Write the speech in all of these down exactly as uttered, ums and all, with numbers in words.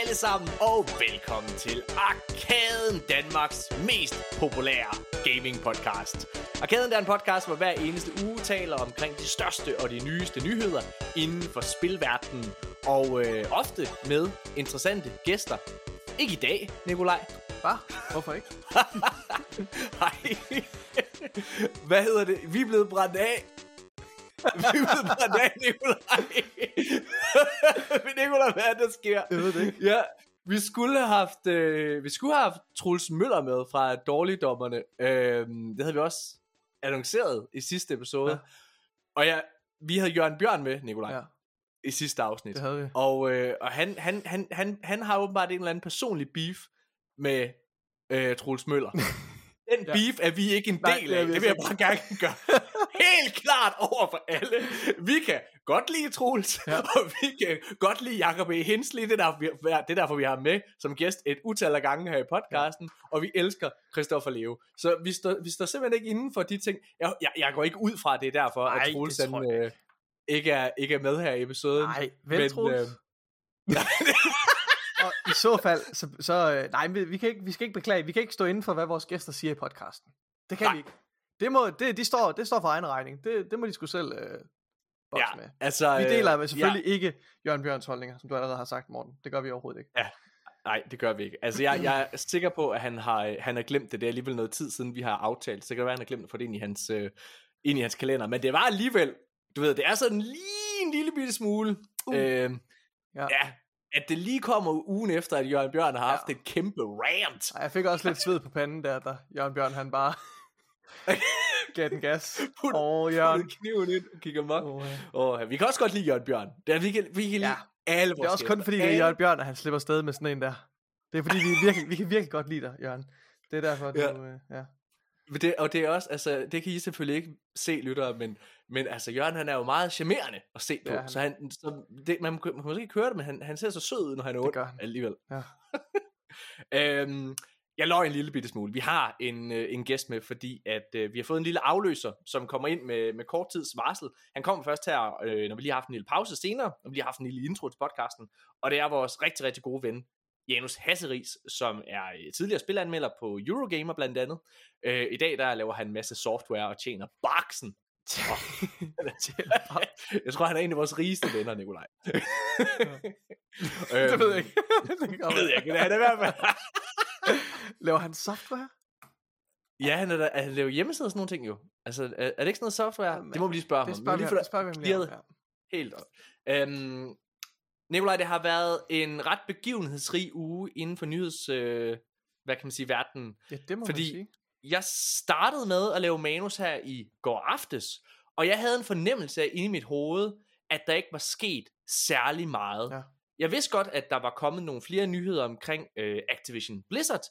alle sammen, og velkommen til Arkaden, Danmarks mest populære gaming podcast. Arkaden er en podcast, hvor hver eneste uge taler omkring de største og de nyeste nyheder inden for spilverdenen, og øh, ofte med interessante gæster. Ikke i dag, Nikolaj. Hvad? Hvorfor ikke? Nej. Hvad hedder det? Vi er blevet brændt af. Vi er blevet brændt af, Nikolaj. Men Nikolaj, hvad er der sker? Jeg ved det ikke. Ja, vi skulle have haft, øh, vi skulle have haft Troels Møller med fra Dårligdommerne. Øh, det havde vi også annonceret i sidste episode. Ja. Og ja, vi havde Jørgen Bjørn med, Nikolaj. Ja. I sidste afsnit. Det havde vi. Og, øh, og han, han, han, han, han har åbenbart en eller anden personlig beef med øh, Troels Møller. Den ja. beef er vi ikke en del Nej, af. Det vil jeg bare gerne gøre helt klart over for alle. Vi kan godt lide Troels, ja. og vi kan godt lide Jacob E. Hensley. Det er, derfor, vi, det er derfor, vi har ham med som gæst et utal af gange her i podcasten. Ja. Og vi elsker Christoffer Leo. Så vi står, vi står simpelthen ikke inden for de ting. Jeg, jeg, jeg går ikke ud fra det derfor, Nej, at Troels han, øh, ikke, er, ikke er med her i episoden. Nej, vel Troels? Øh, Og i så fald, så, så nej, vi, kan ikke, vi skal ikke beklage, vi kan ikke stå inden for, hvad vores gæster siger i podcasten. Det kan nej. vi ikke. Det, må, det, de står, det står for egen regning. Det, det må de sgu selv øh, bokse ja, med. Altså, vi deler øh, selvfølgelig ja. ikke Jørgen Bjørns holdninger, som du allerede har sagt, Morten. Det gør vi overhovedet ikke. Ja, nej, det gør vi ikke. Altså, jeg, jeg er sikker på, at han har, han har glemt det. Det er alligevel noget tid siden, vi har aftalt. Så det kan være, at han har glemt at få det ind i hans, øh, ind i hans kalender. Men det var alligevel, du ved, det er sådan lige en lille bitte smule. Uh. Øh, ja. ja. At det lige kommer ugen efter, at Jørgen Bjørn har haft ja. et kæmpe rant. Jeg fik også lidt sved på panden der, da Jørgen Bjørn han bare gav den gas. Åh, oh, Jørgen. Kniven ind og kigger mig. Oh, ja. oh, vi kan også godt lide Jørgen Bjørn. Det er, vi kan, vi kan lide ja. alle vores Det er også kun gæster. fordi, det er Jørgen Bjørn, at han slipper afsted med sådan en der. Det er fordi, vi, virkelig, vi kan virkelig godt lide dig, Jørgen. Det er derfor, ja. du... Øh, ja. Det, og det er også, altså, det kan I selvfølgelig ikke se, lyttere, men, men altså, Jørgen, han er jo meget charmerende at se på, ja, han... så, han, så det, man, man kan måske ikke høre det, men han, han ser så sød ud, når han er ond, alligevel. Ja. øhm, jeg løg en lille bitte smule. Vi har en, øh, en gæst med, fordi at øh, vi har fået en lille afløser, som kommer ind med, med kort tids varsel. Han kommer først her, øh, når vi lige har haft en lille pause senere, når vi lige har haft en lille intro til podcasten, og det er vores rigtig, rigtig gode ven, Janus Hasseris, som er tidligere spilanmelder på Eurogamer blandt andet. Øh, I dag der laver han en masse software og tjener baksen. Jeg tror han er en af vores rigeste venner, Nikolaj. Det ved jeg ikke. Det ved jeg ikke. Han er i hvert fald. Laver han software? Ja, han, er der, han laver hjemmesider og sådan nogle ting jo. Altså, er, er det ikke sådan noget software? Ja, det må vi lige spørge ham. Det spørger vi, det spørger vi ham lige om, ja. Helt op. Øhm, Nikolaj, det har været en ret begivenhedsrig uge inden for nyheds, øh, hvad kan man sige, verden. Ja, det må Fordi man sige. Jeg startede med at lave manus her i går aftes, og jeg havde en fornemmelse af inde i mit hoved, at der ikke var sket særlig meget. Ja. Jeg vidste godt, at der var kommet nogle flere nyheder omkring øh, Activision Blizzard,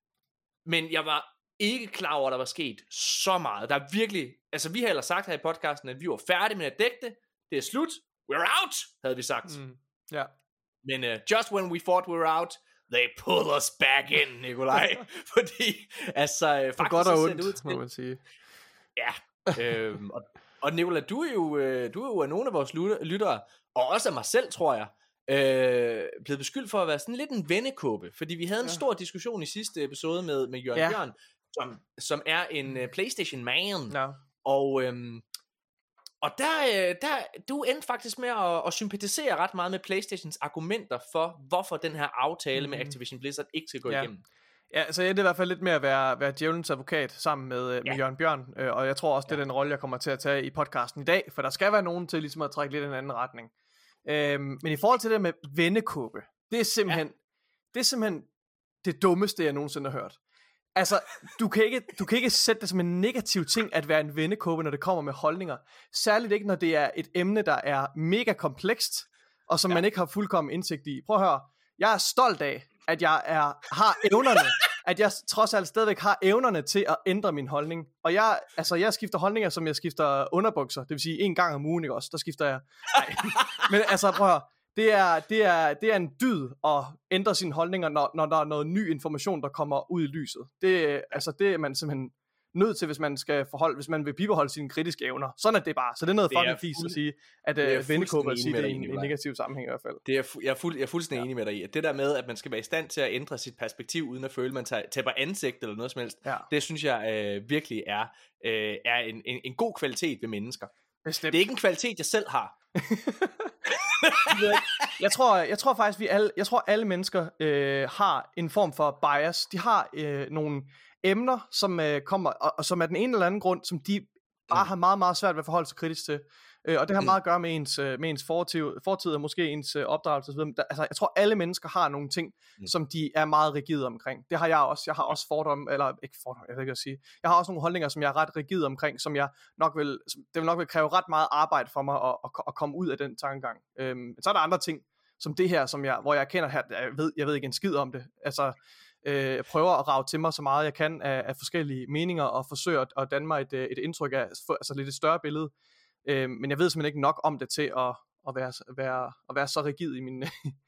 men jeg var ikke klar over, at der var sket så meget. Der er virkelig, altså vi har ellers sagt her i podcasten, at vi var færdige med at dække det. Det er slut. We're out, havde vi sagt. Mm. Ja. Men uh, just when we thought we were out, they pulled us back in, Nikolaj. Fordi, altså, for godt og ondt, ud til, må man sige. Ja, øhm, og, og Nikolaj, du er jo, øh, du er jo af nogle af vores lyttere, og også af mig selv, tror jeg, øh, blevet beskyldt for at være sådan lidt en vennekåbe. Fordi vi havde en ja. stor diskussion i sidste episode med, med Jørgen ja. Bjørn, som, som er en uh, PlayStation man. Ja. Og... Øhm, Og der, der, du endte faktisk med at, at sympatisere ret meget med PlayStations argumenter for, hvorfor den her aftale mm. med Activision Blizzard ikke skal gå ja. igennem. Ja, så jeg endte i hvert fald lidt med at være, være djævelens advokat sammen med, ja. med Jørgen Bjørn, og jeg tror også, det er ja. den rolle, jeg kommer til at tage i podcasten i dag, for der skal være nogen til ligesom at trække lidt i en anden retning. Øhm, men i forhold til det med vennekåbe, det er simpelthen, ja. det er simpelthen det dummeste, jeg nogensinde har hørt. Altså, du kan, ikke, du kan ikke sætte det som en negativ ting at være en vennekåbe, når det kommer med holdninger. Særligt ikke, når det er et emne, der er mega komplekst, og som ja. man ikke har fuldkommen indsigt i. Prøv at høre, jeg er stolt af, at jeg er, har evnerne, at jeg trods alt stadigvæk har evnerne til at ændre min holdning. Og jeg, altså, jeg skifter holdninger, som jeg skifter underbukser, det vil sige en gang om ugen, ikke også? Der skifter jeg. Nej. Men altså, prøv at høre. Det er, det, er, det er en dyd at ændre sine holdninger, når, når der er noget ny information, der kommer ud i lyset. Det, altså, det er man simpelthen nødt til, hvis man skal forholde, hvis man vil bibeholde sine kritiske evner. Sådan er det bare. Så det er noget fucking fis at sige, at uh, vendekåber siger det i en, en negativ sammenhæng i hvert fald. Det er fu- jeg, er fuld, jeg er fuldstændig ja. enig med dig i. At det der med, at man skal være i stand til at ændre sit perspektiv, uden at føle, at man tager, taber ansigt eller noget som helst, ja. det synes jeg øh, virkelig er, øh, er en, en, en god kvalitet ved mennesker. Bestemt. Det er ikke en kvalitet, jeg selv har. jeg tror, jeg tror faktisk, vi alle, jeg tror alle mennesker øh, har en form for bias. De har øh, nogle emner, som øh, kommer, og, og som er den ene eller anden grund, som de bare mm. har meget, meget svært ved at forholde sig kritisk til. Øh, og det har mm. meget at gøre med ens, øh, med ens fortid, fortid og måske ens øh, opdragelse osv. Altså, jeg tror, alle mennesker har nogle ting, mm. som de er meget rigide omkring. Det har jeg også. Jeg har også fordomme, eller ikke fordomme, jeg ved ikke at sige. Jeg har også nogle holdninger, som jeg er ret rigide omkring, som jeg nok vil, som, det vil nok vil kræve ret meget arbejde for mig at, at, at komme ud af den tankegang. Øhm, så er der andre ting, som det her, som jeg, hvor jeg kender her, jeg ved, jeg ved ikke en skid om det. Altså, øh, jeg prøver at rage til mig så meget jeg kan af, af forskellige meninger, og forsøger at, at danne mig et, et indtryk af, altså lidt et større billede. Øh, men jeg ved simpelthen ikke nok om det til at, at, være, være, at være så rigid i min,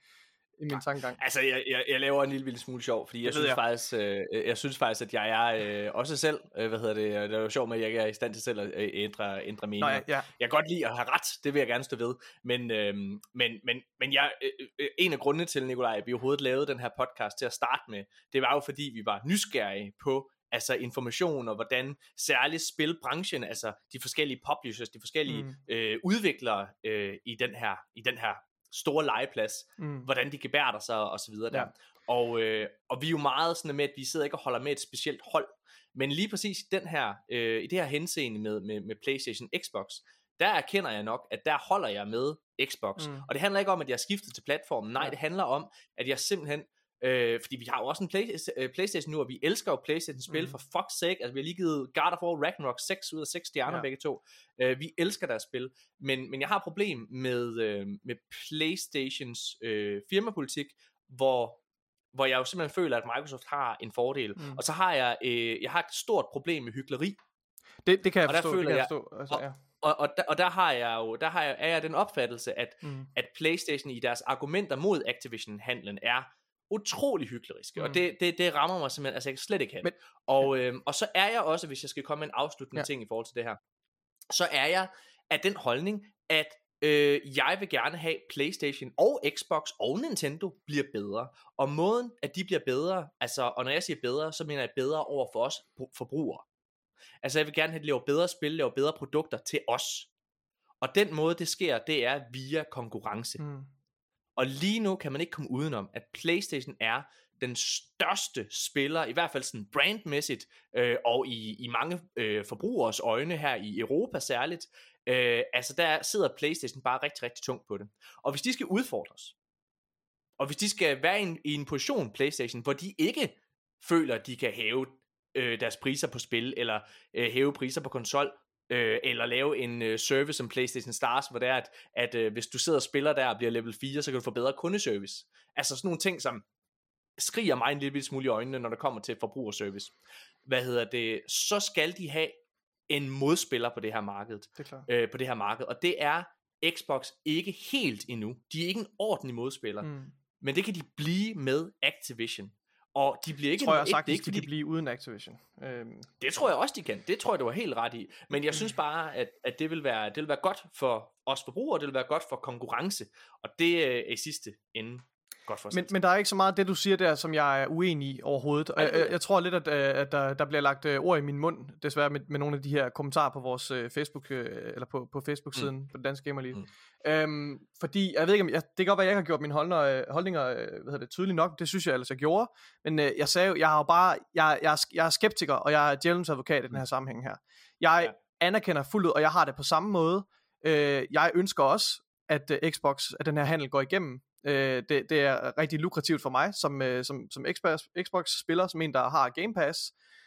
i min tankegang. Altså, jeg, jeg, jeg laver en lille, lille smule sjov, fordi jeg synes, jeg. Faktisk, øh, jeg synes faktisk, at jeg er øh, også selv, øh, hvad hedder det, det er jo sjovt med, at jeg ikke er i stand til selv at øh, ændre, ændre meninger. Nå, ja, ja. Jeg kan godt lide at have ret, det vil jeg gerne stå ved, men, øh, men, men, men jeg, øh, en af grundene til, Nikolaj, at vi overhovedet lavede den her podcast til at starte med, det var jo fordi, vi var nysgerrige på altså information og hvordan særligt spilbranchen, altså de forskellige publishers, de forskellige mm. øh, udviklere øh, i den her i den her store legeplads, mm. hvordan de gebærder sig og så videre der. Ja. Og øh, og vi er jo meget sådan med, at vi sidder ikke og holder med et specielt hold, men lige præcis den her øh, i det her henseende med med med PlayStation, Xbox, der erkender jeg nok, at der holder jeg med Xbox. Mm. Og det handler ikke om, at jeg har skiftet til platformen. Nej, ja. Det handler om, at jeg simpelthen Øh, fordi vi har jo også en play, uh, PlayStation nu, og vi elsker jo PlayStation-spil, mm. for fuck's sake. Altså vi har lige givet God of War Ragnarok seks ud af seks stjerner, ja. begge to. Uh, vi elsker deres spil, men, men jeg har et problem med, uh, med PlayStations uh, firmapolitik, hvor, hvor jeg jo simpelthen føler, at Microsoft har en fordel. Mm. Og så har jeg, uh, jeg har et stort problem med hykleri. Det, det kan jeg forstå. Og der føler jeg, jeg altså, ja. Og, og, der, og der har jeg jo der har jeg, er jeg den opfattelse, at, mm. at PlayStation i deres argumenter mod Activision-handlen er utrolig hykleriske, mm. og det, det, det rammer mig simpelthen, altså jeg kan slet ikke have det. Men, og, øhm, og så er jeg også, hvis jeg skal komme med en afsluttende ja. ting i forhold til det her, så er jeg af den holdning, at øh, jeg vil gerne have PlayStation og Xbox og Nintendo bliver bedre, og måden, at de bliver bedre, altså, og når jeg siger bedre, så mener jeg bedre over for os forbrugere. Altså jeg vil gerne have, at de laver bedre spil, laver bedre produkter til os, og den måde det sker, det er via konkurrence. Mm. Og lige nu kan man ikke komme udenom, at PlayStation er den største spiller, i hvert fald sådan brandmæssigt, øh, og i, i mange øh, forbrugers øjne her i Europa særligt. Øh, altså der sidder PlayStation bare rigtig, rigtig tungt på det. Og hvis de skal udfordres, og hvis de skal være i en, i en position, PlayStation, hvor de ikke føler, at de kan hæve øh, deres priser på spil, eller øh, hæve priser på konsol, Øh, eller lave en øh, service som PlayStation Stars, hvor det er, at, at øh, hvis du sidder og spiller der og bliver level fire, så kan du få bedre kundeservice. Altså sådan nogle ting, som skriger mig en lille smule i øjnene, når det kommer til forbrugerservice. Hvad hedder det? Så skal de have en modspiller på det her marked. Det er klart. Øh, på det her marked, og det er Xbox ikke helt endnu. De er ikke en ordentlig modspiller, mm. men det kan de blive med Activision. Og de bliver ikke, tror jeg sagtens, ikke, de kan blive uden Activision. Øhm. Det tror jeg også, de kan. Det tror jeg, du var helt ret i. Men jeg synes bare, at, at det, vil være, det vil være godt for os forbrugere, det vil være godt for konkurrence. Og det er i sidste ende godt for os. Men, men der er ikke så meget af det, du siger der, som jeg er uenig i overhovedet. Og jeg, jeg, jeg tror lidt, at, at der, der bliver lagt ord i min mund, desværre med, med nogle af de her kommentarer på vores uh, Facebook, uh, eller på, på Facebook-siden, mm. på den danske Gamerliv. Mm. Øhm, fordi, jeg ved ikke om, jeg, det kan godt være, at jeg har gjort mine holdninger, holdninger hvad hedder det, tydeligt nok, det synes jeg ellers, jeg gjorde, men øh, jeg sagde jo, jeg har jo bare, jeg, jeg, jeg er skeptiker, og jeg er djævelens advokat i den her sammenhæng her. Jeg ja. anerkender fuldt ud, og jeg har det på samme måde. Øh, jeg ønsker også, at uh, Xbox, at den her handel går igennem. Øh, det, det er rigtig lukrativt for mig, som, øh, som, som Xbox, Xbox-spiller, som en, der har Game Pass,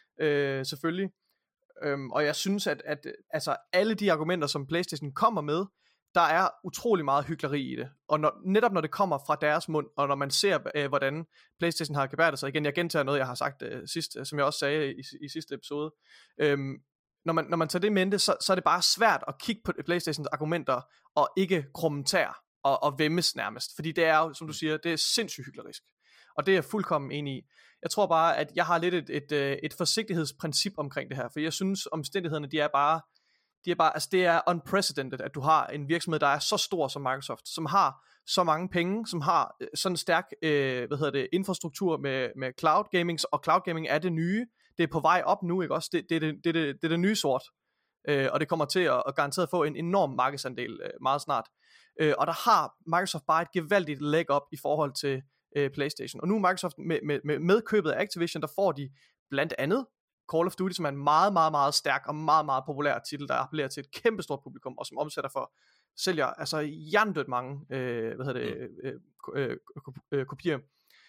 øh, selvfølgelig. Øhm, og jeg synes, at, at altså, alle de argumenter, som PlayStation kommer med, der er utrolig meget hykleri i det, og når, netop når det kommer fra deres mund, og når man ser, øh, hvordan PlayStation har gebærdet sig, igen, jeg gentager noget, jeg har sagt øh, sidst, øh, som jeg også sagde i, i sidste episode, øhm, når, man, når man tager det i mente, så, så er det bare svært at kigge på PlayStations argumenter, og ikke kommentere, og, og væmmes nærmest, fordi det er jo, som du siger, det er sindssygt hyklerisk, og det er jeg fuldkommen enig i. Jeg tror bare, at jeg har lidt et, et, et, et forsigtighedsprincip omkring det her, for jeg synes, omstændighederne, de er bare, de er bare, altså det er unprecedented, at du har en virksomhed, der er så stor som Microsoft, som har så mange penge, som har sådan en stærk, øh, hvad hedder det, infrastruktur med, med cloud gaming, og cloud gaming er det nye, det er på vej op nu, ikke også, det, det, det, det, det, det er det nye sort, øh, og det kommer til at, at garanteret få en enorm markedsandel øh, meget snart, øh, og der har Microsoft bare et gevaldigt leg up i forhold til øh, PlayStation, og nu Microsoft med, med, med, med købet af Activision, der får de blandt andet Call of Duty, som er en meget, meget, meget stærk og meget, meget populær titel, der appellerer til et kæmpestort publikum, og som omsætter for, sælger altså jerndødt mange, øh, hvad hedder det, øh, øh, øh, kopier.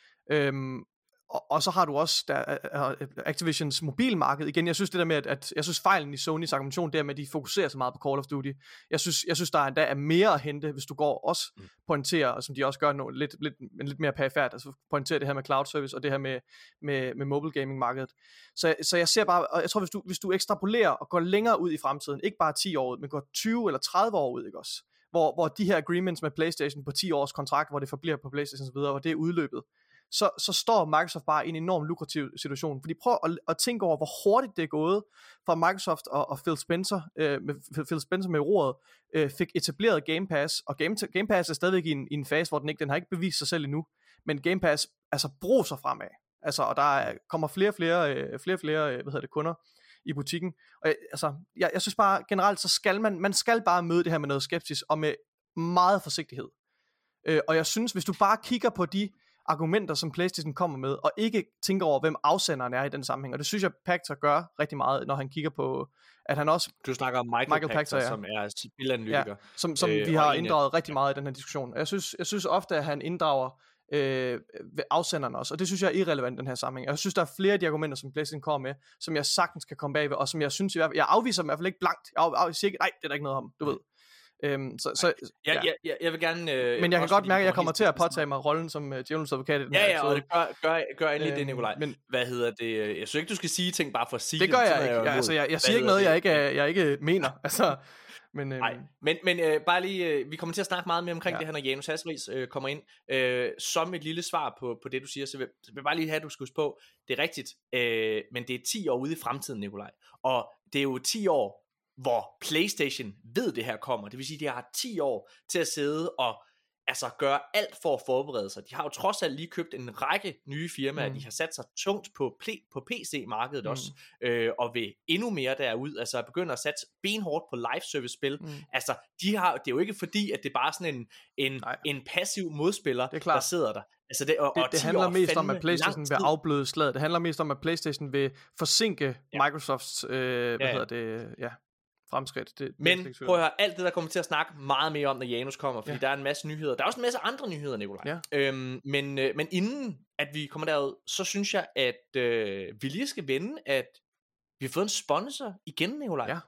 Øhm, og, og så har du også der, uh, Activisions mobilmarked. Igen, jeg synes det der med, at, at jeg synes fejlen i Sonys argumentation, der med, at de fokuserer så meget på Call of Duty. Jeg synes, jeg synes der endda er mere at hente, hvis du går også mm. pointerer, og som de også gør nu, lidt, lidt, men lidt mere perifært, altså pointerer det her med cloud service, og det her med, med, med mobile gaming markedet. Så, så jeg ser bare, og jeg tror, hvis du, hvis du ekstrapolerer og går længere ud i fremtiden, ikke bare ti år ud, men går tyve eller tredive år ud, ikke også? Hvor, hvor de her agreements med PlayStation på ti års kontrakt, hvor det forbliver på PlayStation og så videre, hvor det er udløbet, så, så står Microsoft bare i en enorm lukrativ situation. Fordi prøv at, at tænke over, hvor hurtigt det er gået fra Microsoft og, og Phil Spencer, øh, med, Phil Spencer med roret, øh, fik etableret Game Pass, og Game, Game Pass er stadigvæk i en, i en fase, hvor den ikke den har ikke bevist sig selv endnu, men Game Pass altså bruser fremad. Altså, og der er, kommer flere og flere, øh, flere, flere øh, hvad hedder det, kunder i butikken. Og altså, jeg, jeg synes bare generelt, så skal man, man skal bare møde det her med noget skepsis, og med meget forsigtighed. Øh, og jeg synes, hvis du bare kigger på de argumenter, som PlayStation kommer med, og ikke tænker over, hvem afsenderen er i den sammenhæng. Og det synes jeg, Pachter gør rigtig meget, når han kigger på, at han også... Du snakker om Michael, Michael Pachter, Pachter ja. som er spilanalytiker. Ja, som som øh, vi har inddraget rigtig meget i den her diskussion. Og jeg synes, jeg synes ofte, at han inddrager øh, ved afsenderen også, og det synes jeg er irrelevant i den her sammenhæng. Jeg synes, der er flere af de argumenter, som PlayStation kommer med, som jeg sagtens kan komme bagved, og som jeg synes, jeg afviser dem i hvert fald ikke blankt. Jeg, af, jeg siger ikke, nej, det er der ikke noget om, du ved. Øhm, så, så, ja, ja. Jeg, jeg vil gerne øh, men jeg kan godt mærke at jeg kommer til at påtage mig rollen som uh, djævelens advokat i den ja, her ja, og det gør, gør, gør endelig øhm, det, Nikolaj. Men hvad hedder det? Jeg synes ikke du skal sige ting bare for at sige det gør det, jeg ikke jeg, altså, jeg, jeg siger ikke noget det? jeg ikke jeg ikke mener altså men øhm, nej men men øh, bare lige øh, vi kommer til at snakke meget mere omkring ja. det her når Janus Hasseris øh, kommer ind øh, som et lille svar på på det du siger, så vil, så vil jeg bare lige have at du skal huske på det er rigtigt øh, men det er ti år ude i fremtiden, Nikolaj, og det er jo ti år hvor PlayStation ved det her kommer. Det vil sige, at de har ti år til at sidde og altså gøre alt for at forberede sig. De har jo trods alt lige købt en række nye firmaer. Mm. De har sat sig tungt på, pl- på P C-markedet mm. også, øh, og vil endnu mere derud. Altså begynder at satse benhårdt på live-service-spil. Mm. Altså, de har, det er jo ikke fordi, at det er bare sådan en, en, en passiv modspiller, der sidder der. Altså det, og, det, og det handler mest om, at PlayStation vil afbløde slaget. Det handler mest om, at PlayStation vil forsinke ja. Microsofts, øh, hvad ja, ja. hedder det, ja. fremskridt. Det, men det prøv at høre, alt det der kommer til at snakke meget mere om, når Janus kommer, fordi ja. der er en masse nyheder. Der er også en masse andre nyheder, Nikolaj. Ja. Øhm, men, øh, men inden at vi kommer derud, så synes jeg, at øh, vi lige skal vende, at vi har fået en sponsor igen, Nikolaj. Ja.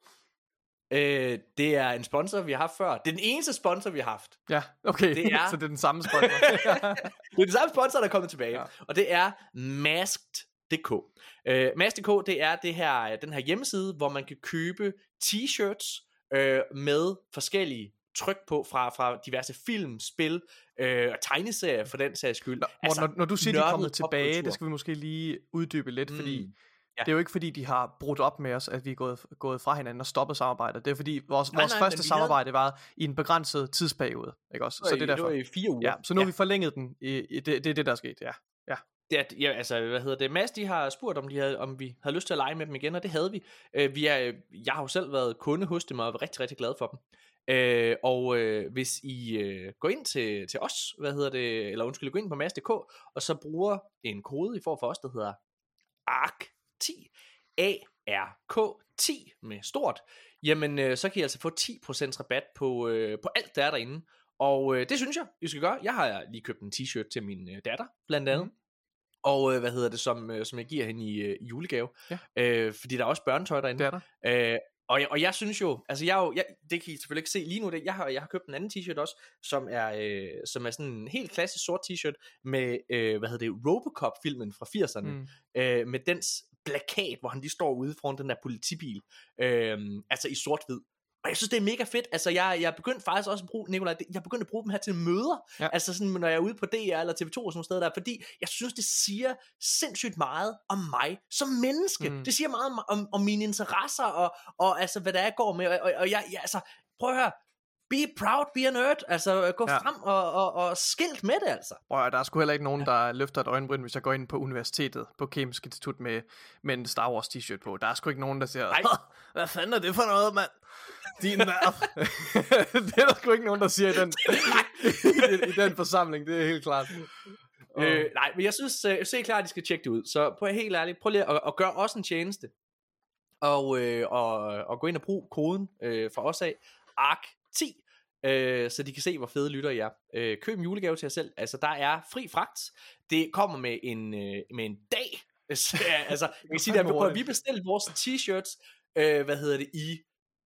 Øh, det er en sponsor, vi har haft før. Det er den eneste sponsor, vi har haft. Ja, okay. Det er, så det er den samme sponsor. det er den samme sponsor, der er kommet tilbage. Ja. Og det er Masked. punktum d k. Uh, Masked punktum d k, det er det her, den her hjemmeside, hvor man kan købe t-shirts uh, med forskellige tryk på fra, fra diverse film, spil uh, og tegneserier for den sags skyld. Nå, altså, når, når du siger, de er kommet tilbage, det skal vi måske lige uddybe lidt, mm, fordi ja. det er jo ikke fordi, de har brudt op med os, at vi er gået, gået fra hinanden og stoppet samarbejdet. Det er fordi, vores, nej, vores nej, første samarbejde havde... var i en begrænset tidsperiode. Ikke også? Så det er derfor. Det var i fire uger. Ja, så nu ja. har vi forlænget den. I, i, det, det er det, der er sket, ja. ja. Det er, ja, altså, hvad hedder det? Mads, de har spurgt, om, de havde, om vi havde lyst til at lege med dem igen, og det havde vi. Uh, vi er, jeg har jo selv været kunde hos dem, og er rigtig, rigtig glad for dem. Uh, og uh, hvis I uh, går ind til, til os, hvad hedder det, eller undskyld, gå ind på Masked punktum d k, og så bruger en kode, I får for os, der hedder A R K ti, A R K ti med stort, jamen uh, så kan I altså få ti procent rabat på, uh, på alt, der er derinde. Og uh, det synes jeg, I skal gøre. Jeg har lige købt en t-shirt til min uh, datter, blandt andet. Mm. Og øh, hvad hedder det, som, øh, som jeg giver hende i, øh, i julegave. Ja. Øh, fordi der er også børnetøj derinde. Det er der. Øh, og, jeg, og jeg synes jo, altså jeg, jo, jeg det kan I selvfølgelig ikke se lige nu, det, jeg, har, jeg har købt en anden t-shirt også, som er, øh, som er sådan en helt klassisk sort t-shirt, med, øh, hvad hedder det, Robocop-filmen fra firserne, mm. øh, med dens plakat, hvor han lige står ude foran den der politibil, øh, altså i sort-hvid. Og jeg synes, det er mega fedt. Altså, jeg, jeg er begyndt faktisk også at bruge, Nikolaj, jeg er begyndt at bruge dem her til møder. Ja. Altså, sådan, når jeg er ude på D R eller T V to og sådan noget sted der. Fordi jeg synes, det siger sindssygt meget om mig som menneske. Mm. Det siger meget om, om, om mine interesser og, og altså, hvad der er, jeg går med. Og, og, og jeg, jeg, altså, prøv at høre. Be proud, be a nerd. Altså, gå ja. frem og, og, og skilt med det, altså. Prøv, der er sgu heller ikke nogen, der løfter et øjenbryn, hvis jeg går ind på universitetet, på Kemisk Institut med, med en Star Wars t-shirt på. Der er sgu ikke nogen, der siger, hvad fanden er det for noget, mand? Din nerd. Det er der sgu ikke nogen, der siger i den, i, i den forsamling, det er helt klart. Uh. Øh, nej, men jeg synes, uh, se klart, at I skal tjekke det ud. Så prøv helt ærligt, prøv lige at, at gøre også en tjeneste. Og, øh, og, og gå ind og brug koden øh, fra os af, A R K ti. Øh, så de kan se, hvor fede lytter I er. Øh, køb en julegave til jer selv. Altså, der er fri fragt. Det kommer med en, øh, med en dag. Altså, jeg kan sige, at vi bestilte vores t-shirts, øh, hvad hedder det, i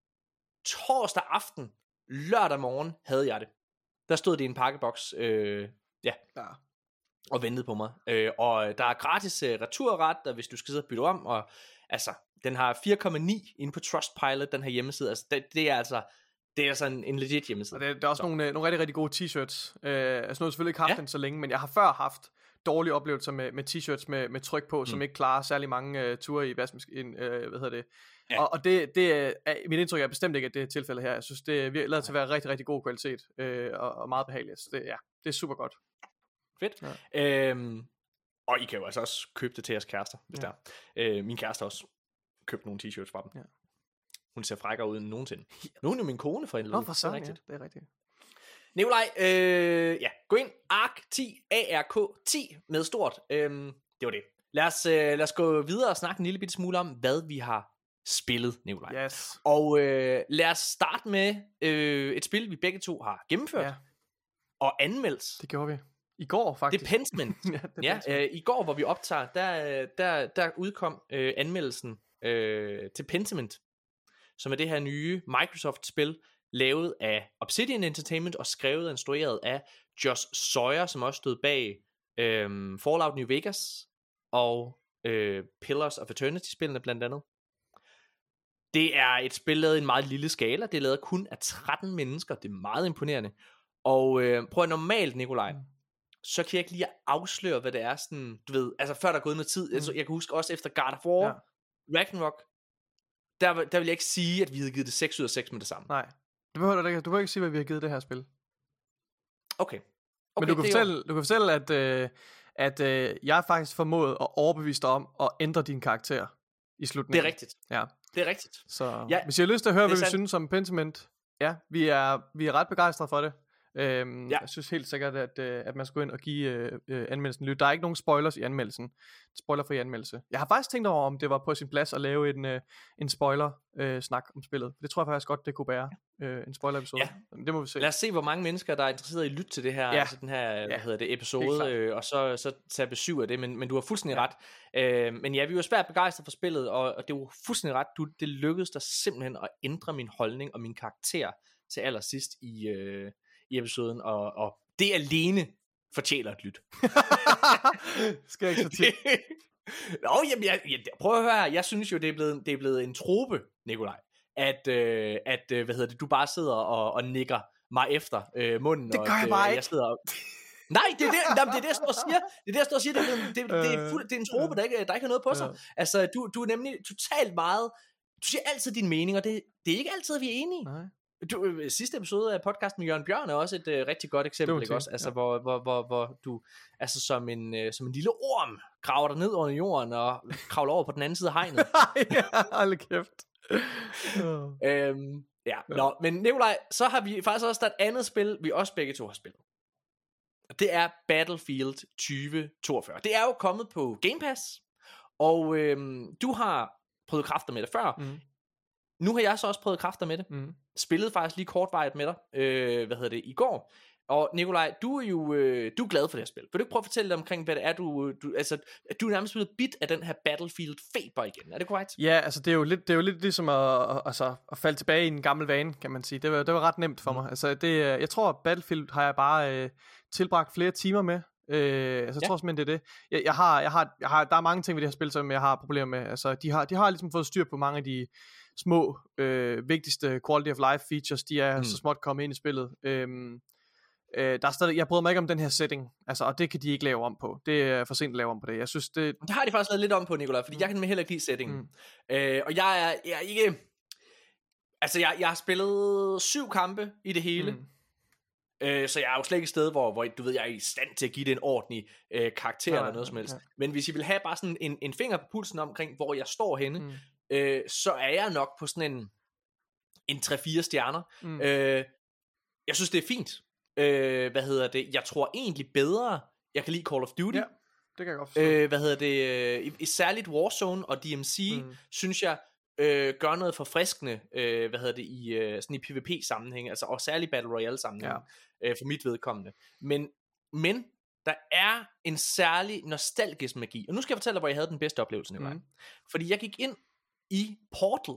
torsdag aften, lørdag morgen havde jeg det. Der stod det i en pakkeboks, øh, ja, ja, og ventede på mig. Øh, og der er gratis øh, returret, der, hvis du skal sidde og bytte om. Og altså, den har fire komma ni inde på Trustpilot, den her hjemmeside. Altså, det, det er altså... Det er altså en, en legit hjemmeside. Og det, der er også nogle, nogle rigtig, rigtig gode t-shirts. Øh, altså nu har jeg selvfølgelig ikke haft ja. den så længe, men jeg har før haft dårlige oplevelser med, med t-shirts med, med tryk på, mm. som ikke klarer særlig mange uh, ture i vaskemaskinen, uh, hvad hedder det. Ja. Og, og det, det er, mit indtryk er bestemt ikke, at det er tilfældet her. Jeg synes, det er lavet til at være rigtig, rigtig god kvalitet, øh, og, og meget behageligt. Så det, ja, det er super godt. Fedt. Ja. Øhm, og I kan jo altså også købe det til jeres kærester, hvis ja. der er. Øh, min kæreste har også købt nogle t-shirts fra dem. Ja. Hun ser frækkere ud end nogensinde. Nu er hun jo min kone for en Nå, for så, det er rigtigt. Ja, det er rigtigt. Nikolaj, øh, ja, gå ind, A R K ti, A R K ti med stort. Øhm, det var det. Lad os, øh, lad os gå videre og snakke en lille bitte smule om, hvad vi har spillet, Nikolaj. Yes. Og øh, lad os starte med øh, et spil, vi begge to har gennemført ja. og anmeldt. Det gjorde vi. I går faktisk. Det er Pentiment. ja, det er ja øh, i går, hvor vi optager, der, der, der udkom øh, anmeldelsen øh, til Pentiment, som er det her nye Microsoft-spil, lavet af Obsidian Entertainment og skrevet og instrueret af Josh Sawyer, som også stod bag øhm, Fallout New Vegas og øh, Pillars of Eternity-spillene blandt andet. Det er et spil lavet i en meget lille skala. Det er lavet kun af tretten mennesker. Det er meget imponerende. Og øh, prøv at normalt, Nikolaj, mm. så kan jeg ikke lige afsløre, hvad det er sådan, du ved, altså før der er gået noget tid. Mm. Altså, jeg kan huske også efter God of War, ja. Ragnarok, Der, der vil jeg ikke sige, at vi havde givet det seks ud af seks med det samme. Nej, du behøver, du behøver ikke sige, hvad vi har givet det her spil. Okay. okay Men du kan, fortælle, du kan fortælle, at, øh, at øh, jeg faktisk formået at overbevise dig om at ændre din karakter i slutningen. Det er rigtigt. Ja. Det er rigtigt. Så ja, hvis I har lyst til at høre, hvad vi synes om Pentiment, ja, vi er, vi er ret begejstrede for det. Øhm, ja. Jeg synes helt sikkert, at, øh, at man skal gå ind og give øh, øh, anmeldelsen lyt. Der er ikke nogen spoilers i anmeldelsen. Spoilerfri anmeldelse. Jeg har faktisk tænkt over, om det var på sin plads at lave en, øh, en spoiler-snak øh, om spillet. Det tror jeg faktisk godt, det kunne bære. Øh, en spoiler-episode. Ja. Det må vi se. Lad os se, hvor mange mennesker, der er interesseret i at lytte til det her, ja. altså den her, ja. hvad hedder det, episode, øh, og så, så tage besøg af det. Men, men du har fuldstændig ja. ret. Øh, men ja, vi var svært begejstrede for spillet, og, og det var fuldstændig ret. Du, det lykkedes dig simpelthen at ændre min holdning og min karakter til allersidst i... Øh, i episoden, og, og det alene fortjener et lyt. Skal jeg ikke så tit? Nå, jamen, jeg, jeg, prøv at høre her, jeg synes jo, det er blevet, det er blevet en trope, Nikolaj, at, øh, at øh, hvad hedder det, du bare sidder og, og nikker mig efter øh, munden. Det gør og, jeg bare øh, ikke. Jeg sidder og... Nej, det er det, jamen, det er det, jeg står og siger. Det er det, jeg står og siger. Det, det, det, det, er, fuld, det er en trope, der ikke, der ikke har noget på sig. Altså, du, du er nemlig totalt meget... Du siger altid din mening, og det, det er ikke altid, at vi er enige. Nej. Du, sidste episode af podcasten med Jørgen Bjørn er også et uh, rigtig godt eksempel, ikke også? Altså, ja. hvor, hvor, hvor, hvor du altså som en, uh, som en lille orm graver dig ned under jorden og kravler over på den anden side af hegnet. Ja, hold kæft. Oh. øhm, ja, ja. Nå, men Nikolaj, så har vi faktisk også et andet spil, vi også begge to har spillet. Det er Battlefield tyve toogfyrre. Det er jo kommet på Game Pass, og øhm, du har prøvet kræfter med det før. Mm. Nu har jeg så også prøvet kræfter med det. Mm. Spillede faktisk lige kortvarigt med dig, øh, hvad hedder det, i går. Og Nikolaj, du er jo øh, du er glad for det her spil. Vil du ikke prøve at fortælle dig omkring, hvad det er, du, du altså, du er nærmest blevet bit af den her Battlefield-feber igen. Er det korrekt? Ja, altså det er jo lidt, det er jo lidt ligesom at, at, altså, at falde tilbage i en gammel vane, kan man sige. Det var, det var ret nemt for mig. Mm. Altså det, jeg tror, Battlefield har jeg bare øh, tilbragt flere timer med. Øh, altså jeg ja. tror simpelthen det er det. Jeg, jeg, har, jeg, har, jeg har, der er mange ting ved det her spil, som jeg har problemer med. Altså de har, de har ligesom fået styr på mange af de små, øh, vigtigste quality of life features, de er mm. så småt kommet ind i spillet. Øhm, øh, der er stadig, jeg bryder mig ikke om den her setting, altså, og det kan de ikke lave om på. Det er for sent at lave om på det. Jeg synes, det... Det har de faktisk lavet lidt om på, Nikolaj, fordi mm. jeg kan heller ikke lide settingen. Mm. Øh, og jeg er, jeg er ikke... Altså, jeg, jeg har spillet syv kampe i det hele. Mm. Øh, så jeg er jo slet ikke et sted, hvor, hvor du ved, jeg er i stand til at give det en ordentlig øh, karakter ja, eller noget som helst. Ja. Men hvis I vil have bare sådan en, en finger på pulsen omkring, hvor jeg står henne, mm. øh, så er jeg nok på sådan en, en tre fire stjerner. Mm. Øh, jeg synes, det er fint. Øh, hvad hedder det? Jeg tror egentlig bedre, jeg kan lide Call of Duty. Ja, det kan jeg godt forstå. Øh, hvad hedder det? I, i særligt Warzone og D M C, mm. synes jeg, Øh, gør noget forfriskende, øh, hvad hedder det, i, øh, sådan i PvP-sammenhæng, altså, og særligt Battle Royale-sammenhæng, ja. øh, for mit vedkommende. Men, men, der er en særlig nostalgisk magi, og nu skal jeg fortælle dig, hvor jeg havde den bedste oplevelse i mm. Fordi jeg gik ind i Portal,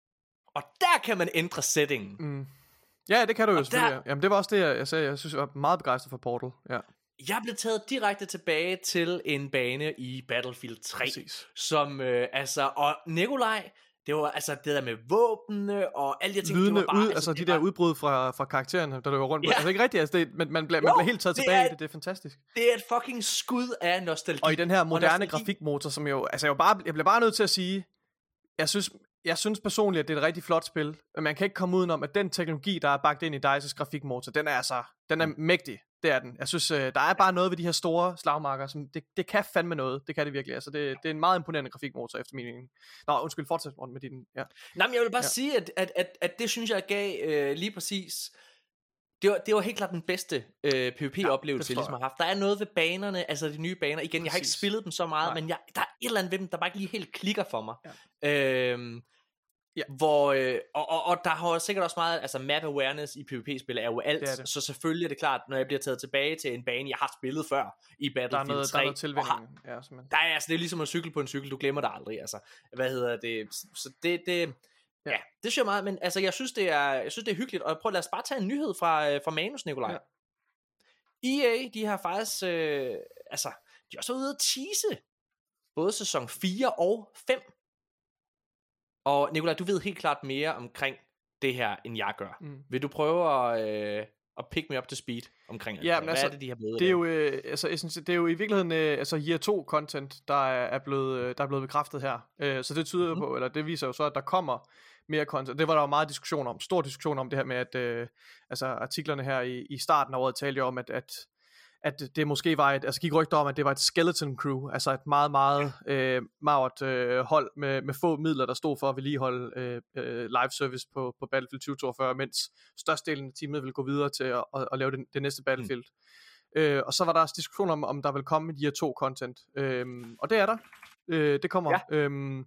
og der kan man ændre settingen. Mm. Ja, det kan du jo selvfølgelig. Der... Jamen, det var også det, jeg sagde. Jeg synes, jeg var meget begejstret for Portal. Ja. Jeg blev taget direkte tilbage til en bane i Battlefield tre, Præcis. som, øh, altså, og Nikolaj, det var altså det der med våbnene og alle de ting. Lydene bare, ud, altså, altså de var... der udbrud fra, fra karaktererne, der løber rundt på. Ja. Altså ikke rigtigt, altså det, men man bliver, man bliver helt taget tilbage er, i det, det er fantastisk. Det er et fucking skud af nostalgi. Og i den her moderne grafikmotor, som jo, altså jeg, bare, jeg bliver bare nødt til at sige, jeg synes, jeg synes personligt, at det er et rigtig flot spil, men man kan ikke komme udenom, at den teknologi, der er bagt ind i DICE's grafikmotor, den er altså, den er mm. mægtig. Det er den. Jeg synes, øh, der er bare noget ved de her store slagmarker, som det, det kan fandme noget. Det kan det virkelig. Altså, det, det er en meget imponerende grafikmotor, efter min mening. Nå, undskyld, fortsæt med din... Ja. Nej, men jeg vil bare ja. sige, at, at, at, at det synes jeg gav øh, lige præcis... Det var, det var helt klart den bedste øh, PvP-oplevelse, ja, jeg ligesom har haft. Der er noget ved banerne, altså de nye baner. Igen, jeg har ikke spillet dem så meget, Nej. men jeg, der er et eller andet ved dem, der bare ikke lige helt klikker for mig. Ja. Øhm, Ja. Hvor, øh, og, og, og der har sikkert også meget, altså map awareness i PvP-spil er jo alt, det er det. Så selvfølgelig er det klart, når jeg bliver taget tilbage til en bane, jeg har spillet før i Battlefield tre, der er noget ja, der er, altså, det er ligesom at cykle på en cykel, du glemmer det aldrig, altså, hvad hedder det, så det, det, ja, ja det synes jeg meget, men altså, jeg synes det er, jeg synes det er hyggeligt, og prøv lad os bare tage en nyhed fra, fra Manus, Nikolaj. Ja. E A, de har faktisk, øh, altså, de er også ude at tease, både sæson fire og fem. Og Nikolaj, du ved helt klart mere omkring det her, end jeg gør. Mm. Vil du prøve at, øh, at pick me up to speed omkring det? Ja, men altså, er det, de har blevet? Det er jo, øh, altså, jeg synes, det er jo i virkeligheden øh, altså year to content, der er blevet, der er blevet bekræftet her. Øh, så det tyder mm. på, eller det viser jo så, at der kommer mere content. Det var der jo meget diskussion om, stor diskussion om det her med, at øh, altså artiklerne her i, i starten af året talte jo om, at, at at det måske var et, altså gik rygter om, at det var et skeleton crew, altså et meget, meget øh, magert øh, hold med, med få midler, der stod for at vedligeholde øh, øh, live service på, på Battlefield tyve toogfyrre, mens størstedelen af teamet ville gå videre til at, at, at lave det, det næste Battlefield. Mm. Øh, og så var der også diskussion om, om der vil komme et year to content, øh, og det er der. Øh, det kommer... Ja. Øh,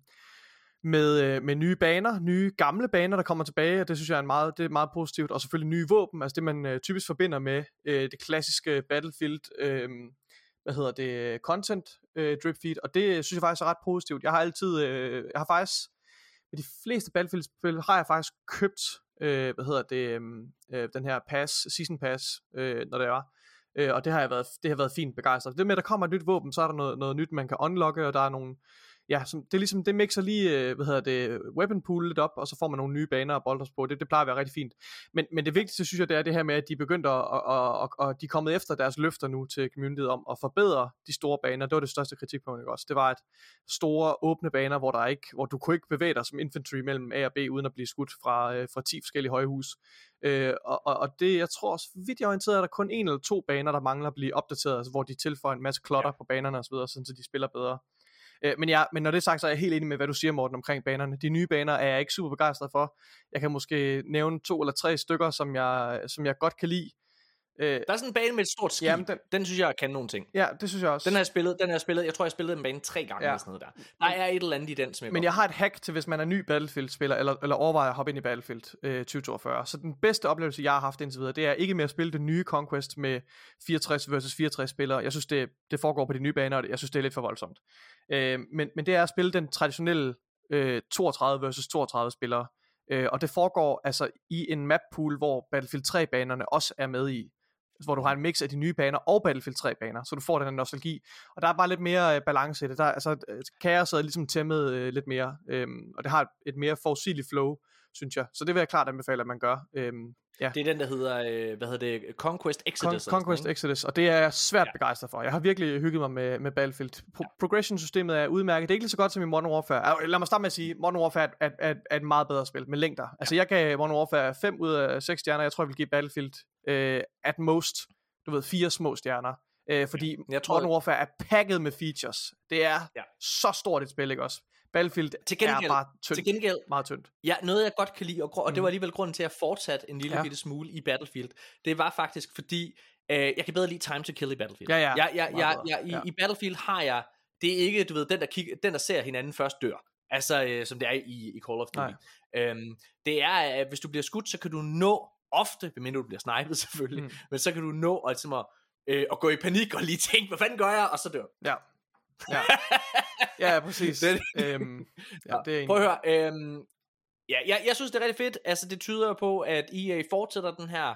med, med nye baner, nye gamle baner, der kommer tilbage, og det synes jeg er, en meget, det er meget positivt, og selvfølgelig nye våben, altså det man øh, typisk forbinder med øh, det klassiske Battlefield, øh, hvad hedder det, content øh, drip feed, og det synes jeg faktisk er ret positivt. Jeg har altid, øh, jeg har faktisk, med de fleste Battlefield-spil, har jeg faktisk købt, øh, hvad hedder det, øh, den her pass, season pass, øh, når det er, øh, og det har jeg været, det har været fint begejstret. Det med, at der kommer et nyt våben, så er der noget, noget nyt, man kan unlocke, og der er nogle ja, som, det er ligesom, det mixer lige, hvad hedder det, weapon pool lidt op, og så får man nogle nye baner og bolters på, det, det plejer at være rigtig fint. Men, men det vigtigste, synes jeg, det er det her med, at de begyndte at, og, og, og de er kommet efter deres løfter nu til communityet om at forbedre de store baner. Det var det største kritikpunkt, ikke også? Det var et store, åbne baner, hvor der ikke, hvor du kunne ikke bevæge dig som infantry mellem A og B, uden at blive skudt fra, øh, fra ti forskellige højhus. Øh, og, og, og det, jeg tror også, vidt jeg orienteret, er der kun en eller to baner, der mangler at blive opdateret, altså, hvor de tilføjer en masse klotter ja. på banerne og så videre, sådan, så de spiller bedre. Men, ja, men når det er sagt, så er jeg helt enig med, hvad du siger, Morten, omkring banerne. De nye baner er jeg ikke super begejstret for. Jeg kan måske nævne to eller tre stykker, som jeg, som jeg godt kan lide. Der er sådan en bane med et stort skib. Jamen, den, den synes jeg kan nogle ting. Ja, det synes jeg også. Den har jeg spillet, den har jeg spillet, jeg tror jeg spillede en bane tre gange ja. eller sådan noget der. Der er et eller andet i den, som jeg Men godt. jeg har et hack til, hvis man er ny Battlefield-spiller, eller, eller overvejer at hoppe ind i Battlefield øh, tyve toogfyrre. Så den bedste oplevelse, jeg har haft indtil videre, det er ikke med at spille det nye Conquest med fireogtres versus fireogtres spillere. Jeg synes, det, det foregår på de nye baner, og jeg synes, det er lidt for voldsomt. Øh, men, men det er at spille den traditionelle øh, toogtredive versus toogtredive spillere. Øh, og det foregår altså i en map pool, hvor Battlefield tre-banerne også er med i. hvor du har en mix af de nye baner og Battlefield tre baner, så du får den her nostalgi, og der er bare lidt mere øh, balance i det. Der er, altså, kaos er ligesom tæmmet øh, lidt mere, øhm, og det har et, et mere forudsigeligt flow, synes jeg, så det vil jeg klart anbefale, at man gør. Øhm, ja. Det er den, der hedder, øh, hvad hedder det, Conquest Exodus. Con- Conquest Exodus, og det er jeg svært ja. begejstret for. Jeg har virkelig hygget mig med, med Battlefield. Pro- ja. Progression-systemet er udmærket. Det er ikke lige så godt som i Modern Warfare. Lad mig starte med at sige, Modern Warfare er, er, er et meget bedre spil med længder. Altså jeg gav Modern Warfare fem ud af seks stjerner. Jeg tror, jeg vil give Battlefield uh, at most, du ved, fire små stjerner. Uh, fordi ja. jeg tror, Modern Warfare er pakket med features. Det er ja. så stort et spil, ikke også? Battlefield til gengæld, er bare tyndt, til gengæld, meget tyndt. Ja, noget jeg godt kan lide, og, og mm. det var alligevel grunden til at fortsætte en lille ja. bitte smule i Battlefield. Det var faktisk fordi, øh, jeg kan bedre lide time to kill i Battlefield. Ja, ja. Jeg, jeg, jeg, jeg, i, ja. I Battlefield har jeg, det er ikke, du ved, den der, kig, den, der ser hinanden først dør. Altså, øh, som det er i, i Call of Duty. Øhm, det er, at hvis du bliver skudt, så kan du nå ofte, medmindre du bliver snipet selvfølgelig, mm. men så kan du nå at, ligesom at, øh, at gå i panik og lige tænke, hvad fanden gør jeg, og så dør. Ja. Ja. Ja, præcis. Det, øhm, ja, det er prøv at høre. Øhm, ja, jeg, jeg synes, det er rigtig fedt. Altså, det tyder på, at E A fortsætter den her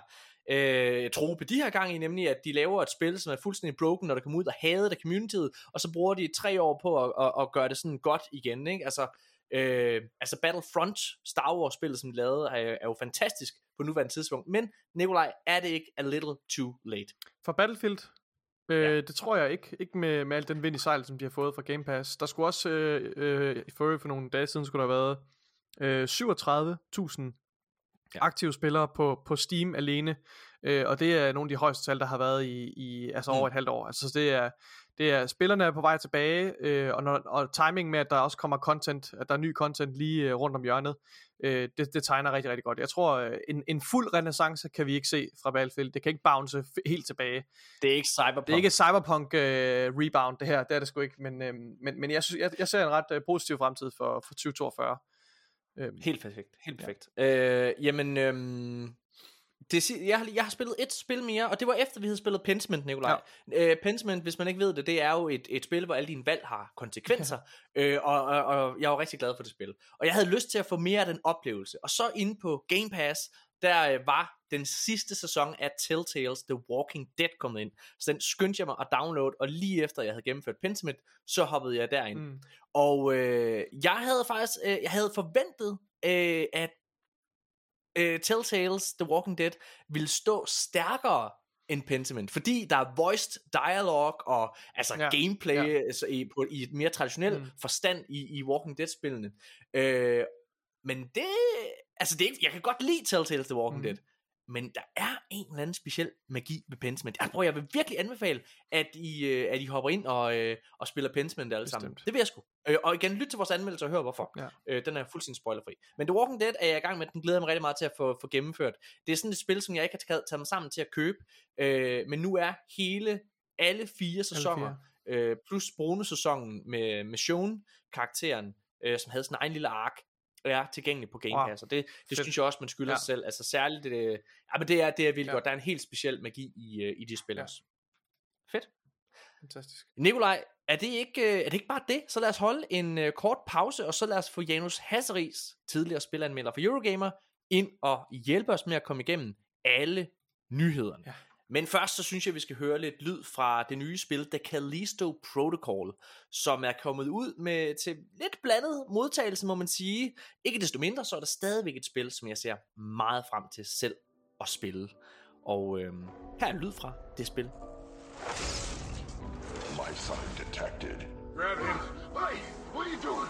øh, trope de her gang i, nemlig at de laver et spil, som er fuldstændig broken, når der kommer ud og hader det communityet, og så bruger de tre år på at, at, at gøre det sådan godt igen, ikke? Altså, øh, altså Battlefront, Star Wars-spillet, som de lavede, er, er jo fantastisk på nuværende tidspunkt. Men, Nikolaj, er det ikke a little too late? For Battlefield? Øh, ja. Det tror jeg ikke. Ikke med, med al den vind i sejl, som de har fået fra Game Pass. Der skulle også, øh, øh, for, for nogle dage siden, skulle der have været øh, syvogtredive tusind ja. aktive spillere på, på Steam alene. Øh, og det er nogle af de højeste tal, der har været i, i altså over mm. et halvt år. Altså det er, det er spillerne er på vej tilbage, øh, og, når, og timing med, at der også kommer content, at der er ny content lige øh, rundt om hjørnet, øh, det, det tegner rigtig, rigtig godt. Jeg tror, øh, en, en fuld renaissance kan vi ikke se fra Battlefield. Det kan ikke bounce f- helt tilbage. Det er ikke Cyberpunk. Det er ikke Cyberpunk øh, rebound, det her. Det er det sgu ikke. Men, øh, men, men jeg, synes, jeg, jeg ser en ret øh, positiv fremtid for, for tyve toogfyrre. Øh, helt perfekt. Helt perfekt. Ja. Øh, jamen... Øh... Det, jeg, har, jeg har spillet et spil mere, og det var efter vi havde spillet Pentiment, Nikolaj. Ja. Uh, Pentiment, hvis man ikke ved det, det er jo et, et spil, hvor alle dine valg har konsekvenser, ja. uh, og, og, og jeg var rigtig glad for det spil. Og jeg havde lyst til at få mere af den oplevelse. Og så inde på Game Pass, der uh, var den sidste sæson af Telltales The Walking Dead kommet ind. Så den skyndte jeg mig at downloade, og lige efter jeg havde gennemført Pentiment, så hoppede jeg derind. Mm. Og uh, jeg havde faktisk, uh, jeg havde forventet, uh, at Uh, Telltales The Walking Dead vil stå stærkere end Pentiment, fordi der er voiced dialogue og altså ja, gameplay ja. Altså, i, på, i et mere traditionelt mm. forstand i, i Walking Dead spillene. Uh, men det altså det, jeg kan godt lide Telltales The Walking mm. Dead, men der er en eller anden speciel magi ved Pentiment. Jeg, prøver, jeg vil virkelig anbefale, at I, uh, at I hopper ind og, uh, og spiller Pentiment alle sammen. Det vil jeg sgu. Uh, og igen, lyt til vores anmeldelse og hør hvorfor. Ja. Uh, den er fuldstændig spoilerfri. Men The Walking Dead er jeg i gang med, den glæder jeg mig rigtig meget til at få, få gennemført. Det er sådan et spil, som jeg ikke har taget mig sammen til at købe, uh, men nu er hele, alle fire sæsoner, alle fire. Uh, plus bonussæsonen med, med Sean, karakteren, uh, som havde sådan en egen lille ark, er tilgængelig på Game Pass, wow. og det, det synes jeg også, man skylder ja. sig selv, altså særligt, det, ja, men det er, det er vildt ja. godt, der er en helt speciel magi i, i de spil også. Ja. Fedt. Fantastisk. Nikolaj, er det, ikke, er det ikke bare det? Så lad os holde en uh, kort pause, og så lad os få Janus Hasseris, tidligere spilanmelder for Eurogamer, ind og hjælpe os med at komme igennem alle nyhederne. Ja. Men først så synes jeg, vi skal høre lidt lyd fra det nye spil, The Callisto Protocol, som er kommet ud med til lidt blandet modtagelse, må man sige. Ikke desto mindre, så er der stadigvæk et spil, som jeg ser meget frem til selv at spille. Og øhm, her er lyd fra det spil. My son detected. Grab him. Hey, what are you doing?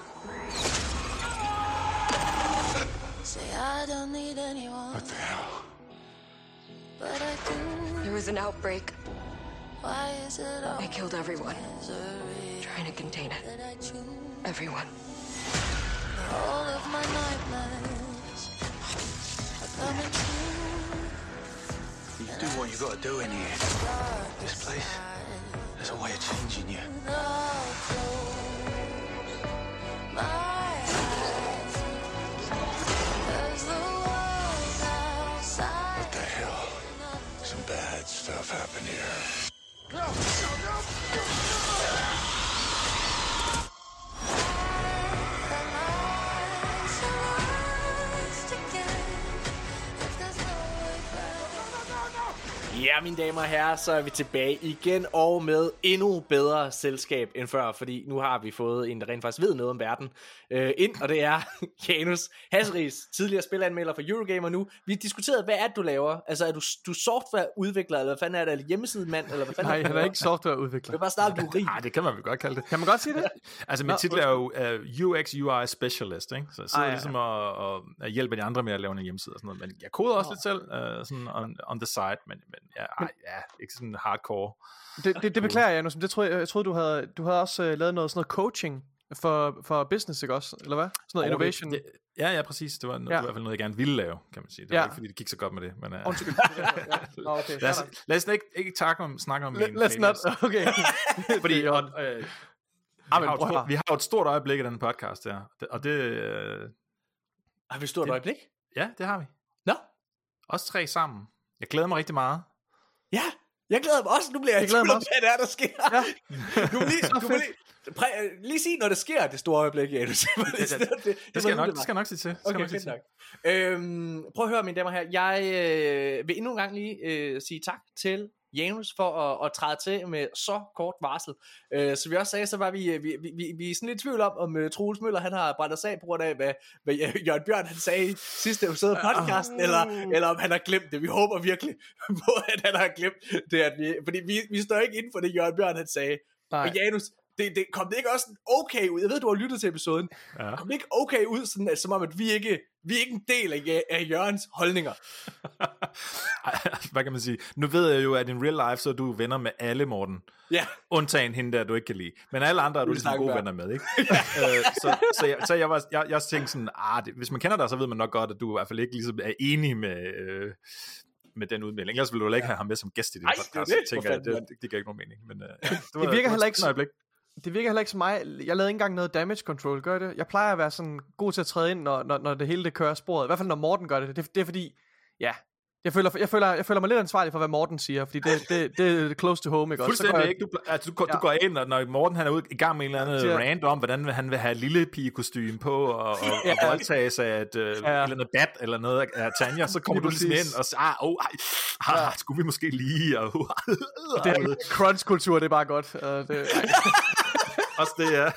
Say I don't need anyone. What the hell? But I do. There was an outbreak. Why is it all I killed everyone. Trying to contain it. Everyone. All of my nightmares are coming true. You do what you gotta do in here. This place, there's a way of changing you. Bad stuff happen here. No, no, no. Ja, Ja, mine damer og herrer, så er vi tilbage igen, og med endnu bedre selskab end før, fordi nu har vi fået en, der rent faktisk ved noget om verden, øh, ind, og det er Janus Hasseris, tidligere spilanmelder for Eurogamer nu. Vi diskuterede, hvad er det, du laver? Altså, er du, du softwareudvikler, eller hvad fanden er det, eller hjemmesidemand, eller hvad fanden Nej, er det? han er ikke softwareudvikler. Det er bare snart, du er rig. Nej, det kan man vel godt kalde det. Kan man godt sige det? Altså, min titel er jo uh, U X U I Specialist, ikke? Så jeg sidder ah, ja. ligesom og, og, og hjælper de andre med at lave en hjemmeside og sådan noget, men jeg koder også oh. lidt selv, uh, sådan on, on the side, men, men ja, ej, ja, ikke sådan hardcore. Det, det, det beklager jeg, Janus, det troede jeg, jeg troede, du havde, du havde også uh, lavet noget, sådan noget coaching for, for business, ikke også? Eller hvad? Sådan noget oh, innovation. Det, det, ja, ja, præcis. Det var, noget, ja. det var i hvert fald noget, jeg gerne ville lave, kan man sige. Det var ja. ikke, fordi det gik så godt med det. Men, uh... Undskyld. ja, ja. Okay. Lad os, lad os ikke, ikke takke om, snakke om Let, min Let's not, okay. Fordi, og, øh, vi, har et stort, vi har jo et stort øjeblik i den podcast her, og det... Øh, har vi et stort det, øjeblik? Ja, det har vi. Nå? Os tre sammen. Jeg glæder mig rigtig meget. Ja, jeg glæder mig også. Nu bliver jeg, jeg i tvivl om, hvad det er, der sker. Ja. Du må lige, du må lige, præ, lige sige, når det sker, det store øjeblik, Janus. det, det, det, det, det, skal nok, det skal jeg nok sige til. Okay, nok sige nok. Øhm, prøv at høre, mine damer og herrer. Jeg øh, vil endnu en gang lige øh, sige tak til Janus for at, at træde til med så kort varsel. Øh, som vi også sagde, så var vi, vi, vi, vi, vi er sådan lidt i tvivl om, om uh, Troels Møller, han har brændt os af på grund af, hvad, hvad Jørgen Bjørn han sagde i sidste episode af podcasten, uh. eller, eller om han har glemt det. Vi håber virkelig på, at han har glemt det, at vi, fordi vi, vi står ikke inden for det, Jørgen Bjørn han sagde. Nej. Og Janus, det, det kom det ikke også okay ud? Jeg ved, du har lyttet til episoden. Ja. Kom det ikke okay ud, sådan, at, som om, at vi ikke vi er ikke en del af, af Jørgens holdninger? Hvad kan man sige? Nu ved jeg jo, at i real life, så er du venner med alle, Morten. Ja. Undtagen hende der, du ikke kan lide. Men alle andre er du ligesom gode venner med, ikke? øh, så, så, jeg, så jeg, var, jeg, jeg tænkte sådan, ah, det, hvis man kender dig, så ved man nok godt, at du i hvert fald ikke ligesom er enig med... Øh, med den udmelding. Ellers ville du ikke have ham med som gæst i din podcast. Det, det, tænker jeg, det, det, det giver ikke nogen mening. Men, uh, det, var, det virker heller ikke så, det virker heller ikke som mig. Jeg lavede ikke engang noget damage control, gør det? Jeg plejer at være sådan god til at træde ind, når, når, når det hele det kører sporet. I hvert fald når Morten gør det. Det, det er fordi, ja, jeg føler, jeg, føler, jeg føler mig lidt ansvarlig for, hvad Morten siger, fordi det, det, det er close to home, ikke også? Fuldstændig jeg, ikke. Du, altså, du, ja. du går ind, og når Morten han er ude i gang med en eller anden ja. rant om, hvordan han vil have lille pigekostyme på, og, og, ja. og voldtages af et, uh, ja. eller andet bat, eller noget af Tanja, så kommer du ligesom ind og siger, ah, oh, ej, ah, skulle vi måske lige, og uh, det er crunch-kultur, det er bare godt. Uh, det, også det, ja.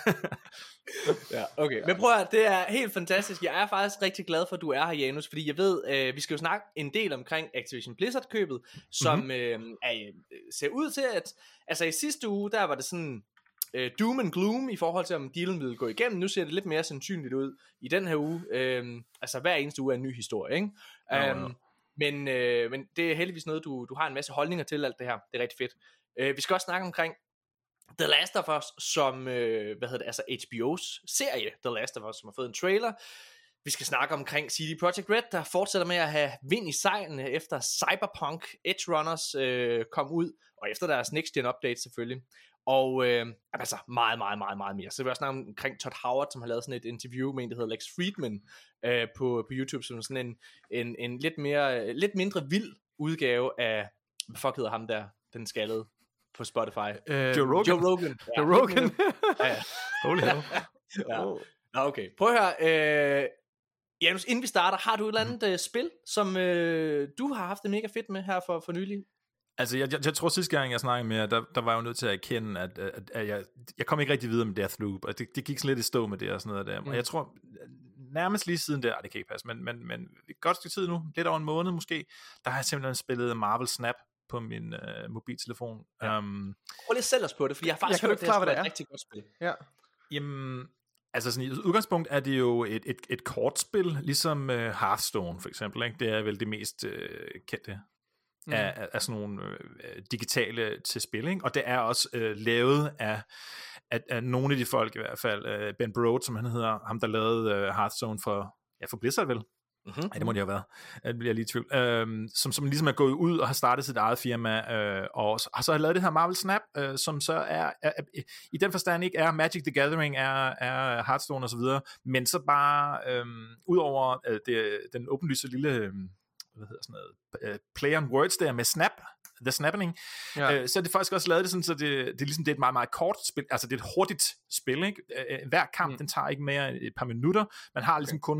Ja, okay. Men prøv at det er helt fantastisk. Jeg er faktisk rigtig glad for, at du er her, Janus, fordi jeg ved, øh, vi skal jo snakke en del omkring Activision Blizzard-købet, som mm-hmm. øh, er, ser ud til, at altså i sidste uge, der var det sådan øh, doom and gloom i forhold til, om dealen ville gå igennem. Nu ser det lidt mere sandsynligt ud i den her uge. Øh, altså hver eneste uge er en ny historie, ikke? Ja, um, ja. Men, øh, men det er heldigvis noget, du, du har en masse holdninger til alt det her. Det er rigtig fedt. Øh, vi skal også snakke omkring The Last of Us, som, øh, hvad hedder det, altså H B O's serie, The Last of Us, som har fået en trailer. Vi skal snakke omkring C D Projekt Red, der fortsætter med at have vind i sejlene, efter Cyberpunk Edge Runners øh, kom ud, og efter deres Next Gen update selvfølgelig. Og øh, altså meget, meget, meget, meget mere. Så vi også snakke omkring Todd Howard, som har lavet sådan et interview med en, der hedder Lex Friedman øh, på, på YouTube, som sådan en, en, en lidt, mere, lidt mindre vild udgave af, hvad fuck hedder ham der, den skaldede på Spotify. Uh, Joe Rogan. Joe Rogan. Ja, Joe Rogan. ja, ja. Holy hell. Ja. Nå, okay. Prøv at høre. Øh, Janus, inden vi starter, har du et eller andet mm. uh, spil, som uh, du har haft det mega fedt med her for, for nylig? Altså, jeg, jeg, jeg tror sidste gang, jeg snakkede med der, der var jeg jo nødt til at erkende, at, at, at jeg, jeg kom ikke rigtig videre med Deathloop, og det, det gik sådan lidt i stå med det og sådan noget der. Mm. Og jeg tror, nærmest lige siden der, det kan ikke passe, men, men, men et godt stykke tid nu, lidt over en måned måske, der har jeg simpelthen spillet Marvel Snap på min øh, mobiltelefon. Ja. Um, Prøv lige at sælge os på det, fordi jeg har faktisk jeg hørt, det klar, er et rigtig godt spil. Ja. Jamen, altså sådan, i udgangspunkt er det jo et, et, et kortspil, ligesom uh, Hearthstone for eksempel, ikke? Det er vel det mest uh, kendte mm. af, af, af sådan nogle uh, digitale til spil, ikke? Og det er også uh, lavet af, af, af nogle af de folk i hvert fald, uh, Ben Brode, som han hedder, ham der lavede uh, Hearthstone for, ja, for Blizzard vel? Mm-hmm. Ej, det må det jo have været. Det bliver jeg lige i tvivl. Øhm, som, som ligesom er gået ud og har startet sit eget firma, øh, og, og så har lavet det her Marvel Snap, øh, som så er, er, er, i den forstand ikke er Magic the Gathering, er, er Hearthstone og så videre, men så bare, øh, ud over øh, det, den åbenlyse lille, øh, hvad hedder sådan noget, øh, play on words der med Snap, The Snapping, ja. øh, så er det faktisk også lavet det sådan, så det, det er ligesom, det er et meget, meget kort spil, altså det er et hurtigt spil, ikke? Hver kamp, mm. den tager ikke mere et par minutter, man har ligesom okay. kun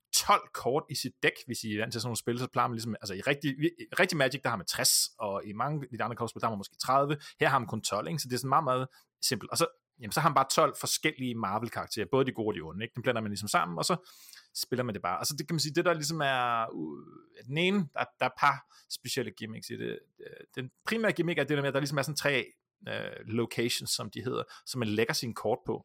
tolv kort i sit dæk, hvis I er vant til sådan nogle spil, så plejer man ligesom, altså i rigtig, i rigtig Magic, der har man tres, og i mange af de andre kortspil, der har man måske tredive, her har man kun tolv, ikke? Så det er sådan meget, meget simpelt, og så, jamen, så har man bare tolv forskellige Marvel-karakterer, både de gode og de onde, ikke? Dem blander man ligesom sammen, og så spiller man det bare, altså det kan man sige, det der ligesom er, uh, den ene, der, der er et par specielle gimmicks i det, den primære gimmick er det der med, at der ligesom er sådan tre uh, locations, som de hedder, som man lægger sine kort på.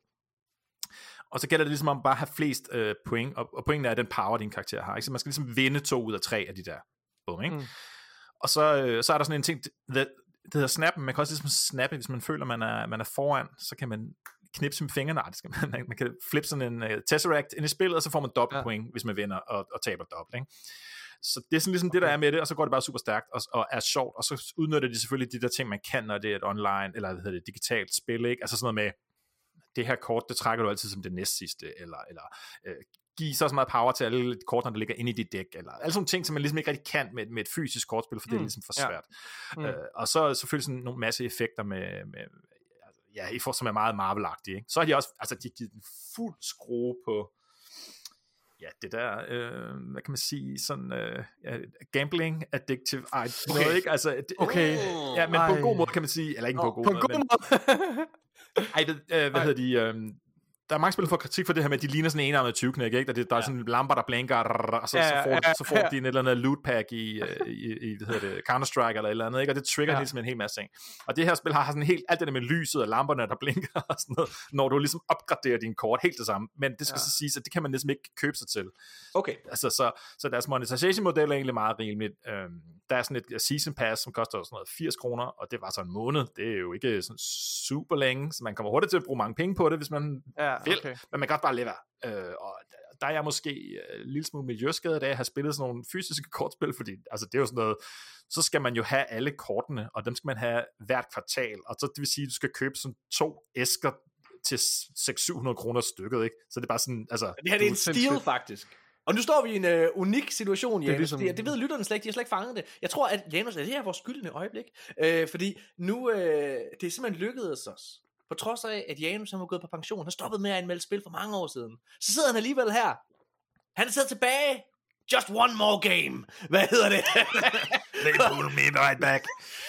Og så gælder det ligesom om bare at have flest øh, point, og, og pointen er den power, din karakter har. Ikke? Så man skal ligesom vinde to ud af tre af de der. Boom, ikke? Mm. Og så, øh, så er der sådan en ting, det, det hedder snappen. Man kan også ligesom snappe, hvis man føler, man er, man er foran, så kan man knipse med fingrene. Nej, det skal man, man kan flippe sådan en uh, Tesseract ind i spillet, og så får man dobbelt ja. point, hvis man vinder og, og taber dobbelt. Ikke? Så det er sådan ligesom okay. det, der er med det, og så går det bare super stærkt og, og er sjovt, og så udnytter de selvfølgelig de der ting, man kan, når det er et online, eller hvad hedder det, digitalt spil, ikke? Altså sådan noget med, det her kort, det trækker du altid som det næstsidste, eller, eller øh, give så, så meget power til alle kortene, der ligger inde i dit dæk, eller alle sådan ting, som man ligesom ikke rigtig kan med, med et fysisk kortspil, for mm. det er ligesom for svært. Ja. Mm. Øh, og så selvfølgelig sådan nogle masse effekter med, med ja, i for, som er meget Marvel-agtige, ikke? Så har de også, altså de har givet en fuld skrue på, ja, det der, øh, hvad kan man sige, sådan øh, ja, gambling, addictive, ej, okay. noget, ikke? Altså, det, okay. Ja, men ej. på en god måde, kan man sige, eller ikke oh, på en god på måde. På en god måde. Ej, det, øh, hvad Ej. hedder de, øh, der er mange spil for kritik for det her med, at de ligner sådan en enarmet tyveknæk, ikke? Der, det, der ja. er sådan lamper, der blinker, og så, ja, så, får, ja, ja, så får ja. de en eller anden loot pack i, i, i hvad hedder det, Counter-Strike eller et eller andet, ikke? Og det trigger ja. ligesom en hel masse ting. Og det her spil har sådan helt, alt det der med lyset og lamperne, der blinker og sådan noget, når du ligesom opgraderer din kort, helt det samme. Men det skal ja. så siges, at det kan man ligesom ikke købe sig til. Okay. Altså, så, så deres monetization-model er egentlig meget rimeligt. Øhm, der er sådan et season pass, som koster sådan noget firs kroner, og det var så en måned. Det er jo ikke sådan super længe, så man kommer hurtigt til at bruge mange penge på det, hvis man ja, vil. Okay. Men man kan godt bare lade være. Øh, og der er jeg måske en uh, lille smule miljøskadet af at have spillet sådan nogle fysiske kortspil, fordi altså, det er jo sådan noget, så skal man jo have alle kortene, og dem skal man have hvert kvartal, og så det vil sige, at du skal købe sådan to æsker til seks til syv hundrede kroner stykket, ikke? Så det er bare sådan, altså... Det her det er en stil, faktisk. Og nu står vi i en øh, unik situation, Janus. Det, ligesom... det, det ved lytterne slet ikke, de har slet ikke fanget det. Jeg tror, at Janus, er det her vores skyldende øjeblik? Øh, fordi nu, øh, det er simpelthen lykkedes os. På trods af, at Janus han var gået på pension, han stoppede med at anmelde spil for mange år siden. Så sidder han alligevel her. Han er taget tilbage. Just one more game. Hvad hedder det? They pull me right back.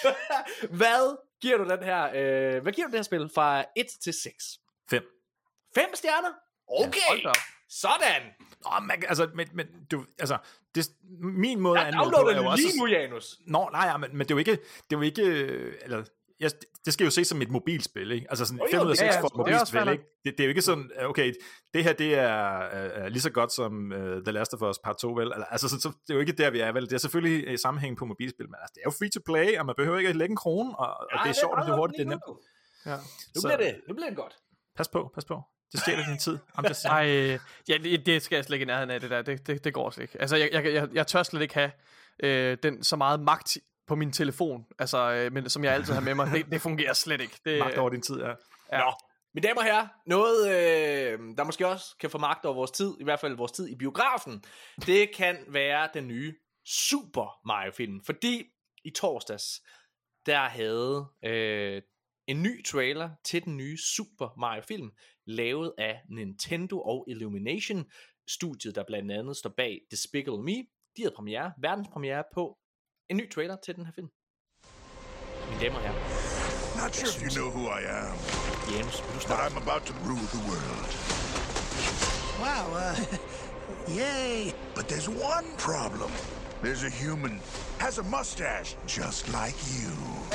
Hvad giver du den her, øh, hvad giver du det her spil fra et til seks? fem. fem stjerner? Okay. Ja, sådan. Nå, man, altså, men, men du, altså, det, min måde at anmelde på er jo også... lige nu, Janus. Nå, nej, ja, men, men det er jo ikke, det er jo ikke, eller... Jeg, det skal jo ses som et mobilspil, ikke? Altså sådan fem ud af seks for et mobilspil, ikke? Det, det er jo ikke sådan, okay, det her, det er uh, lige så godt som uh, The Last of Us Part to, vel? Altså, så, så, det er jo ikke der, vi er, vel? Det er selvfølgelig i sammenhæng på mobilspil, men altså, det er jo free to play, og man behøver ikke at lægge en krone, og, og ja, det er sjovt, det er hurtigt, det er nemt. Ja. Nu bliver det, nu bliver det godt. Pas på, pas på. Det stjæler din tid. Ej, ja, det, det skal jeg slet ikke i nærheden af, det der. Det, det, det går slet ikke. Altså, jeg, jeg, jeg, jeg tør slet ikke have øh, den så meget magt på min telefon, altså, øh, men, som jeg altid har med mig. Det, det fungerer slet ikke. Det, magt over din tid, ja. ja. Nå, mine damer og herrer, noget, øh, der måske også kan få magt over vores tid, i hvert fald vores tid i biografen, det kan være den nye Super Mario-film. Fordi i torsdags, der havde øh, en ny trailer til den nye Super Mario-film, lavet af Nintendo og Illumination, studiet, der blandt andet står bag Despicable Me. De havde premiere, verdenspremiere på en ny trailer til den her film. Mine damer og herrer. Not sure if you know who I am. James, but I'm about to rule the world. Wow, uh, yay. But there's one problem. There's a human, has a mustache, just like you.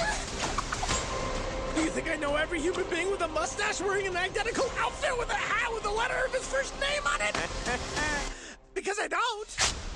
Do you think I know every human being with a mustache wearing an identical outfit with a hat with the letter of his first name on it? Because I don't.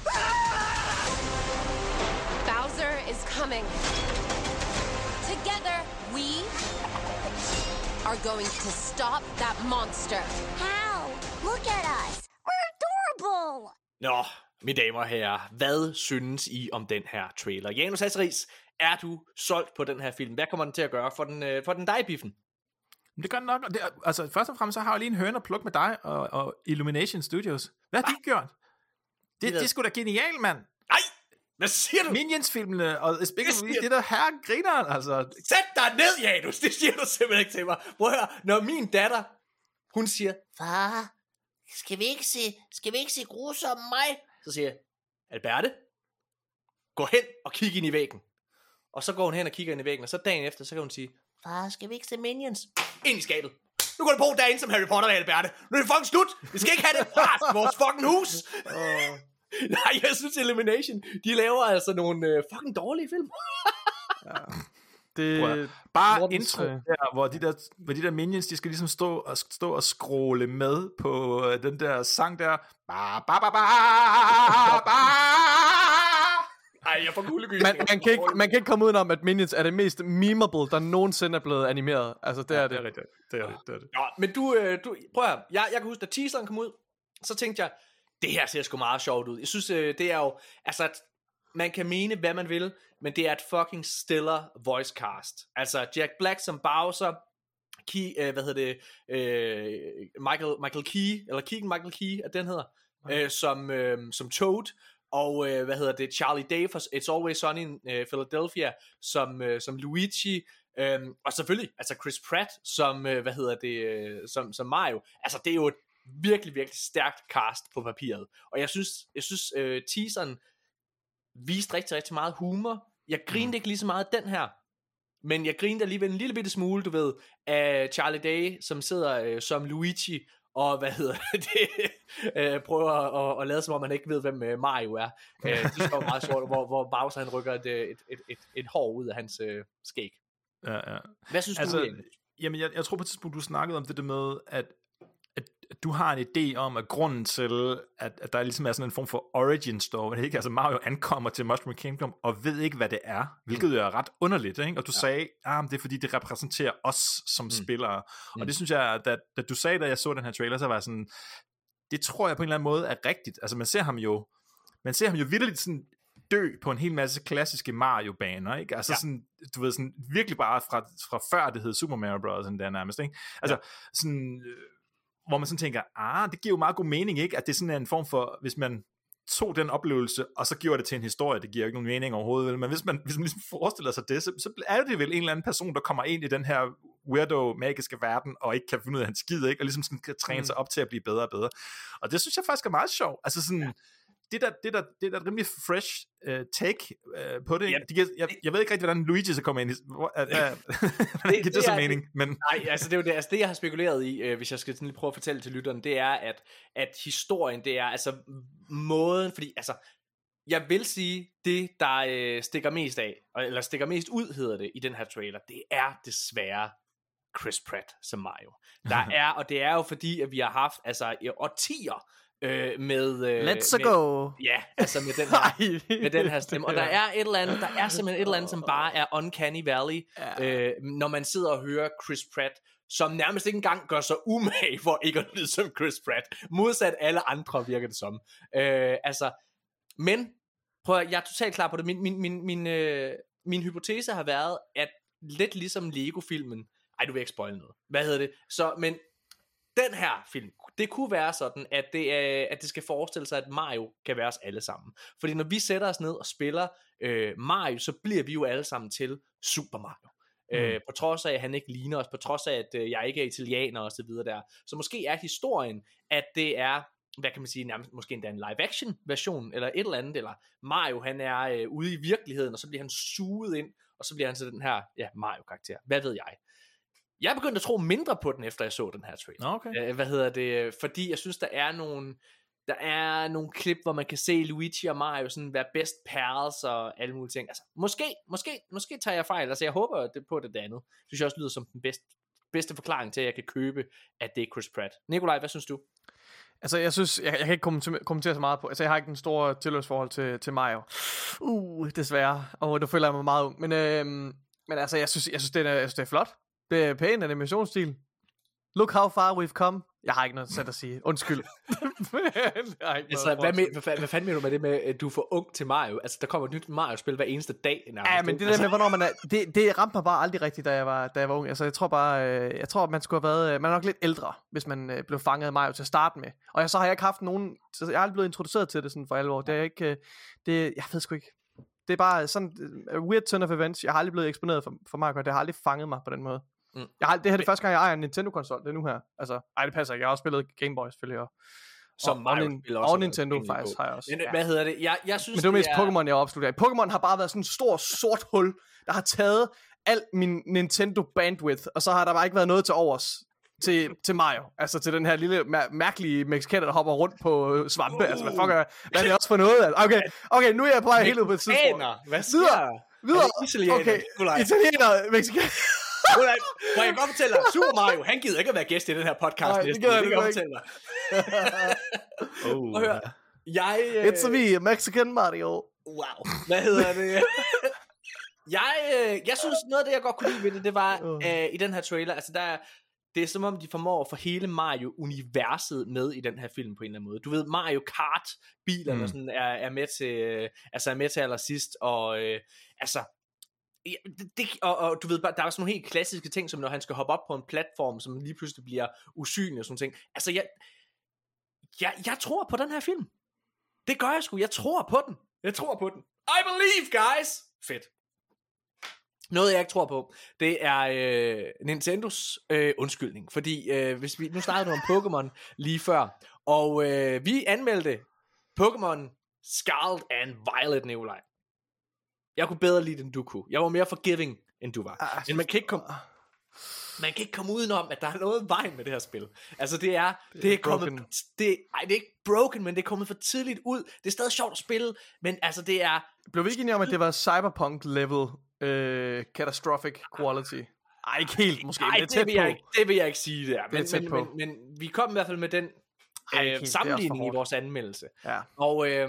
Bowser is coming. Together, we are going to stop that monster. How? Look at us. We're adorable. Nå, mine damer og herrer, hvad synes I om den her trailer? Janus Hasseris, er du solgt på den her film? Hvad kommer den til at gøre for den, for den dig, Biffen? Det gør den nok. Det er, altså, først og fremmest så har jeg lige en høne at plukke med dig og, og Illumination Studios. Hvad har de gjort? Det, det er sgu da genialt, mand. Nej! Hvad siger du? Minions-filmene og Despicable Me, det der her griner, altså. Sæt dig ned, Janus. Det siger du simpelthen ikke til mig. Prøv at høre, når min datter, hun siger, far, skal vi ikke se, skal vi ikke se grusomme mig? Så siger jeg, Alberte, gå hen og kig ind i væggen. Og så går hun hen og kigger ind i væggen, og så dagen efter, så kan hun sige, far, skal vi ikke se Minions? Ind i skabet. Nu går det på derinde som Harry Potter og Alberte. Nu er det fucking slut. Vi skal ikke have det fra vores fucking hus. Oh. Nej, jeg synes Illumination, de laver altså nogle øh, fucking dårlige film. Ja. Det, bare Mortens, intro der, hvor de der, hvor de der minions, de skal ligesom stå og, stå og scrolle med på øh, den der sang der. Ba, ba, ba, ba, ba. Ej, jeg får kuldegys. Man, man, kan ikke, man kan ikke komme udenom, at Minions er det mest memeable, der nogensinde er blevet animeret. Altså, det ja, er det. Det er rigtigt. Det er det. det, er det. Ja, men du, øh, du prøv at jeg, jeg kan huske, da teaseren kom ud, så tænkte jeg, det her ser sgu meget sjovt ud. Jeg synes, øh, det er jo, altså, man kan mene, hvad man vil, men det er et fucking stellar voice cast. Altså, Jack Black som Bowser, Key, øh, hvad hedder det, øh, Michael, Michael Key, eller Keegan Michael Key, at den hedder, okay. øh, som, øh, som Toad, og øh, hvad hedder det, Charlie Day for It's Always Sunny in øh, Philadelphia, som, øh, som Luigi, øh, og selvfølgelig, altså Chris Pratt, som, øh, hvad hedder det, øh, som, som Mario. Altså, det er jo et virkelig, virkelig stærkt cast på papiret, og jeg synes, jeg synes øh, teaseren viste rigtig, rigtig meget humor. Jeg grinede ikke lige så meget den her, men jeg grinede alligevel en lille bitte smule, du ved, af Charlie Day, som sidder øh, som Luigi, og hvad hedder det, øh, prøver at, at lade som om han ikke ved, hvem øh, Mario er. Øh, det er jo meget sjovt, hvor, hvor Bowser han rykker et, et, et, et, et hår ud af hans øh, skæg. Ja, ja. Hvad synes altså, du egentlig? Jamen, jeg, jeg tror på et tidspunkt, du snakkede om det der med, at at du har en idé om, at grunden til, at, at der ligesom er sådan en form for origin story, ikke? Altså Mario ankommer til Mushroom Kingdom, og ved ikke, hvad det er, hvilket mm. er ret underligt, ikke? Og du ja. sagde, ah, det er fordi, det repræsenterer os som mm. spillere, mm. og det synes jeg, da, da du sagde, da jeg så den her trailer, så var jeg sådan, det tror jeg på en eller anden måde er rigtigt, altså man ser ham jo, man ser ham jo vitterligt sådan dø på en hel masse klassiske Mario-baner, ikke? Altså ja. sådan, du ved, sådan virkelig bare fra, fra før det hed Super Mario Bros. Den der nærmest, ikke? Altså ja. sådan... hvor man sådan tænker, ah, det giver jo meget god mening, ikke? At det sådan er en form for, hvis man tog den oplevelse, og så gjorde det til en historie, det giver jo ikke nogen mening overhovedet, vel? Men hvis man, hvis man ligesom forestiller sig det, så, så er det vel en eller anden person, der kommer ind i den her weirdo, magiske verden, og ikke kan finde ud af hans skid, ikke? Og ligesom sådan kan træne mm. sig op til at blive bedre og bedre. Og det synes jeg faktisk er meget sjovt. Altså sådan... Ja. Det der, det der, det der rimelig fresh uh, take uh, på det. Ja, jeg, jeg, jeg ved ikke rigtig, hvordan Luigi så kommer ind i. Hvor, uh, uh, det, det, det så mening, men... Nej, altså det er jo det, altså det, jeg har spekuleret i, uh, hvis jeg skal sådan lige prøve at fortælle til lytteren, det er, at, at historien, det er altså måden, fordi altså, jeg vil sige, det der uh, stikker mest af, eller stikker mest ud, hedder det, i den her trailer, det er desværre Chris Pratt som Mario. Der er, og det er jo fordi, at vi har haft altså i årtier, Øh, med øh, Let's med, go. Ja, altså med den her med den her stemme. Og der er et eller andet, der er simpelthen et eller andet, som bare er uncanny valley, ja. øh, når man sidder og hører Chris Pratt, som nærmest ikke engang gør sig umage for ikke at lyde som Chris Pratt, modsat alle andre virker det som. Øh, altså, men prøv at, jeg er totalt klar på det. Min min min min, øh, min hypotese har været, at lidt ligesom Lego-filmen. Ej, du vil ikke spoile noget. Hvad hedder det? Så, men den her film, det kunne være sådan, at det, er, at det skal forestille sig, at Mario kan være os alle sammen. Fordi når vi sætter os ned og spiller øh, Mario, så bliver vi jo alle sammen til Super Mario. Mm. Øh, på trods af, at han ikke ligner os, på trods af, at øh, jeg ikke er italiener og så videre der. Så måske er historien, at det er, hvad kan man sige, nærmest måske endda en live-action version, eller et eller andet, eller Mario, han er øh, ude i virkeligheden, og så bliver han suget ind, og så bliver han til den her, ja, Mario-karakter. Hvad ved jeg? Jeg er begyndt at tro mindre på den, efter jeg så den her trailer. Okay. Øh, hvad hedder det? Fordi jeg synes, der er nogle, der er nogle klip, hvor man kan se Luigi og Mario sådan være best pals og alle mulige ting. Altså, måske, måske, måske tager jeg fejl. Altså, jeg håber det på det, det andet. Det synes jeg også lyder som den bedste, bedste forklaring til, at jeg kan købe, at det er Chris Pratt. Nikolaj, hvad synes du? Altså, jeg synes, jeg, jeg kan ikke kommentere, kommentere så meget på. Altså, jeg har ikke den store tilhørsforhold til, til Mario. Uh, desværre. Og oh, nu føler jeg mig meget ung. Men, øh, men altså, jeg synes, jeg synes, det er, jeg synes, det er flot. Det er pæn animationsstil. Look how far we've come. Jeg har ikke noget sæt at sige. Undskyld. altså, hvad, med, hvad, hvad fanden mener du med det med, at du er for ung til Mario? Altså, der kommer et nyt Mario-spil hver eneste dag. Nærmest. Ja, men det der altså... med, hvornår man er... Det, det ramte mig bare aldrig rigtigt, da jeg var, da jeg var ung. Altså, jeg tror bare... Øh, jeg tror, man skulle have været... Man er nok lidt ældre, hvis man øh, blev fanget af Mario til at starte med. Og jeg, så har jeg ikke haft nogen... Så jeg har aldrig blevet introduceret til det sådan for alvor. Det er ikke... Øh, det, jeg ved sgu ikke. Det er bare sådan... Uh, weird turn of events. Jeg har aldrig blevet eksponeret for, for Mario. Det har aldrig fanget mig på den måde. Mm. Jeg har, det her er det første gang, jeg ejer en Nintendo-konsol, det er nu her. Altså, ej, det passer ikke. Jeg har også spillet Game Boy, selvfølgelig. Og, Som og, Mario og, og, og Nintendo faktisk har jeg også. Men, ja. Hvad hedder det? Jeg, jeg synes, Men det var mest er... Pokémon, jeg opsluttede. Pokémon har bare været sådan en stor sort hul, der har taget al min Nintendo bandwidth, og så har der bare ikke været noget til overs til, til Mario. Altså til den her lille mær- mærkelige mexikaner, der hopper rundt på øh, svampe. Uh. Altså, hvad fuck er, hvad er det også for noget? Altså, okay, okay, nu er jeg på vej helt ud på et tidspunkt. Hvad sker? Videre. Italiener. Okay, italiener, mexikaner. Må jeg godt fortælle dig, Super Mario, han gider ikke at være gæst i den her podcast. Nej, det gider jeg ikke. Fortælle dig. oh. Hør, jeg... Uh... It's a me, Mexican Mario. Wow, hvad hedder det? jeg, øh, jeg synes, noget af det, jeg godt kunne lide ved det, det var uh. øh, i den her trailer, altså der det er som om, de formår at få hele Mario-universet med i den her film på en eller anden måde. Du ved, Mario Kart-bilerne mm. sådan, er, er, med til, øh, altså er med til allersidst, og øh, altså... Ja, det, det, og, og du ved, der er sådan nogle helt klassiske ting, som når han skal hoppe op på en platform, som lige pludselig bliver usynlig og sådan ting. Altså, jeg, jeg, jeg tror på den her film. Det gør jeg sgu. Jeg tror på den. Jeg tror på den. I believe, guys! Fedt. Noget, jeg ikke tror på, det er øh, Nintendos øh, undskyldning. Fordi, øh, hvis vi, nu snakkede du om Pokémon lige før, og øh, vi anmeldte Pokémon Scarlet and Violet, Nikolaj. Jeg kunne bedre lide, end du kunne. Jeg var mere forgiving, end du var. Ah, Men man kan ikke komme... Man kan ikke komme udenom, at der er noget vejen med det her spil. Altså det er, det, det er kommet, det, ej, det er ikke broken, men det er kommet for tidligt ud. Det er stadig sjovt at spille, men altså det er... Blev vi ikke enige om, at det var cyberpunk level uh, catastrophic quality? Ej, ikke helt måske, ej, men det er tæt vil jeg på. ikke, det vil jeg ikke sige det er. Men, det er men, på. men, men vi kom i hvert fald med den ej, øh, sammenligning i vores anmeldelse. Ja. Og øh,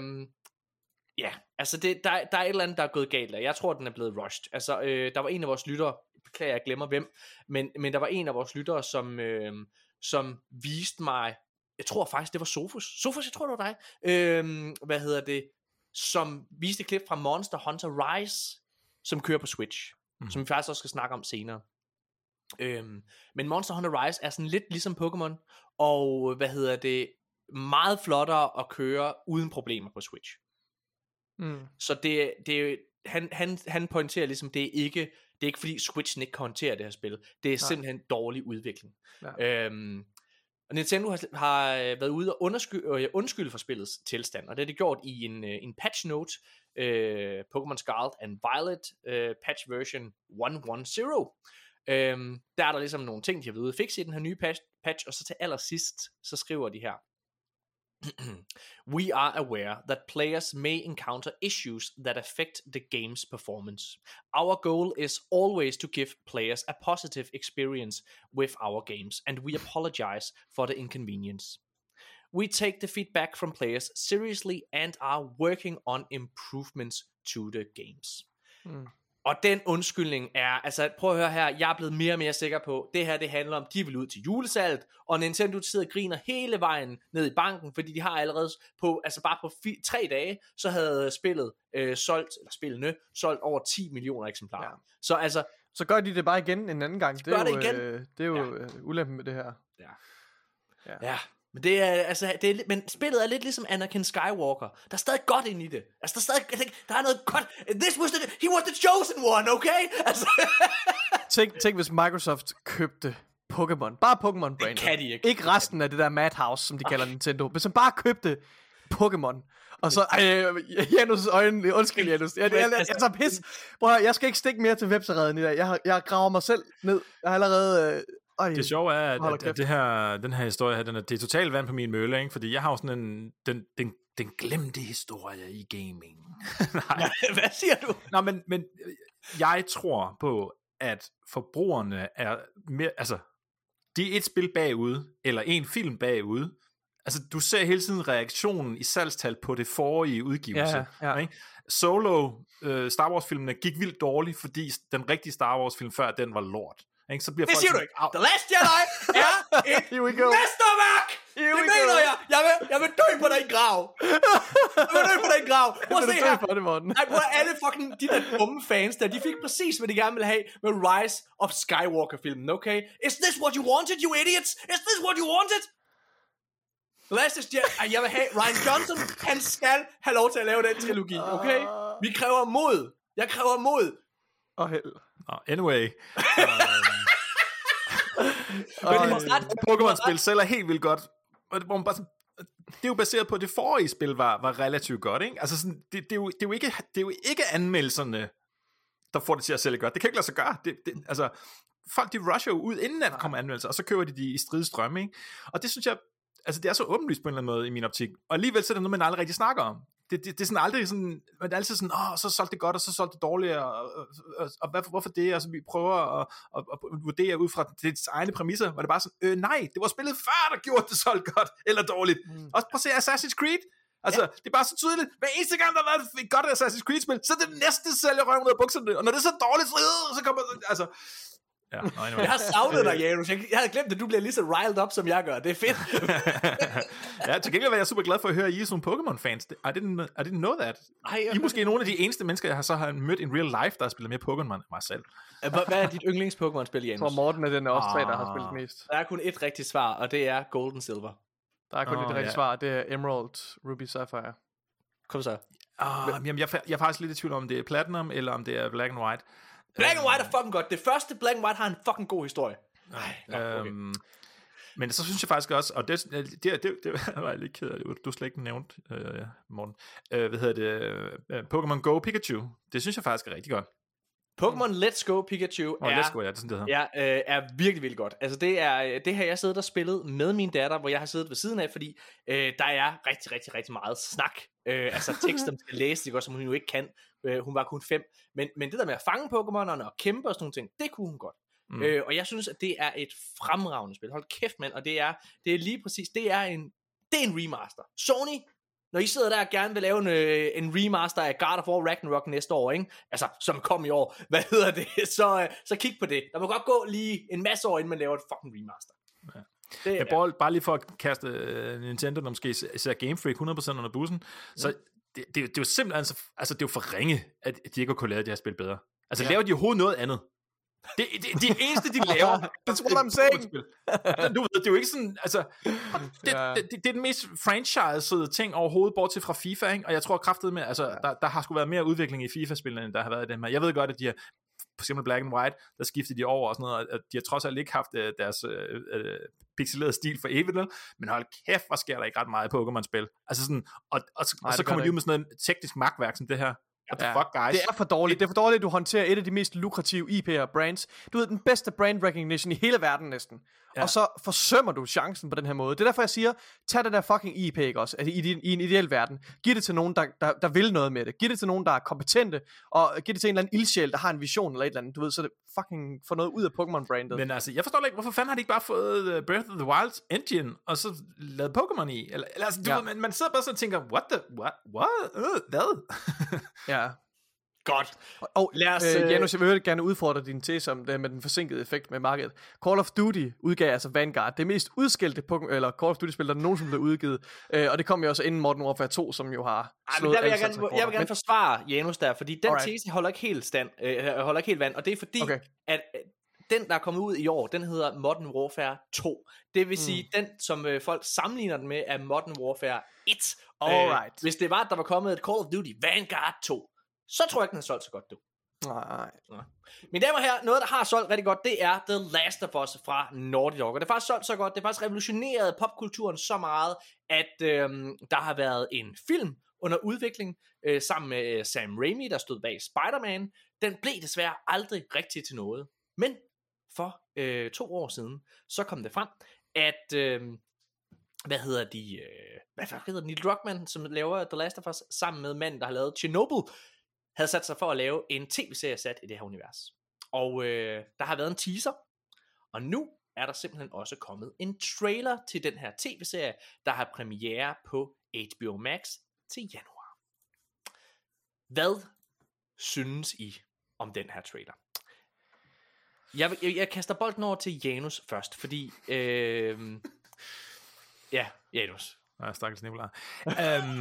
ja, altså det, der, der er et eller andet, der er gået galt. Jeg tror, den er blevet rushed. Altså øh, der var en af vores lyttere, beklager jeg glemmer hvem, men, men der var en af vores lyttere, som, øh, som viste mig, jeg tror faktisk det var Sofus, Sofus, jeg tror det var dig, øh, hvad hedder det, som viste et klip fra Monster Hunter Rise, som kører på Switch, mm. som vi faktisk også skal snakke om senere. Øhm, men Monster Hunter Rise er sådan lidt ligesom Pokémon, og hvad hedder det, meget flottere at køre uden problemer på Switch. Mm. Så det, det han, han, han pointerer ligesom, det er ikke, det er ikke fordi Switchen ikke kan håndtere det her spil, det er Nej. simpelthen dårlig udvikling. Øhm, og Nintendo har, har været ude og undskylde, undskylde for spillets tilstand, og det er det gjort i en, en patch note, øh, Pokémon Scarlet and Violet, øh, patch version et hundrede og ti. Øhm, der er der ligesom nogle ting, de har været ude at fikse i den her nye patch, patch, og så til allersidst, så skriver de her: We are aware that players may encounter issues that affect the game's performance. Our goal is always to give players a positive experience with our games, and we apologize for the inconvenience. We take the feedback from players seriously and are working on improvements to the games. Mm. Og den undskyldning er, altså prøv at høre her, jeg er blevet mere og mere sikker på, det her det handler om, de vil ud til julesalget, og Nintendo sidder og griner hele vejen ned i banken, fordi de har allerede på, altså bare på fi, tre dage, så havde spillet øh, solgt, eller spillene, solgt over ti millioner eksemplarer. Ja. Så altså... Så gør de det bare igen en anden gang. Det er gør jo, det igen. Øh, det er jo ja. ulempen med det her. Ja. Ja. ja. Men det er, altså, det er, men spillet er lidt ligesom Anakin Skywalker. Der er stadig godt ind i det. Altså, der er stadig, der er noget godt. This was the, he was the chosen one, okay? Altså. tænk, tænk, hvis Microsoft købte Pokémon. Bare Pokémon brand. Det kan de ikke. Ikke resten af det der Madhouse, som de kalder okay. Nintendo. Hvis man bare købte Pokémon. Og så, øh, Janus øjne, undskyld Janus, jeg, jeg, jeg, jeg tager pis. Prøv at, jeg skal ikke stikke mere til websereden i dag. Jeg, jeg graver mig selv ned. Jeg har allerede... Øh, Ej, det sjove er, at, at, at det her, den her historie her, den er, det er totalt vand på min mølle, ikke? Fordi jeg har jo sådan en, den, den, den glemte historie i gaming. Nej. Hvad siger du? Nå, men, men jeg tror på, at forbrugerne er mere, altså, de er et spil bagud, eller en film bagud. Altså, du ser hele tiden reaktionen i salgstal på det forrige udgivelse. Ja, ja. Ikke? Solo, øh, Star Wars-filmene gik vildt dårligt, fordi den rigtige Star Wars-film før, den var lort. Ikke? Så bliver det folk siger sådan, du ikke. The Last Jedi er et mesterværk! Here det mener go. jeg. Jeg vil, jeg vil dø på den grav. Jeg vil dø på den grav. Prøv at se her. Ej, prøv at alle fucking de der dumme fans der, de fik præcis, hvad de gerne ville have med Rise of Skywalker-filmen, okay? Is this what you wanted, you idiots? Is this what you wanted? The Last Jedi, jeg vil have Rian Johnson, han skal have lov til at lave den trilogi, okay? Vi kræver mod. Jeg kræver mod. Og held. Oh, anyway. um, Pokémon-spil sælger helt vildt godt. Hvor man bare sådan, det er jo baseret på, at det forrige spil var, var relativt godt, ikke? Altså sådan, det, det, er jo, det, er jo ikke, det er jo ikke anmeldelserne, der får det til at sælge godt. Det kan ikke lade sig gøre. Det, det, altså, folk de rusher jo ud, inden der kommer anmeldelser, og så køber de de i stridestrømme, ikke? Og det synes jeg, altså det er så åbenlyst på en eller anden måde i min optik. Og alligevel så er det noget, man aldrig rigtig snakker om. Det, det, det er sådan aldrig sådan, man er altid sådan, åh, så solgte det godt, og så solgte det dårligt, og, og, og, og hvad, hvorfor det? Og så vi prøver at, at, at vurdere ud fra dets egne præmisser, hvor det bare sådan, øh, nej, det var spillet før, der gjorde det solgt godt, eller dårligt. Mm. Også prøv at se Assassin's Creed. Altså, ja. Det er bare så tydeligt. Hver eneste gang, der har været et godt Assassin's Creed-spil, så er det næste sælger røven ud af bukserne, og når det er så dårligt, så, øh, så kommer altså... Ja, anyway. Jeg har savnet dig, Janus. Jeg, jeg havde glemt, at du bliver lige så riled up, som jeg gør. Det er fedt. Ja, til gengæld var jeg super glad for at høre, at I er sådan Pokémon-fans. I didn't, I didn't know that. Ej, I er måske nogle af de eneste mennesker, jeg har så har mødt in real life, der har spillet mere Pokémon end mig selv. Hvad er dit yndlings-Pokémon-spil, Janus? For Morten er den også tre, der har spillet mest. Der er kun et rigtigt svar, og det er Gold and Silver. Der er kun oh, et rigtigt ja. svar, det er Emerald, Ruby, Sapphire. Kom så. Uh, jamen, jeg, jeg er faktisk lidt i tvivl om, det er Platinum, eller om det er Black and White. Black and White er fucking godt. Det første Black and White har en fucking god historie. Nej, okay. øhm, men så synes jeg faktisk også, og det, det, det, det, det var jeg lidt ked af, du slet ikke nævnt, øh, Morten. Øh, hvad hedder det? Pokémon Go Pikachu. Det synes jeg faktisk er rigtig godt. Pokémon Let's Go Pikachu oh, er, Let's Go, ja, det er, sådan, det ja, øh, er virkelig, virkelig godt. Altså det er det har jeg siddet og spillet med min datter, hvor jeg har siddet ved siden af, fordi øh, der er rigtig, rigtig, rigtig meget snak. Øh, altså tekst, som skal læse, det går, som hun jo ikke kan. Øh, hun var kun fem. Men, men det der med at fange Pokémonerne og kæmpe og sådan nogle ting, det kunne hun godt. Mm. Øh, og jeg synes, at det er et fremragende spil. Hold kæft, mand. Og det er, det er lige præcis, det er en, det er en remaster. Sony, når I sidder der og gerne vil lave en, øh, en remaster af God of War Ragnarok næste år, ikke? Altså, som kom i år, hvad hedder det? Så, øh, så kig på det. Der må godt gå lige en masse år, inden man laver et fucking remaster. Ja. Det, jeg bare, bare lige for at kaste uh, Nintendo, der måske ser Game Freak hundrede procent under bussen, mm. så det, det, det er jo simpelthen, altså, altså det er jo for ringe, at de ikke har kunnet lave det her spil bedre. Altså ja. Laver de overhovedet noget andet? Det, det, det eneste, de laver, that's what I'm saying. Du ved, det er jo ikke sådan, altså, det, ja. det, det, det er den mest franchisede ting overhovedet, bortset fra FIFA, ikke? Og jeg tror kraftigt med, altså, ja. der, der har sgu været mere udvikling i FIFA-spillene, end der har været i dem her. Jeg ved godt, at de har, for eksempel Black and White, der skiftede de over og sådan noget, og de har trods alt ikke haft uh, deres uh, uh, pixelerede stil for evigt, men hold kæft, hvor sker der ikke ret meget i Pokémon-spil. Altså sådan, og, og, Nej, og så kommer de ud med sådan noget teknisk magtværk som det her. Ja, fuck, guys. Det er for dårligt. Det er for dårligt, at du håndterer et af de mest lukrative I P'er brands. Du ved, den bedste brand recognition i hele verden næsten. Ja. Og så forsømmer du chancen på den her måde. Det er derfor, jeg siger, tag det der fucking I P, ikke også? Altså, i, din, i en ideel verden. Giv det til nogen, der, der, der vil noget med det. Giv det til nogen, der er kompetente. Og giv det til en eller anden ildsjæl, der har en vision eller et eller andet. Du ved, så det fucking får noget ud af Pokémon-brandet. Men altså, jeg forstår ikke, hvorfor fanden har de ikke bare fået uh, Breath of the Wild engine, og så lavet Pokémon i? Eller, eller altså, du ja. ved, man, man sidder bare sådan og tænker, what the, what, what, uh, hvad? Ja. Godt. Og lad os, øh, Janus, jeg vil gerne udfordre din tese om det med den forsinkede effekt med markedet. Call of Duty udgav altså Vanguard, det mest udskældte eller Call of Duty-spil, der nogensinde blev udgivet. Øh, og det kom jo også inden Modern Warfare to, som jo har Ej, slået alle jeg, gerne, jeg vil gerne men... forsvare Janus der, fordi den Alright. tese holder ikke helt stand, øh, holder ikke helt vand, og det er fordi, okay. at øh, den, der er kommet ud i år, den hedder Modern Warfare to. Det vil sige, mm. den, som øh, folk sammenligner den med, er Modern Warfare et. Alright. Øh, hvis det var, at der var kommet et Call of Duty Vanguard to, så tror jeg ikke, den har solgt så godt, du. Nej. Ja. Mine damer og herrer, noget, der har solgt rigtig godt, det er The Last of Us fra Naughty Dog. Og det har faktisk solgt så godt, det har faktisk revolutioneret popkulturen så meget, at øhm, der har været en film under udvikling, øh, sammen med Sam Raimi, der stod bag Spider-Man. Den blev desværre aldrig rigtig til noget. Men for øh, to år siden, så kom det frem, at... Øh, hvad hedder de, øh, hvad hedder Neil Druckmann, som laver The Last of Us, sammen med manden, der har lavet Chernobyl, havde sat sig for at lave en tv-serie sat i det her univers. Og øh, der har været en teaser, og nu er der simpelthen også kommet en trailer til den her tv-serie, der har premiere på H B O Max til januar. Hvad synes I om den her trailer? Jeg, jeg, jeg kaster bolden over til Janus først, fordi... Øh, Ja, Janus. Nej, stakkels Nicolaj. um,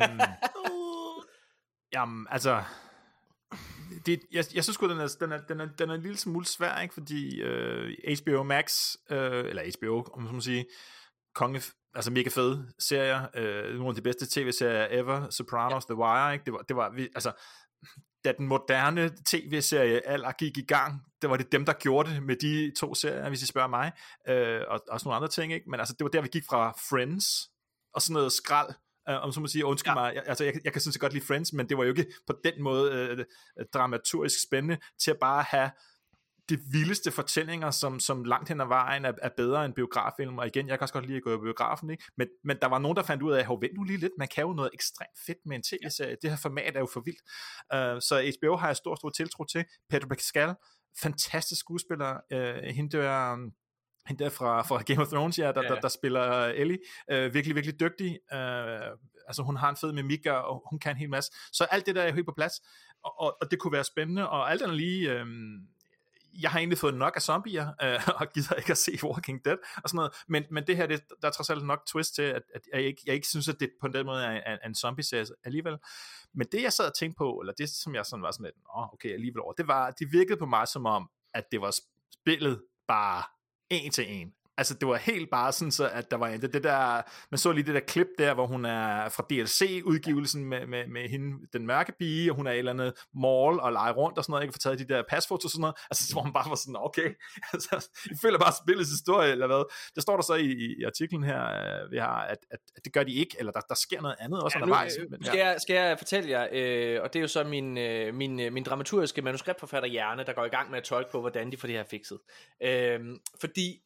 jamen, altså... Det, jeg, jeg synes sgu, den er, den, er, den, er, den er en lille smule svær, ikke? Fordi uh, H B O Max, uh, eller H B O, om man skal sige, konge, altså mega fede serier, uh, nogle af de bedste tv-serier ever, Sopranos, ja. The Wire, ikke? Det var, det var, vi, altså... da den moderne tv-serie alder gik i gang, det var det dem, der gjorde det med de to serier, hvis I spørger mig, øh, og også nogle andre ting, ikke? Men altså, det var der, vi gik fra Friends, og sådan noget skrald, øh, om så må sige, undskyld ja. mig, jeg, altså, jeg, jeg kan sådan set godt lide Friends, men det var jo ikke på den måde øh, dramaturgisk spændende, til at bare have de vildeste fortællinger, som, som langt hen ad vejen er, er bedre end biograffilm, og igen, jeg kan også godt lide at gå i biografen, ikke? Men, men der var nogen, der fandt ud af, hov, vent nu lige lidt, man kan jo noget ekstremt fedt med en tv-serie, det her format er jo for vildt, uh, så H B O har jeg stor, stor tiltro til. Pedro Pascal, fantastisk skuespiller, uh, hende der, hende der fra, fra Game of Thrones, ja, der, ja, ja. Der, der spiller Ellie, uh, virkelig, virkelig dygtig, uh, altså hun har en fed mimik, og hun kan en hel masse, så alt det der er helt på plads, og, og, og det kunne være spændende, og alt andet lige, uh, jeg har egentlig fået nok af zombier, øh, og gider ikke at se Walking Dead, og sådan noget, men, men det her, det, der er trods alt nok twist til, at, at jeg, ikke, jeg ikke synes, at det på den måde er, er, er en zombie-serie alligevel, men det jeg sad og tænkte på, eller det som jeg sådan var sådan lidt, åh, okay, alligevel over, det var, det virkede på mig som om, at det var spillet bare en til en. Altså, det var helt bare sådan, så at der var en, det, det der, man så lige det der klip der, hvor hun er fra D L C-udgivelsen med, med, med hende, den mørke pige, og hun er i et eller andet mall og leger rundt og sådan noget, ikke, får taget de der pasfotos og sådan noget, altså, så var man bare var sådan, okay, altså, jeg føler bare spillets historie, eller hvad, der står der så i, i artiklen her, øh, vi har, at, at, at det gør de ikke, eller der, der sker noget andet også ja, undervejs. Nu, skal, ja. jeg, skal jeg fortælle jer, øh, og det er jo så min, øh, min, øh, min dramaturgiske manuskriptforfatter Hjerne, der går i gang med at tolke på, hvordan de får det her fikset. Øh, fordi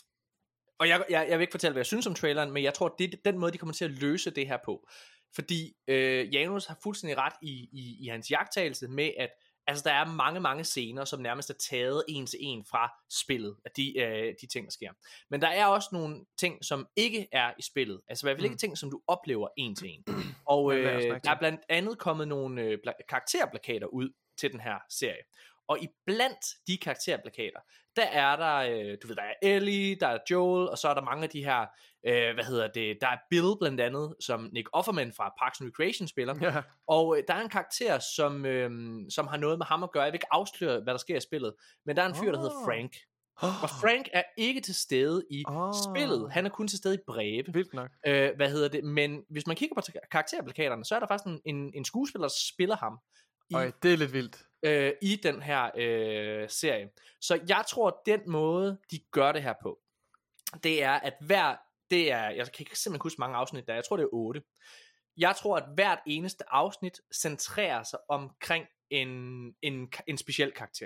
Og jeg, jeg, jeg vil ikke fortælle, hvad jeg synes om traileren, men jeg tror, det er den måde, de kommer til at løse det her på. Fordi øh, Janus har fuldstændig ret i, i, i hans jagttagelse med, at altså, der er mange, mange scener, som nærmest er taget en til en fra spillet, af de, øh, de ting, der sker. Men der er også nogle ting, som ikke er i spillet. Altså i hvert fald ikke mm. ting, som du oplever en til en. Og øh, der er blandt andet kommet nogle øh, karakterplakater ud til den her serie. Og i blandt de karakterplakater, der er der, øh, du ved, der er Ellie, der er Joel, og så er der mange af de her, øh, hvad hedder det, der er Bill blandt andet, som Nick Offerman fra Parks and Recreation spiller, ja. Og øh, der er en karakter, som, øh, som har noget med ham at gøre. Jeg vil ikke afsløre, hvad der sker i spillet, men der er en fyr, der hedder Frank. Oh. Og Frank er ikke til stede i oh. spillet, han er kun til stede i breve. Vildt nok. Øh, hvad hedder det, men hvis man kigger på karakterplakaterne, så er der faktisk en, en, en skuespiller, der spiller ham. I, Øj, det er lidt vildt. Øh, i den her øh, serie. Så jeg tror, at den måde, de gør det her på, det er, at hver, det er, jeg kan ikke simpelthen huske mange afsnit der, jeg tror, det er otte. Jeg tror, at hvert eneste afsnit centrerer sig omkring en, en, en speciel karakter.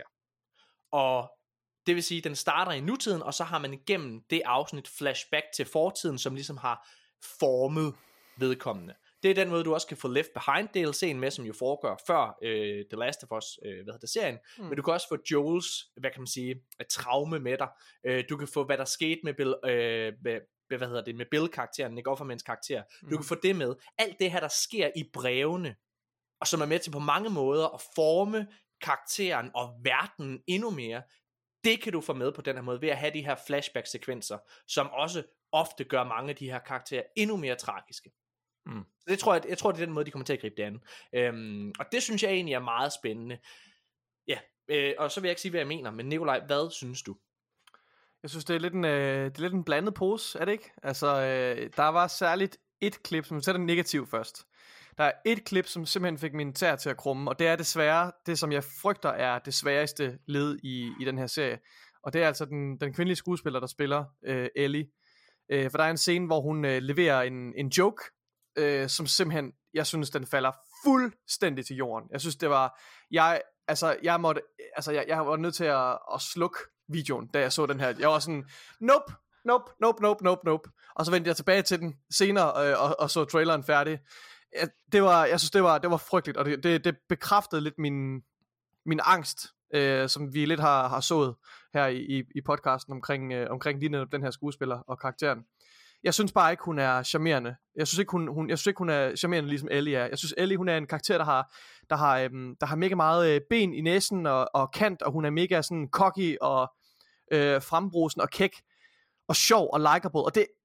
Og det vil sige, at den starter i nutiden, og så har man igennem det afsnit flashback til fortiden, som ligesom har formet vedkommende. Det er den måde, du også kan få Left Behind D L C'en med, som jo foregår før øh, The Last of Us, øh, hvad hedder det, serien. Mm. Men du kan også få Joels, hvad kan man sige, traume med dig. Øh, du kan få, hvad der skete med Bill, øh, med, hvad hedder det, med Bill-karakteren, Nick Offermans karakter. Mm. Du kan få det med. Alt det her, der sker i brevene, og som er med til på mange måder at forme karakteren og verdenen endnu mere, det kan du få med på den her måde, ved at have de her flashback-sekvenser, som også ofte gør mange af de her karakterer endnu mere tragiske. Mm. Det tror jeg, jeg tror det er den måde de kommer til at gribe det an. Øhm, og det synes jeg egentlig er meget spændende. Ja, øh, og så vil jeg ikke sige hvad jeg mener, men Nikolaj, hvad synes du? Jeg synes det er lidt en øh, det er lidt en blandet pose, er det ikke? Altså øh, der var særligt et klip, som sætter negativ først. Der er et klip, som simpelthen fik min tær til at krumme, og det er desværre det, som jeg frygter er det sværeste led i, i den her serie. Og det er altså den, den kvindelige skuespiller, der spiller øh, Ellie. Øh, for der er en scene, hvor hun øh, leverer en, en joke, øh, som simpelthen, jeg synes, den falder fuldstændig til jorden. Jeg synes, det var, jeg, altså, jeg måtte, altså, jeg, jeg var nødt til at, at slukke videoen, da jeg så den her. Jeg var sådan, nope, nope, nope, nope, nope, nope. Og så vendte jeg tilbage til den senere, øh, og, og så traileren færdig. Jeg, det var, jeg synes, det var, det var frygteligt, og det, det, det bekræftede lidt min, min angst, øh, som vi lidt har, har sået her i, i, i podcasten omkring, øh, omkring lige netop den her skuespiller og karakteren. Jeg synes bare ikke, hun er charmerende. Jeg synes ikke, hun, hun, jeg synes ikke, hun er charmerende, ligesom Ellie er. Jeg synes, Ellie, hun er en karakter, der har, der har, øhm, der har mega meget øh, ben i næsen og, og kant, og hun er mega sådan cocky og øh, frembrusen og kæk og sjov og likeable. Og det,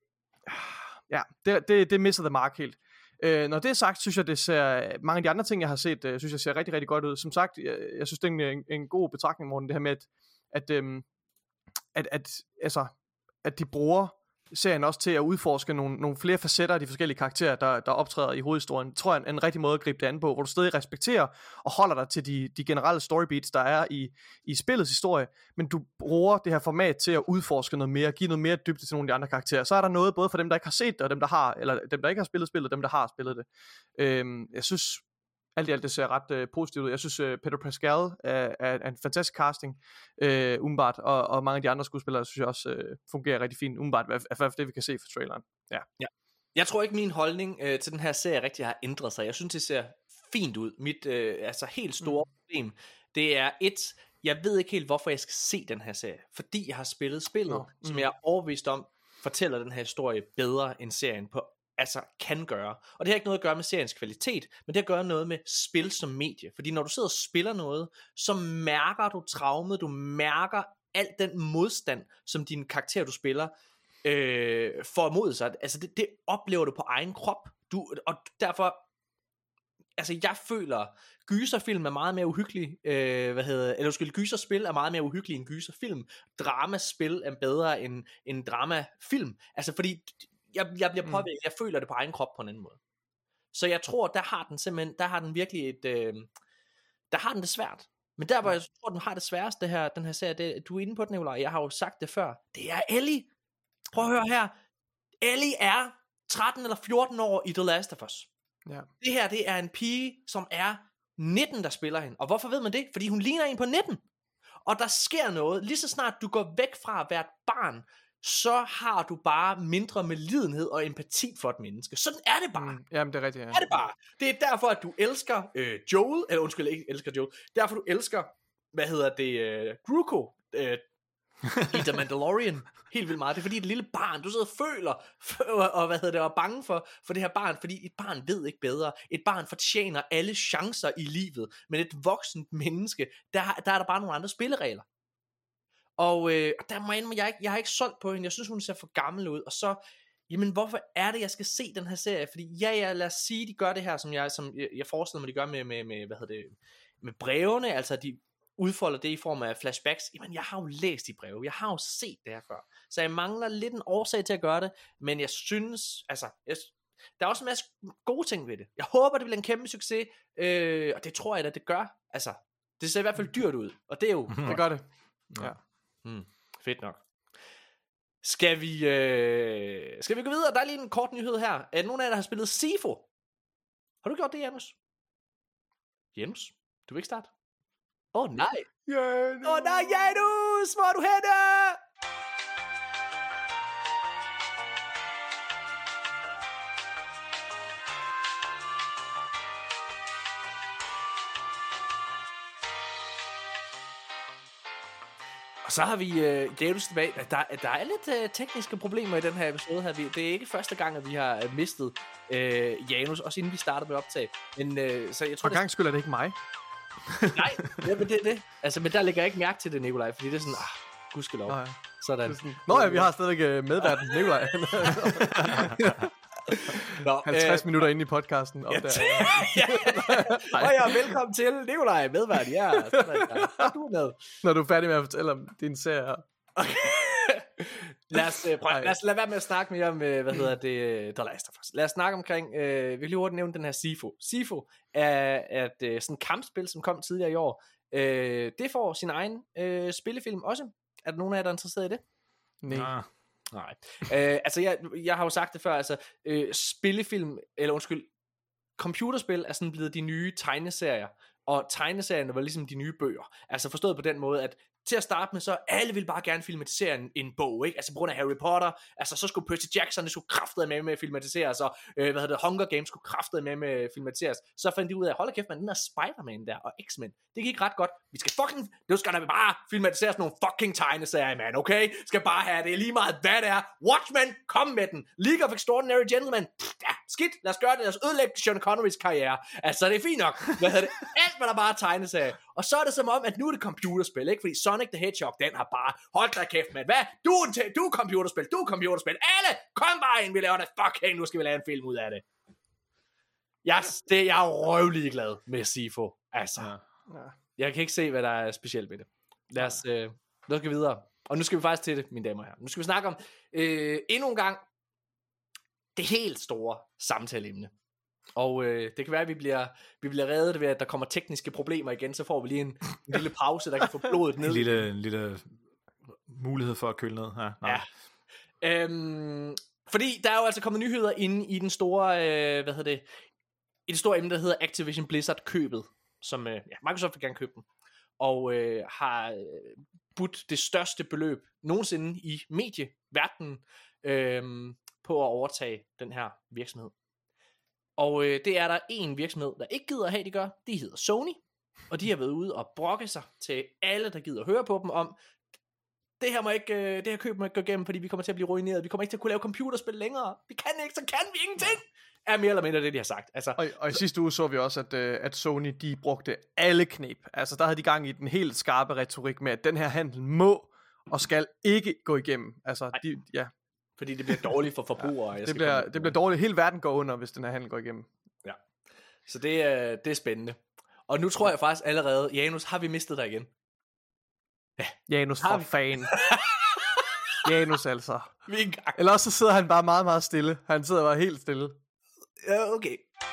ja, det, det, det misser the mark helt. Øh, når det er sagt, synes jeg, det ser, mange af de andre ting, jeg har set, øh, synes jeg ser rigtig, rigtig godt ud. Som sagt, jeg, jeg synes, det er en, en god betragtning, Morten, det her med, at, at, øhm, at, at, altså, at de bruger serien også til at udforske nogle, nogle flere facetter af de forskellige karakterer, der, der optræder i hovedhistorien. Tror jeg er en rigtig måde at gribe det an på, hvor du stadig respekterer og holder dig til de, de generelle storybeats, der er i, i spillets historie, men du bruger det her format til at udforske noget mere, give noget mere dybde til nogle af de andre karakterer. Så er der noget både for dem, der ikke har set det, og dem, der har, eller dem, der ikke har spillet spillet, og dem, der har spillet det. Øhm, jeg synes, alt i alt, det ser ret øh, positivt ud. Jeg synes, øh, Pedro Pascal er, er, er en fantastisk casting, øh, umiddelbart, og, og mange af de andre skuespillere, synes jeg også øh, fungerer rigtig fint, umiddelbart, i hvert fald det, vi kan se fra traileren. Ja. Ja. Jeg tror ikke, min holdning øh, til den her serie rigtig har ændret sig. Jeg synes, det ser fint ud. Mit øh, altså helt store mm. problem, det er et, jeg ved ikke helt, hvorfor jeg skal se den her serie, fordi jeg har spillet spillet, no. mm. som jeg er overbevist om, fortæller den her historie bedre end serien på altså kan gøre. Og det har ikke noget at gøre med seriens kvalitet, men det har at gøre noget med spil som medie. Fordi når du sidder og spiller noget, så mærker du traumet, du mærker al den modstand, som din karakter, du spiller, øh, får mod sig. Altså det, det oplever du på egen krop. Du, og derfor, altså jeg føler, gyserfilm er meget mere uhyggelig, øh, hvad hedder, eller undskyld, gyserspil er meget mere uhyggelig end gyserfilm. Dramaspil er bedre end, end dramafilm. Altså fordi Jeg, jeg bliver påvirket, mm. jeg føler det på egen krop på en anden måde. Så jeg tror, der har den simpelthen, der har den virkelig et, øh, der har den det svært. Men der hvor jeg tror, den har det sværeste, det her, den her serie, det, du er inde på den, Nikolaj, jeg har jo sagt det før, det er Ellie. Prøv at høre her. Ellie er tretten eller fjorten år i The Last of Us. Ja. Det her, det er en pige, som er nitten, der spiller hende. Og hvorfor ved man det? Fordi hun ligner en på nitten. Og der sker noget, lige så snart du går væk fra at være et barn, så har du bare mindre medlidenhed og empati for et menneske. Sådan er det bare. Mm, jamen, det er rigtigt, ja. Er det bare. Det er derfor, at du elsker øh, Joel, eller undskyld, ikke elsker Joel, derfor du elsker, hvad hedder det, øh, Gruko, øh, i The Mandalorian, helt vildt meget. Det er fordi et lille barn, du sidder og føler, og, og hvad hedder det, og er bange for, for det her barn, fordi et barn ved ikke bedre. Et barn fortjener alle chancer i livet, men et voksent menneske, der, der er der bare nogle andre spilleregler. Og øh, der må jeg, jeg, ikke, jeg har ikke solgt på hende. Jeg synes hun ser for gammel ud. Og så, jamen hvorfor er det jeg skal se den her serie? Fordi ja, ja, lad os sige de gør det her, Som jeg, som jeg, jeg forestiller mig de gør med, med, med Hvad hedder det, med brevene. Altså de udfolder det i form af flashbacks. Jamen jeg har jo læst de breve, jeg har jo set det her før. Så jeg mangler lidt en årsag til at gøre det. Men jeg synes, altså jeg, der er også en masse gode ting ved det. Jeg håber det bliver en kæmpe succes, øh, og det tror jeg da det gør. Altså det ser i hvert fald dyrt ud. Og det er jo, det gør det. Ja. Hmm, fedt nok. Skal vi øh, Skal vi gå videre? Der er lige en kort nyhed her. Er der nogen af jer, der har spillet Sifo? Har du gjort det, Janus? Janus? Du vil ikke starte? Åh oh, nej. Janus. Åh oh, nej, Janus! Hvor er du henne? Og så har vi uh, Janus tilbage. Der, der er lidt uh, tekniske problemer i den her episode her. Det er ikke første gang, at vi har uh, mistet uh, Janus, også inden vi startede med optag. Men uh, så jeg tror, for gang skyld er det ikke mig. Nej, ja, men det det. Altså, men der lægger jeg ikke mærke til det, Nikolaj, fordi det er sådan, ah, gudskelov. Nå ja. Sådan. Sådan. Nå ja, vi har stadigvæk uh, medverden, Nikolaj. Nå, halvtreds øh, minutter inde i podcasten. Op ja, der. Ja. Og ja, velkommen til Nikolaj, medvært. Ja, du er med. Når du er færdig med at fortælle om din serie. Okay. lad, os, prøv, lad os lade være med at snakke mere om, hvad hedder det, The Last of Us. Lad os snakke omkring, øh, vi kan lige hurtigt nævne den her Sifo. Sifo er, er et øh, sådan kampspil, som kom tidligere i år. Øh, det får sin egen øh, spillefilm også. Er der nogen af jer, der er interesseret i det? Nej. Nej. øh, altså jeg, jeg har jo sagt det før, altså øh, spillefilm, eller undskyld, computerspil er sådan blevet de nye tegneserier, og tegneserierne var ligesom de nye bøger. Altså forstået på den måde, at til at starte med, så alle ville bare gerne filmatisere en, en bog, ikke? Altså på grund af Harry Potter, altså så skulle Percy Jackson, det skulle kraftede med med at filmatiseres, og øh, hvad hedder det, Hunger Games skulle kraftede med med at filmatiseres. Så fandt de ud af, hold da kæft, man, den der Spider-Man der, og X-Men, det gik ret godt. Vi skal fucking, det skal da bare filmatiseres nogle fucking tegneserier, man, okay? Skal bare have det lige meget, hvad det er. Watchmen, kom med den. League of Extraordinary Gentlemen, pff, ja, skidt, lad os gøre det, lad os ødelægge Sean Connerys karriere. Altså, det er fint nok. Hvad hedder det? Alt, hvad der bare er tegneserier. Og så er det som om, at nu er det computerspil, ikke? Fordi Sonic the Hedgehog, den har bare, hold da kæft, mand. Hvad? Du er, t- du er computerspil, du er computerspil. Alle, kom bare ind, vi laver det. Fucking, nu skal vi lave en film ud af det. Jeg, det, jeg er røvlig glad med Sifo. Altså, ja. Ja. Jeg kan ikke se, hvad der er specielt ved det. Lad os, øh, lad os gå videre. Og nu skal vi faktisk til det, mine damer og herrer. Nu skal vi snakke om øh, endnu en gang det helt store samtaleemne. Og øh, det kan være, at vi bliver, vi bliver reddet ved, at der kommer tekniske problemer igen, så får vi lige en, en lille pause, der kan få blodet ned. En lille, en lille mulighed for at køle ned. Ja, nej. Ja. Øhm, fordi der er jo altså kommet nyheder inde i den store, øh, hvad hedder det, i det store emne, der hedder Activision Blizzard købet, som øh, ja, Microsoft vil gerne købe dem, og øh, har øh, budt det største beløb nogensinde i medieverdenen øh, på at overtage den her virksomhed. Og øh, det er der en virksomhed, der ikke gider at have, de gør. De hedder Sony, og de har været ude og brokke sig til alle, der gider at høre på dem om, det her må ikke, øh, det her køb må ikke gå igennem, fordi vi kommer til at blive ruineret. Vi kommer ikke til at kunne lave computerspil længere. Vi kan ikke, så kan vi ingenting. Er mere eller mindre det, de har sagt. Altså, og, og i sidste uge så vi også, at, øh, at Sony, de brugte alle knep. Altså, der havde de gang i den helt skarpe retorik med, at den her handel må og skal ikke gå igennem. Altså, de, ja. Fordi det bliver dårligt for forbrugere. Ja, det, bliver, det bliver dårligt. Hele verden går under, hvis den her handel går igennem. Ja. Så det er, det er spændende. Og nu tror jeg faktisk allerede, Janus, har vi mistet dig igen? Ja. Janus for fan. Janus altså. Vi er engang. Eller også så sidder han bare meget, meget stille. Han sidder bare helt stille. Ja, okay.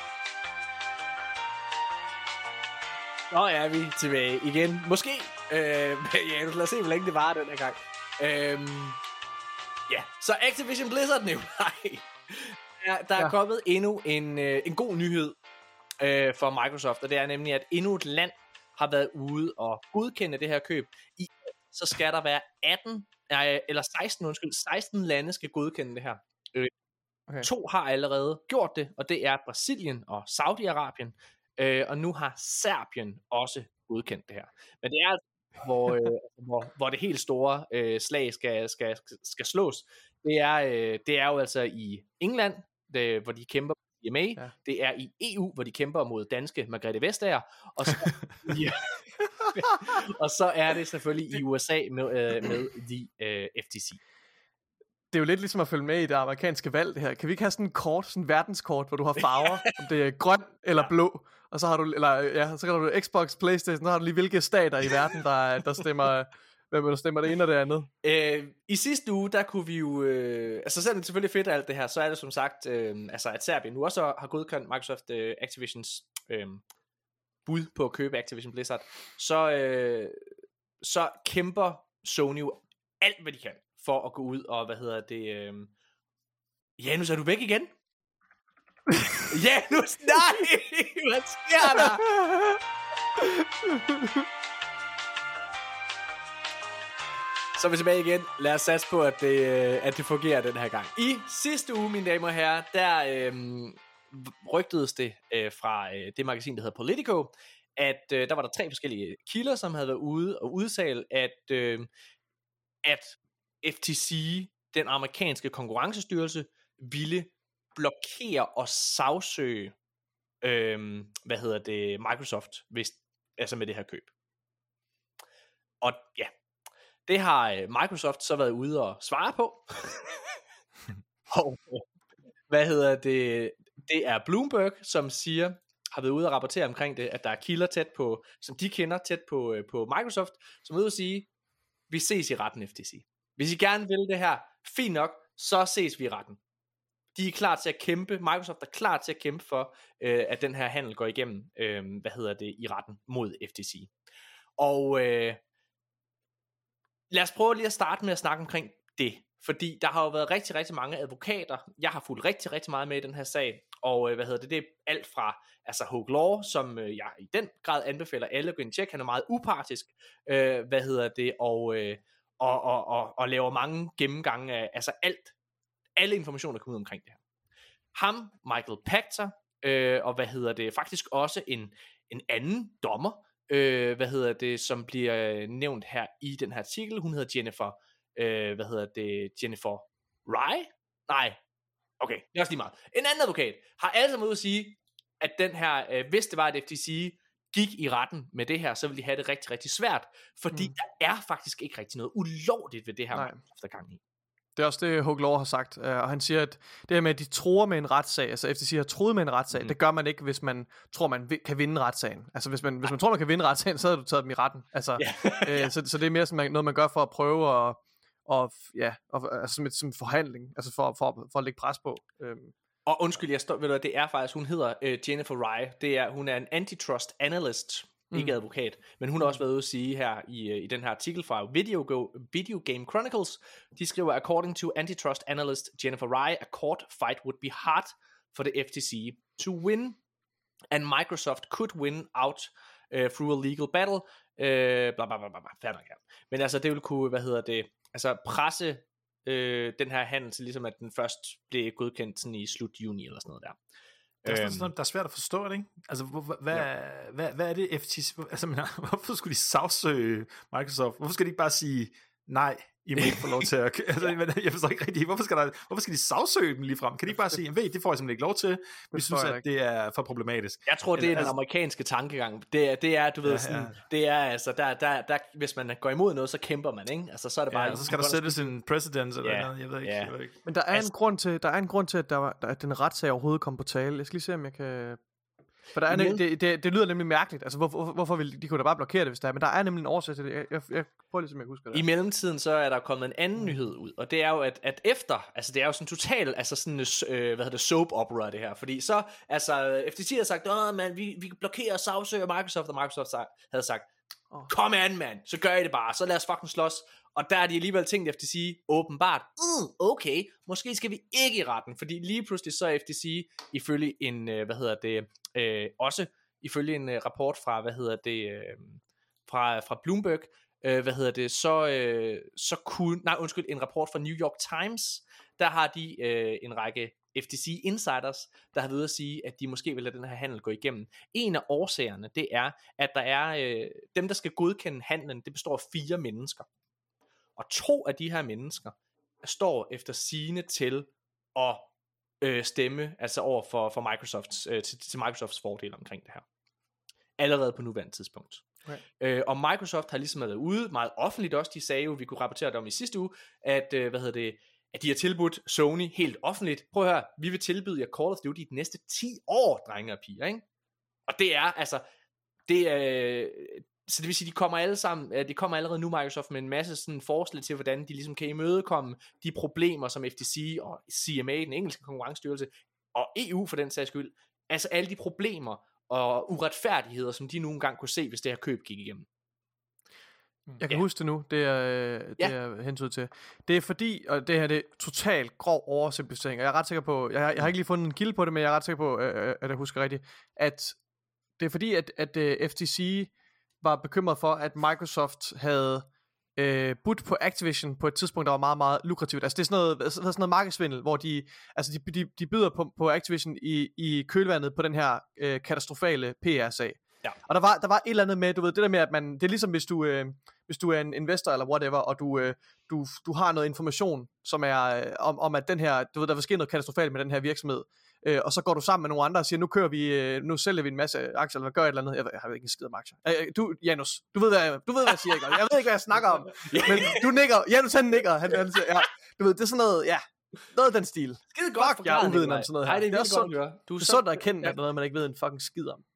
Nå ja, vi er tilbage igen. Måske. Øh, Janus, lad os se, hvor længe det var den her gang. Øh, Ja, så Activision Blizzard nu. Nej. Der, der er ja. kommet endnu en, øh, en god nyhed øh, for Microsoft, og det er nemlig, at endnu et land har været ude og godkende det her køb. I så skal der være atten, øh, eller seksten, undskyld, seksten lande skal godkende det her. Øh, okay. To har allerede gjort det, og det er Brasilien og Saudi-Arabien, øh, og nu har Serbien også godkendt det her. Men det er altså hvor, øh, hvor, hvor det helt store øh, slag skal, skal, skal slås. Det er, øh, det er jo altså i England, det, hvor de kæmper mod I M A. Ja. Det er i E U, hvor de kæmper mod danske Margrethe Vestager. Og så, ja, og så er det selvfølgelig i U S A med, øh, med de øh, F T C. Det er jo lidt ligesom at følge med i det amerikanske valg, det her. Kan vi ikke have sådan en kort, sådan en verdenskort, hvor du har farver, om det er grøn eller blå, og så har du, eller ja, så kan du Xbox, PlayStation, så har du lige hvilke stater i verden, der, der stemmer, hvem der stemmer det ene og det andet. Øh, I sidste uge, der kunne vi jo, øh, altså selvom det selvfølgelig fedt alt det her, så er det som sagt, øh, altså at Serbien nu også har godkendt Microsoft øh, Activisions øh, bud på at købe Activision Blizzard, så, øh, så kæmper Sony jo alt, hvad de kan, for at gå ud og, hvad hedder det, øh... Janus, er du væk igen? Janus, nej! Hvad sker der? Så er vi tilbage igen. Lad os satse på, at det, at det fungerer den her gang. I sidste uge, mine damer og herrer, der øh, rygtedes det øh, fra øh, det magasin, der hedder Politico, at øh, der var der tre forskellige kilder, som havde været ude og udtale, at, øh, at F T C, den amerikanske konkurrencestyrelse, ville blokere og sagsøge øh, hvad hedder det, Microsoft, hvis, altså med det her køb. Og ja, det har øh, Microsoft så været ude og svare på. Og hvad hedder det, det er Bloomberg, som siger, har været ude og rapportere omkring det, at der er kilder tæt på, som de kender tæt på, øh, på Microsoft, som er ude at sige, vi ses i retten F T C. Hvis I gerne vil det her, fint nok, så ses vi i retten. De er klar til at kæmpe, Microsoft er klar til at kæmpe for, øh, at den her handel går igennem, øh, hvad hedder det, i retten mod F T C. Og øh, lad os prøve lige at starte med at snakke omkring det. Fordi der har jo været rigtig, rigtig mange advokater. Jeg har fulgt rigtig, rigtig meget med i den her sag. Og øh, hvad hedder det, det er alt fra altså Hogue Law, som øh, jeg i den grad anbefaler alle at gå ind og tjekke. Han er meget upartisk, øh, hvad hedder det, og, øh, og, og, og, og laver mange gennemgange af altså alt, alle informationer kommer ud omkring det her. Ham, Michael Pachter, øh, og hvad hedder det, faktisk også en, en anden dommer, øh, hvad hedder det, som bliver nævnt her i den her artikel. Hun hedder Jennifer, øh, hvad hedder det, Jennifer Rye? Nej, okay, det er også lige meget. En anden advokat har alle sammen ud at sige, at den her, øh, hvis det var, at F T C gik i retten med det her, så ville de have det rigtig, rigtig svært, fordi mm. der er faktisk ikke rigtig noget ulovligt ved det her, eftergang i. Det er også det, Hogue Law har sagt, og han siger, at det her med, at de tror med en retssag, altså F T C har troet med en retssag, mm. det gør man ikke, hvis man tror, man kan vinde retssagen. Altså hvis man, hvis man tror, man kan vinde retssagen, så har du taget dem i retten. Altså, yeah. øh, så, så det er mere sådan noget, man gør for at prøve at, og ja, og, altså som, et, som forhandling, altså for, for, for at lægge pres på. Øhm. Og undskyld, jeg står, ved du, det er faktisk, hun hedder uh, Jennifer Rye, det er, hun er en antitrust analyst, mm. ikke advokat, men hun har også været ude at sige her i, uh, i den her artikel fra Video, Go, Video Game Chronicles, de skriver, according to antitrust analyst Jennifer Rye, a court fight would be hard for the F T C to win, and Microsoft could win out uh, through a legal battle, uh, bla bla bla bla, færdig her. Men altså, det vil kunne, hvad hedder det, altså presse øh, den her handel til ligesom, at den først blev godkendt sådan i slut juni eller sådan noget der. Det er, sådan, der er svært at forstå det, ikke? Altså, hvad, hvad, ja. hvad, hvad er det F T C? Altså, men, hvorfor skulle de sagsøge Microsoft? Hvorfor skal de ikke bare sige, nej, I må ikke få lov til at... altså, jeg forstår ikke rigtigt, hvorfor skal, der, hvorfor skal de sagsøge dem lige frem? Kan de ikke bare sige, ved, det får jeg simpelthen ikke lov til, vi synes, at det er for problematisk. Jeg tror, det er altså, den amerikanske tankegang. Det er, det er du ved, ja, sådan, ja. det er altså, der, der, der, hvis man går imod noget, så kæmper man, ikke? Altså, så er det bare... Ja, og så skal der sættes en precedence eller ja, noget, jeg ved ikke. Ja. Jeg ved ikke. Men der er altså, en grund til, der er en grund til, at, der var, at den retssag overhovedet kom på tale. Jeg skal lige se, om jeg kan... For der er nem, det, det, det lyder nemlig mærkeligt. Altså, hvorfor, hvorfor vil de kunne da bare blokere det, hvis der er, men der er nemlig en årsag til det. Jeg, jeg, jeg prøver lige, som jeg husker det. I mellemtiden så er der kommet en anden nyhed ud, og det er jo at, at efter, altså det er jo sådan total, altså sådan øh, hvad hedder det, soap opera det her, fordi så altså F T C har sagt, åh man, vi vi blokerer og sagsøger Microsoft, og Microsoft havde sagt, kom an man, så gør I det bare, så lad os fucking slås. Og der er de alligevel tænkt F T C åbenbart, mm, okay, måske skal vi ikke i retten, fordi lige pludselig så er F T C ifølge en, øh, hvad hedder det, øh, også ifølge en øh, rapport fra, hvad hedder det, øh, fra, fra Bloomberg, øh, hvad hedder det, så, øh, så kunne, nej undskyld, en rapport fra New York Times, der har de øh, en række F T C insiders, der har ved at sige, at de måske vil lade den her handel gå igennem. En af årsagerne, det er, at der er, øh, dem der skal godkende handlen, det består af fire mennesker. Og to af de her mennesker står efter sigende til at øh, stemme, altså over for, for Microsofts, øh, til, til Microsofts fordel omkring det her. Allerede på nuværende tidspunkt. Okay. Øh, og Microsoft har ligesom været ude, meget offentligt også, de sagde jo, vi kunne rapportere det om i sidste uge, at, øh, hvad hedder det, at de har tilbudt Sony helt offentligt, prøv at høre, vi vil tilbyde jer Call of Duty de næste ti år, drenge og piger, ikke? Og det er, altså, det er... Øh, Så det vil sige, de kommer alle sammen, de kommer allerede nu Microsoft med en masse sådan forslag til, hvordan de ligesom kan imødekomme de problemer, som F T C og C M A, den engelske konkurrencestyrelse, og E U for den sags skyld, altså alle de problemer og uretfærdigheder, som de nogle gange kunne se, hvis det her køb gik igennem. Jeg kan ja. huske det nu, det er, det ja. er hensyn til. Det er fordi, og det her det er totalt grov oversimplificering, og jeg er ret sikker på, jeg har, jeg har ikke lige fundet en kilde på det, men jeg er ret sikker på, at jeg husker rigtigt, at det er fordi, at, at F T C var bekymret for, at Microsoft havde øh, budt på Activision på et tidspunkt, der var meget, meget lukrativt. Altså det er sådan noget, sådan noget markedsvindel, hvor de, altså de, de, de byder på, på Activision i, i kølvandet på den her øh, katastrofale P R-sag. Ja. Og der var, der var et eller andet med, du ved, det der med, at man, det er ligesom hvis du, øh, hvis du er en investor eller whatever, og du, øh, du, du har noget information, som er øh, om, om, at den her, du ved, der vil ske noget katastrofalt med den her virksomhed, øh, og så går du sammen med nogle andre og siger, nu kører vi, øh, nu sælger vi en masse aktier, eller gør et eller andet. Jeg, jeg har ikke en skid om aktier. Øh, du, Janus, du ved, hvad, du ved, hvad jeg siger, ikke? Jeg ved ikke, hvad jeg snakker om, men du nikker, Janus han nikker, han, han siger, ja, du ved, det er sådan noget, ja, noget af den stil. Skide godt Fuck, jeg er uviden om sådan noget her. Ej, det er, det er også sundt, sundt, du er sundt at erkende, at noget, man ikke ved en fucking skid om.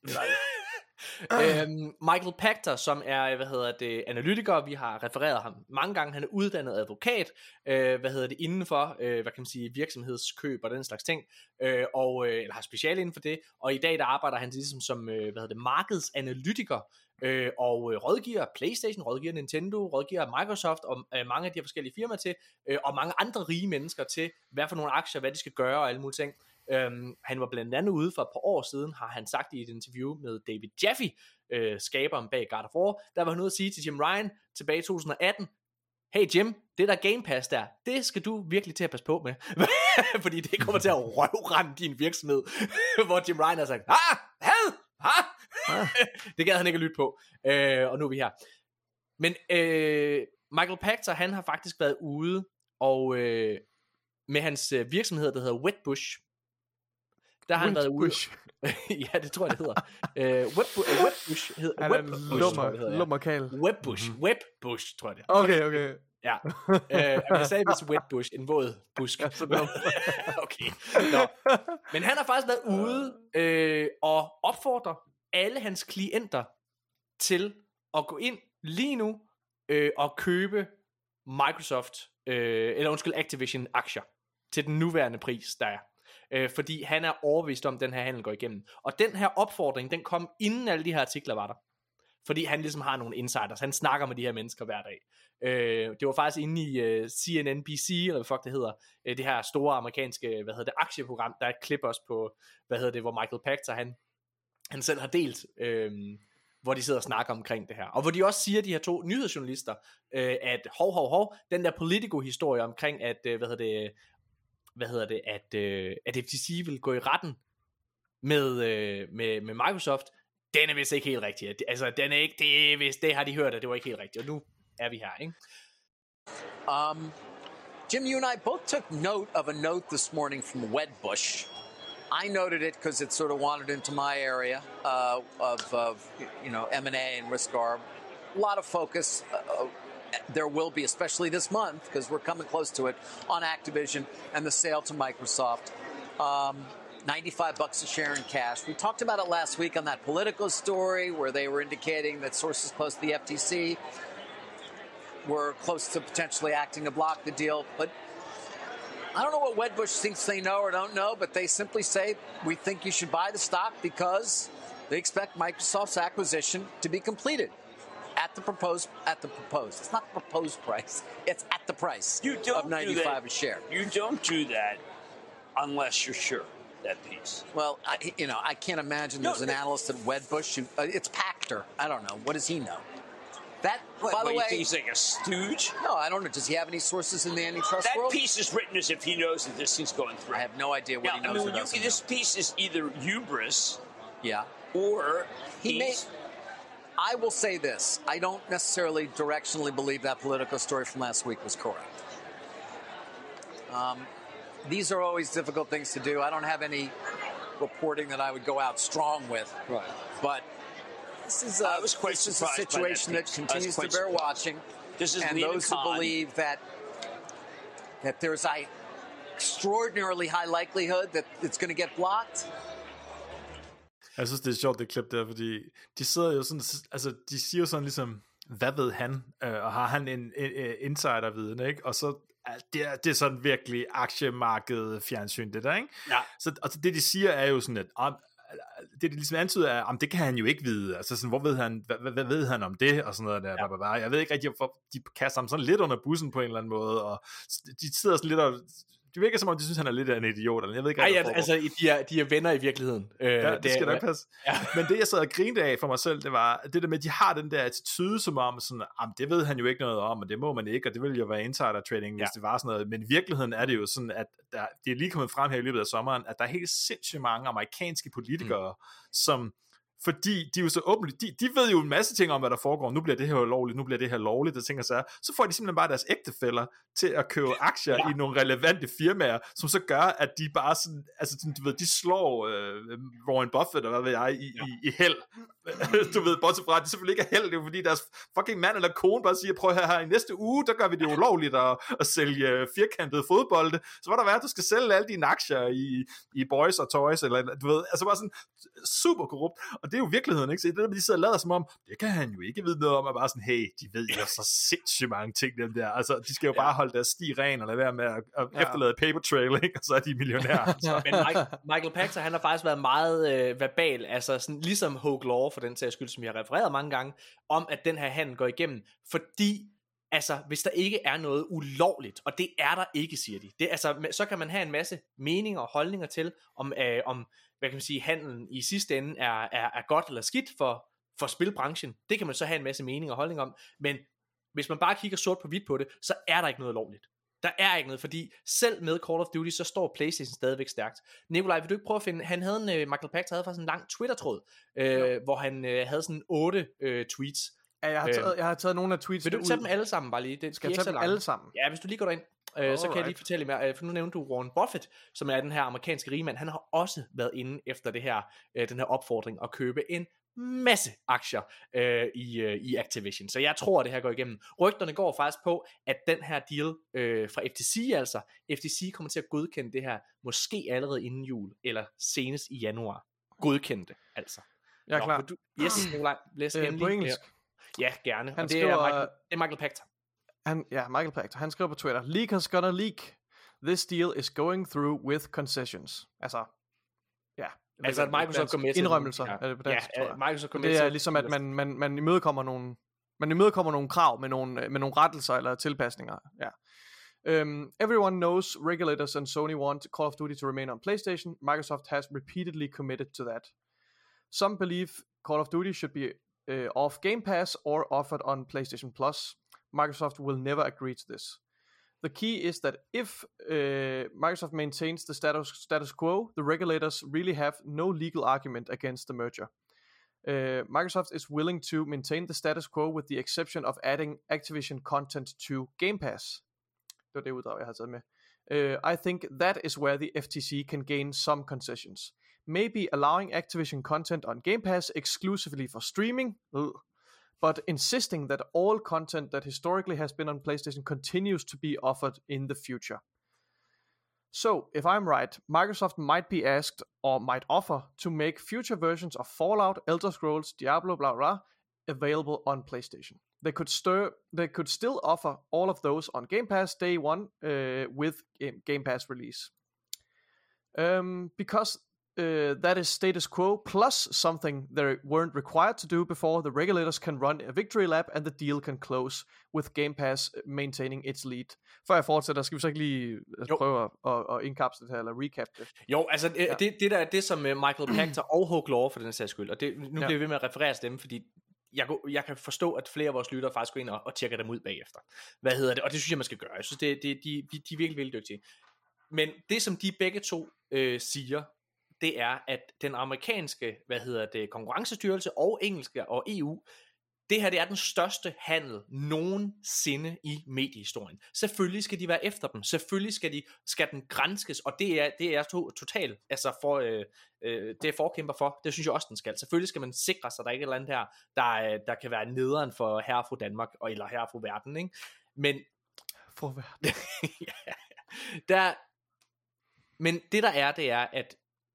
øhm, Michael Pachter, som er, hvad hedder det, analytiker, vi har refereret ham mange gange, han er uddannet advokat, øh, hvad hedder det, inden for, øh, hvad kan man sige, virksomhedskøb og den slags ting, øh, og, øh, eller har speciale inden for det, og i dag der arbejder han ligesom som, øh, hvad hedder det, markedsanalytiker, øh, og øh, rådgiver PlayStation, rådgiver Nintendo, rådgiver Microsoft, og øh, mange af de her forskellige firmaer til, øh, og mange andre rige mennesker til, hvad for nogle aktier, hvad de skal gøre, og alle mulige ting. Um, han var blandt andet ude for et par år siden, har han sagt i et interview med David Jaffe, øh, skaberen bag God of War, der var han ude at sige til Jim Ryan tilbage i to tusind og atten, hey Jim, det der Game Pass der, det skal du virkelig til at passe på med, fordi det kommer til at røvrende din virksomhed, hvor Jim Ryan har sagt, ah, had, ah, det gad han ikke at lytte på, øh, og nu er vi her. Men øh, Michael Pachter, han har faktisk været ude, og øh, med hans virksomhed, der hedder Wetbush, der har han været ude. Ja, det tror jeg, det hedder. Uh, Webbush, Webbush hedder Webbush, Lummerkal. Webbush, Webbush, tror jeg det. Okay, okay. Ja. Uh, jeg sagde vist Wetbush, en våd busk. Okay. Nå. Men han har faktisk været ude øh, og opfordrer alle hans klienter til at gå ind lige nu øh, og købe Microsoft, øh, eller undskyld, Activision aktier til den nuværende pris, der er. Øh, fordi han er overbevist om, at den her handel går igennem. Og den her opfordring, den kom inden alle de her artikler var der. Fordi han ligesom har nogle insiders. Han snakker med de her mennesker hver dag. Øh, det var faktisk inde i uh, C N N B C, eller hvad fuck det hedder, uh, det her store amerikanske, hvad hedder det, aktieprogram. Der er et klip også på, hvad hedder det, hvor Michael Pachter, han, han selv har delt, øh, hvor de sidder og snakker omkring det her. Og hvor de også siger, de her to nyhedsjournalister, øh, at hov, hov, hov, den der Politico-historie omkring, at, øh, hvad hedder det, hvad hedder det, at, øh, at F T C vil gå i retten med, øh, med, med Microsoft, den er vist ikke helt rigtig. Altså, den er ikke, det, hvis det har de hørt, at det var ikke helt rigtigt. Og nu er vi her, ikke? Um, Jim, you and I both took note of a note this morning from Wedbush. I noted it because it sort of wandered into my area uh, of, of, you know, M and A and risk arb. A lot of focus. Uh, there will be, especially this month, because we're coming close to it, on Activision and the sale to Microsoft. Um, ninety-five bucks a share in cash. We talked about it last week on that Politico story where they were indicating that sources close to the F T C were close to potentially acting to block the deal. But I don't know what Wedbush thinks they know or don't know, but they simply say, we think you should buy the stock because they expect Microsoft's acquisition to be completed at the proposed, at the proposed. It's not the proposed price. It's at the price you don't of ninety-five do a share. You don't do that unless you're sure. That piece. Well, I, you know, I can't imagine there's no, an analyst at Wedbush who, uh, it's Pachter. I don't know. What does he know? That, what, by the what, way, you think he's like a stooge? No, I don't know. Does he have any sources in the antitrust that world? That piece is written as if he knows that this thing's going through. I have no idea what now, he knows I mean, or doesn't you, this know. piece is either hubris, yeah, or he may. I will say this: I don't necessarily directionally believe that Politico story from last week was correct. Um, these are always difficult things to do. I don't have any reporting that I would go out strong with. Right. But this is a, I was quite this is a situation that, that continues to bear surprised. watching. This is and Lena those Khan. who believe that that there's a extraordinarily high likelihood that it's going to get blocked. Jeg synes, det er sjovt, det klip der, fordi de sidder jo sådan, altså de siger jo sådan ligesom, hvad ved han, øh, og har han en, en, en insiderviden, ikke? Og så det er, det er sådan virkelig aktiemarkedet fjernsyn, det der, ikke? Ja. Så og det, de siger, er jo sådan, at om, det, de ligesom antyder, er, om det kan han jo ikke vide. Altså sådan, hvor ved han, hvad, hvad ved han om det, og sådan noget der. Ja. Jeg ved ikke rigtig, hvorfor de kaster ham sådan lidt under bussen på en eller anden måde, og de sidder sådan lidt og det virker som om, de synes, han er lidt af en idiot. Eller jeg ved ikke, Ej, ja, altså, de er, de er venner i virkeligheden. Øh, ja, det, det skal nok passe. Ja. Men det, jeg sad og grinte af for mig selv, det var det der med, at de har den der attitude, som om, sådan, det ved han jo ikke noget om, og det må man ikke, og det ville jo være insider trading, hvis ja. det var sådan noget. Men i virkeligheden er det jo sådan, at der, det er lige kommet frem her i løbet af sommeren, at der er helt sindssygt mange amerikanske politikere, mm. som fordi de er jo så åbne, de, de ved jo en masse ting om, hvad der foregår, nu bliver det her lovligt, nu bliver det her lovligt, og tænker sig, så får de simpelthen bare deres ægtefæller til at købe aktier ja. i nogle relevante firmaer, som så gør, at de bare sådan, altså du ved, de slår øh, Warren Buffett, og hvad ved jeg, i, ja. i, i held. Du ved, bortset fra, at det selvfølgelig ikke er held, det er jo fordi deres fucking mand eller kone bare siger, prøv her, her i næste uge, der gør vi det ulovligt at, at sælge firkantede fodbolde, så var der være, at du skal sælge alle dine aktier i, i Boys og Toys, eller du ved, altså bare sådan super korrupt, og det er jo virkeligheden, ikke? Så det der, de sidder og lader som om, det kan han jo ikke vide noget om, at bare sådan, hey, de ved jo så sindssygt mange ting, dem der, altså, de skal jo ja. bare holde deres sti ren, og lade være med at, at ja. efterlade paper trail, ikke? Og så er de millionærer. Altså. Men Michael, Michael Pachter, han har faktisk været meget øh, verbal, altså sådan, ligesom Hogue Law, for den sags skyld, som jeg har refereret mange gange, om at den her handel går igennem, fordi altså, hvis der ikke er noget ulovligt, og det er der ikke, siger de, det, altså, så kan man have en masse meninger og holdninger til, om, øh, om hvad kan man sige, handlen i sidste ende er, er, er godt eller skidt for, for spilbranchen. Det kan man så have en masse meninger og holdninger om, men hvis man bare kigger sort på hvidt på det, så er der ikke noget lovligt. Der er ikke noget, fordi selv med Call of Duty, så står PlayStation stadigvæk stærkt. Nikolaj, vil du ikke prøve at finde, han havde en, Michael Pachter havde faktisk en lang Twitter-tråd, øh, hvor han øh, havde sådan otte øh, tweets. Ja, jeg har, taget, jeg har taget nogle af tweets. Vil du tage dem alle sammen bare lige? Det skal jeg tage dem langt. alle sammen? Ja, hvis du lige går derind, øh, så kan jeg lige fortælle mere. For nu nævnte du Warren Buffett, som er den her amerikanske rigmand. Han har også været inde efter det her, øh, den her opfordring at købe en masse aktier øh, i, øh, i Activision. Så jeg tror, at det her går igennem. Rygterne går faktisk på, at den her deal øh, fra F T C, altså F T C kommer til at godkende det her, måske allerede inden jul, eller senest i januar. Godkende det, altså. Jeg er Nå, klar. Du, yes, Nikolaj, læs øh, endelig. På engelsk. Ja, gerne. Han og det, skriver, er Michael, det er Michael Pachter. han, ja, Michael Pachter, han skrev på Twitter, leakers gonna leak. This deal is going through with concessions. Altså, ja. Altså, at Microsoft går med til indrømmelser, ja. er det på dansk, ja, tror jeg. Microsoft går med det er til, ligesom, at man, man, man imødekommer nogle, man imødekommer nogle krav med nogle, med nogle rettelser eller tilpasninger. Ja. Um, everyone knows regulators and Sony want Call of Duty to remain on PlayStation. Microsoft has repeatedly committed to that. Some believe Call of Duty should be uh, off Game Pass or offered on PlayStation Plus. Microsoft will never agree to this. The key is that if uh, Microsoft maintains the status status quo, the regulators really have no legal argument against the merger. Uh, Microsoft is willing to maintain the status quo with the exception of adding Activision content to Game Pass. Det var det uddrag, jeg havde taget med. Uh, I think that is where the F T C can gain some concessions. Maybe allowing Activision content on Game Pass exclusively for streaming, ugh, but insisting that all content that historically has been on PlayStation continues to be offered in the future. So, if I'm right, Microsoft might be asked or might offer to make future versions of Fallout, Elder Scrolls, Diablo, blah blah, available on PlayStation. They could stir, they could still offer all of those on Game Pass day one uh, with Game Pass release. Um, because Uh, that is status quo plus something they weren't required to do before. The regulators can run a victory lap and the deal can close with Game Pass maintaining its lead. Før jeg fortsætter, skal vi så ikke lige altså, prøve at, at, at indkapsle det her, eller recap det? Jo, altså ja. det, det der er det, som Michael Pachter og Hugh Lore for den sags skyld, og det, nu bliver ja. vi ved med at referere til dem, fordi jeg, jeg kan forstå, at flere af vores lyttere faktisk går ind og, og tjekker dem ud bagefter. Hvad hedder det? Og det synes jeg, man skal gøre. Jeg synes, det, det, de, de, de er virkelig, virkelig dygtige. Men det, som de begge to øh, siger, det er, at den amerikanske, hvad hedder det, konkurrencestyrelse og engelske og E U, det her det er den største handel nogensinde i mediehistorien. Selvfølgelig skal de være efter dem. Selvfølgelig skal de skal den granskes, og det er det er to, totalt altså for øh, øh, det er forkæmper for. Det synes jeg også den skal. Selvfølgelig skal man sikre sig, at der ikke er et eller andet her, der der kan være nederen for herre og fru Danmark og eller herre og fru verden, ikke? Men fru verden. ja, der men det der er, det er at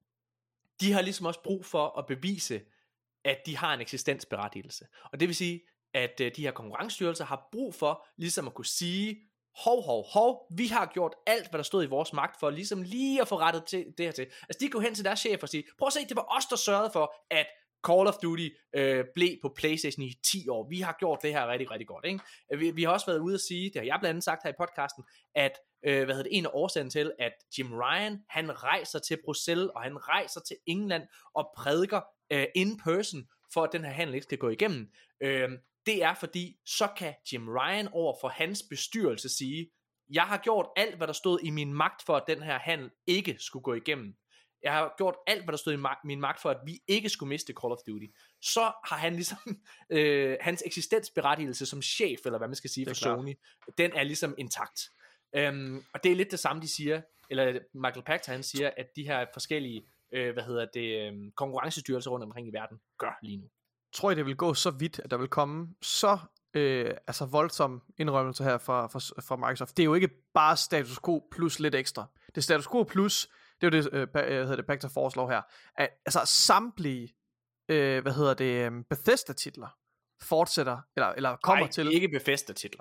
de har ligesom også brug for at bevise, at de har en eksistensberettigelse. Og det vil sige, at de her konkurrencestyrelser har brug for ligesom at kunne sige, hov, hov, hov, vi har gjort alt, hvad der stod i vores magt for ligesom lige at få rettet til det her til. Altså de går hen til deres chef og siger, prøv at se, det var os, der sørgede for, at Call of Duty øh, blev på PlayStation i ti år. Vi har gjort det her rigtig, rigtig godt. Ikke? Vi, vi har også været ude at sige, det har jeg blandt andet sagt her i podcasten, at øh, hvad hedder det, en af årsagen til, at Jim Ryan, han rejser til Bruxelles, og han rejser til England og prædiker øh, in person, for at den her handel ikke skal gå igennem. Øh, det er fordi, så kan Jim Ryan over for hans bestyrelse sige, jeg har gjort alt, hvad der stod i min magt, for at den her handel ikke skulle gå igennem. Jeg har gjort alt, hvad der stod i mag- min magt for, at vi ikke skulle miste Call of Duty. Så har han ligesom, øh, hans eksistensberettigelse som chef, eller hvad man skal sige for Sony, den er ligesom intakt. Um, og det er lidt det samme, de siger, eller Michael Pachter, han siger, at de her forskellige, øh, hvad hedder det, øh, konkurrencestyrelser rundt omkring i verden, gør lige nu. Tror I, det vil gå så vidt, at der vil komme så øh, altså voldsom indrømmelse her fra, fra, fra Microsoft? Det er jo ikke bare status quo plus lidt ekstra. Det er status quo plus, det er jo det, øh, hvad hedder det, Pachter foreslår her, at altså samtlige, øh, hvad hedder det, Bethesda-titler fortsætter, eller, eller kommer Ej, til... ikke Bethesda-titler.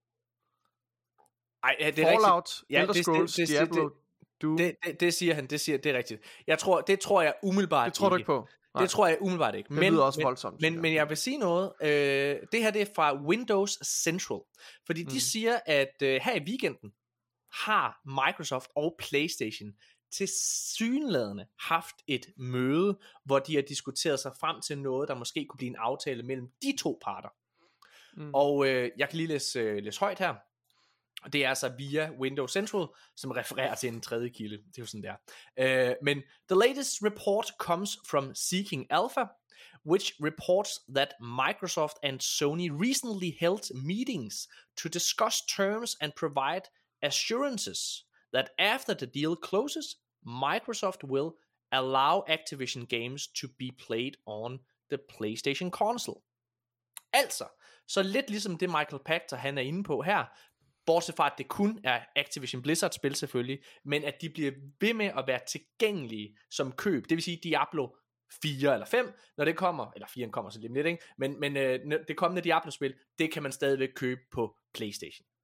Ej, det er Fallout, ja, Elder Scrolls, det, det, Diablo, det, Doom. Det, det, det siger han, det siger, det er rigtigt. Jeg tror, det tror jeg umiddelbart ikke. Det tror ikke. du ikke på? Nej. Det tror jeg umiddelbart ikke. Det men, lyder også voldsomt. Men, men, men jeg vil sige noget. Øh, det her det er fra Windows Central. Fordi mm. de siger, at øh, her i weekenden har Microsoft og PlayStation tilsyneladende haft et møde, hvor de har diskuteret sig frem til noget, der måske kunne blive en aftale mellem de to parter. Mm. Og øh, jeg kan lige læse, øh, læse højt her. Og det er altså via Windows Central, som refererer til en tredje kilde. Det er jo sådan der. Uh, men the latest report comes from Seeking Alpha, which reports that Microsoft and Sony recently held meetings to discuss terms and provide assurances that after the deal closes, Microsoft will allow Activision games to be played on the PlayStation console. Altså, så lidt ligesom det Michael Pachter han er inde på her, bortset fra, at det kun er Activision Blizzard spil selvfølgelig, men at de bliver ved med at være tilgængelige som køb. Det vil sige Diablo fire eller fem, når det kommer, eller fire kommer så lidt lidt, ikke? Men, men øh, det kommende Diablo-spil, det kan man stadigvæk købe på PlayStation.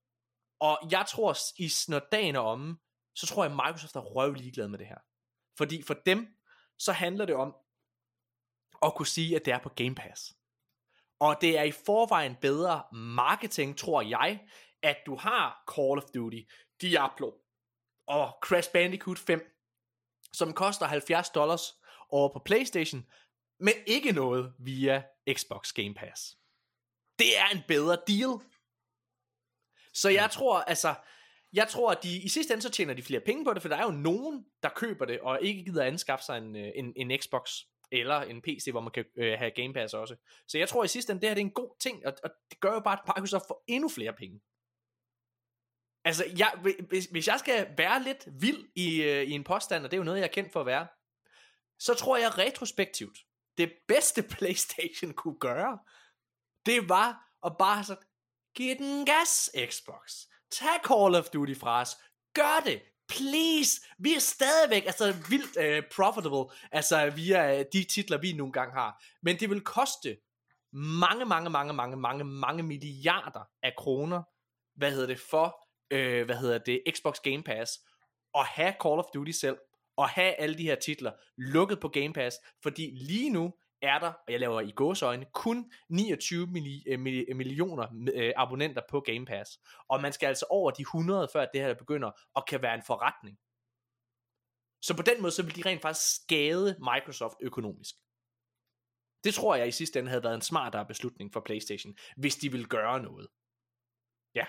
Og jeg tror, i, når dagen er omme, så tror jeg, at Microsoft er røv ligeglad med det her. Fordi for dem, så handler det om at kunne sige, at det er på Game Pass. Og det er i forvejen bedre marketing, tror jeg, at du har Call of Duty, Diablo og Crash Bandicoot fem, som koster halvfjerds dollars over på PlayStation, men ikke noget via Xbox Game Pass. Det er en bedre deal. Så jeg tror, altså, jeg tror, at de, i sidste ende så tjener de flere penge på det, for der er jo nogen, der køber det, og ikke gider anskaffe sig en, en, en Xbox eller en P C, hvor man kan øh, have Game Pass også. Så jeg tror i sidste ende, det her det er en god ting, og, og det gør jo bare, at Microsoft får endnu flere penge. Altså, jeg, hvis, hvis jeg skal være lidt vild i, øh, i en påstand, og det er jo noget, jeg er kendt for at være, så tror jeg retrospektivt, det bedste PlayStation kunne gøre, det var at bare så, giv den gas, Xbox. Tag Call of Duty fra os. Gør det. Please. Vi er stadigvæk altså vildt uh, profitable, altså via uh, de titler, vi nogle gange har. Men det vil koste mange, mange, mange, mange, mange, mange milliarder af kroner, hvad hedder det, for, uh, hvad hedder det, Xbox Game Pass, at have Call of Duty selv, og have alle de her titler lukket på Game Pass, fordi lige nu er der, og jeg laver i gåseøjne, kun niogtyve millioner øh, abonnenter på Game Pass. Og man skal altså over de hundrede, før det her begynder, og kan være en forretning. Så på den måde, så vil de rent faktisk skade Microsoft økonomisk. Det tror jeg i sidste ende havde været en smartere beslutning for PlayStation, hvis de ville gøre noget. Ja.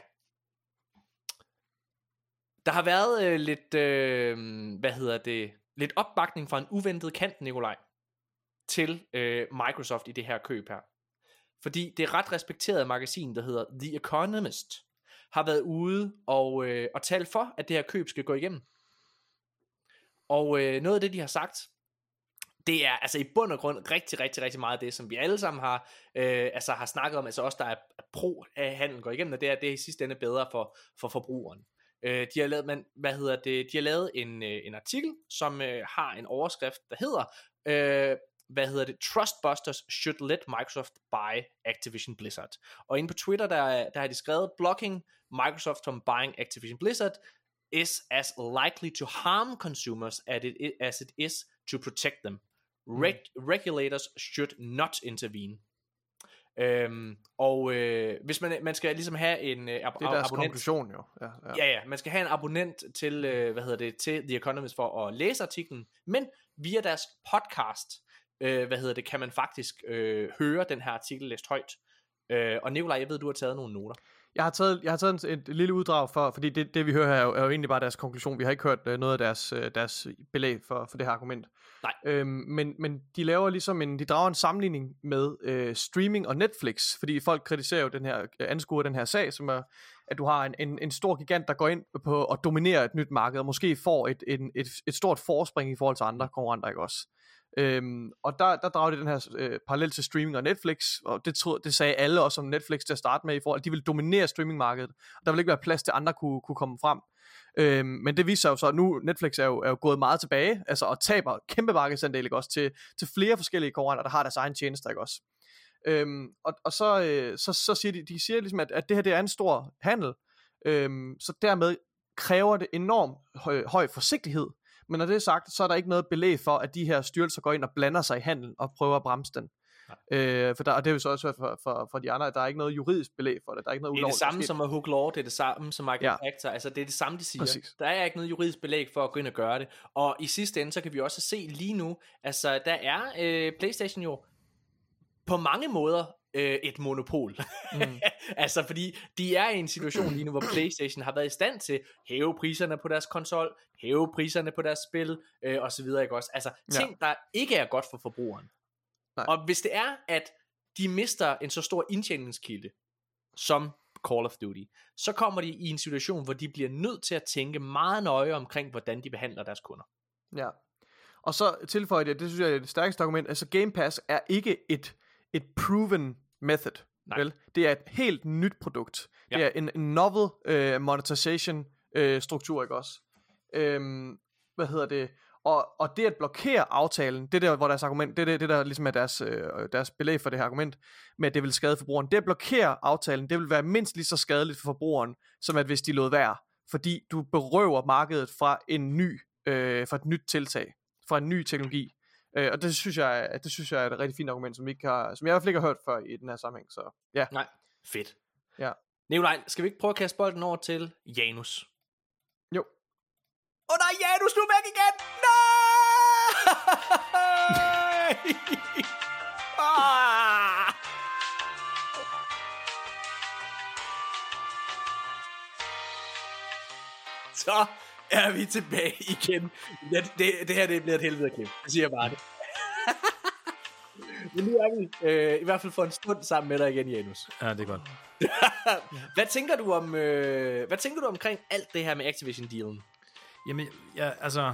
Der har været øh, lidt, øh, hvad hedder det, lidt opbakning fra en uventet kant, Nikolaj, til øh, Microsoft i det her køb her. Fordi det ret respekterede magasin, der hedder The Economist, har været ude og, øh, og tale for, at det her køb skal gå igennem. Og øh, noget af det, de har sagt, det er altså i bund og grund rigtig, rigtig, rigtig meget af det, som vi alle sammen har, øh, altså har snakket om, altså også der er pro af handel går igennem, og det er, det er i sidste ende bedre for, for forbrugeren. Øh, de har lavet, man, hvad hedder det, de har lavet en, øh, en artikel, som øh, har en overskrift, der hedder, øh, hvad hedder det, Trustbusters should let Microsoft buy Activision Blizzard. Og inde på Twitter, der, der har de skrevet, blocking Microsoft from buying Activision Blizzard is as likely to harm consumers as it, as it is to protect them. Reg- mm. Regulators should not intervene. Øhm, og øh, hvis man, man skal ligesom have en øh, ab- det er deres abonnent, konklusion jo. Ja, ja. ja, ja, man skal have en abonnent til, øh, hvad hedder det, til The Economist for at læse artiklen, men via deres podcast, øh, hvad hedder det, kan man faktisk øh, høre den her artikel læst højt. Øh, og Nikolaj, jeg ved, du har taget nogle noter. Jeg har taget, jeg har taget et, et lille uddrag for, fordi det, det vi hører her er jo, er jo egentlig bare deres konklusion. Vi har ikke hørt uh, noget af deres, uh, deres belæg for, for det her argument. Nej. Øhm, men, men de laver ligesom en, de drager en sammenligning med uh, streaming og Netflix, fordi folk kritiserer jo den her, anskuer den her sag, som er, at du har en, en, en stor gigant, der går ind på at dominere et nyt marked, og måske får et, en, et, et stort forspring i forhold til andre konkurrenter, ikke også? Øhm, og der, der drager de den her øh, parallel til streaming og Netflix, og det, tro, det sagde alle også om Netflix til at starte med, i forhold til at de ville dominere streamingmarkedet, og der ville ikke være plads til andre kunne, kunne komme frem. Øhm, men det viser sig jo så, at nu Netflix er jo, er jo gået meget tilbage, altså og taber kæmpe markedsandel, ikke også, til, til flere forskellige konkurrenter, der har deres egen tjenester, ikke også. Øhm, og, og så, øh, så, så siger de, de siger ligesom, at, at det her det er en stor handel, øhm, så dermed kræver det enormt høj, høj forsigtighed. Men når det er sagt, så er der ikke noget belæg for, at de her styrelser går ind og blander sig i handel og prøver at bremse den. Øh, for der, og det er jo så også for, for, for de andre, at der er ikke noget juridisk belæg for det. Der er ikke noget det er det samme som at hook law, det er det samme som Michael ja. Factor, altså det er det samme, de siger. Præcis. Der er ikke noget juridisk belæg for at gå ind og gøre det. Og i sidste ende, så kan vi også se lige nu, altså der er øh, PlayStation jo på mange måder øh, et monopol. Mm. Altså fordi de er i en situation lige nu, hvor PlayStation har været i stand til at hæve priserne på deres konsol, hæve priserne på deres spil, øh, og så videre, ikke også? Altså ting, ja. der ikke er godt for forbrugeren. Nej. Og hvis det er, at de mister en så stor indtjeningskilde, som Call of Duty, så kommer de i en situation, hvor de bliver nødt til at tænke meget nøje omkring, hvordan de behandler deres kunder. Ja, og så tilføjer det, det synes jeg er det stærkeste argument, altså Game Pass er ikke et, et proven method, Nej. vel? Det er et helt nyt produkt. Ja. Det er en, en novel uh, monetization uh, struktur, ikke også? Um, hvad hedder det? Og, og det at blokere aftalen, det der, hvor deres argument, det er det, det der ligesom er deres, øh, deres belæg for det her argument, med at det vil skade forbrugeren. Det at blokere aftalen, det vil være mindst lige så skadeligt for forbrugeren, som at hvis de lod være. Fordi du berøver markedet fra en ny, øh, fra et nyt tiltag, fra en ny teknologi. Øh, og det synes jeg, det synes jeg er et rigtig fint argument, som, vi ikke har, som jeg i hvert fald ikke har hørt før i den her sammenhæng. Så ja. Nej, fedt. Ja. Nikolaj, skal vi ikke prøve at kaste bolden over til Janus? Jo. Åh oh, nej, Janus, du er væk igen! Nej! ah! Så er vi tilbage igen. Ja, det, det her det bliver et helvede klip. Jeg siger bare det. Men nu er vi øh, i hvert fald for en stund sammen med dig igen, Janus. Ja, det er godt. Hvad tænker du om øh, hvad tænker du omkring alt det her med Activision-dealen? Jamen, ja, altså...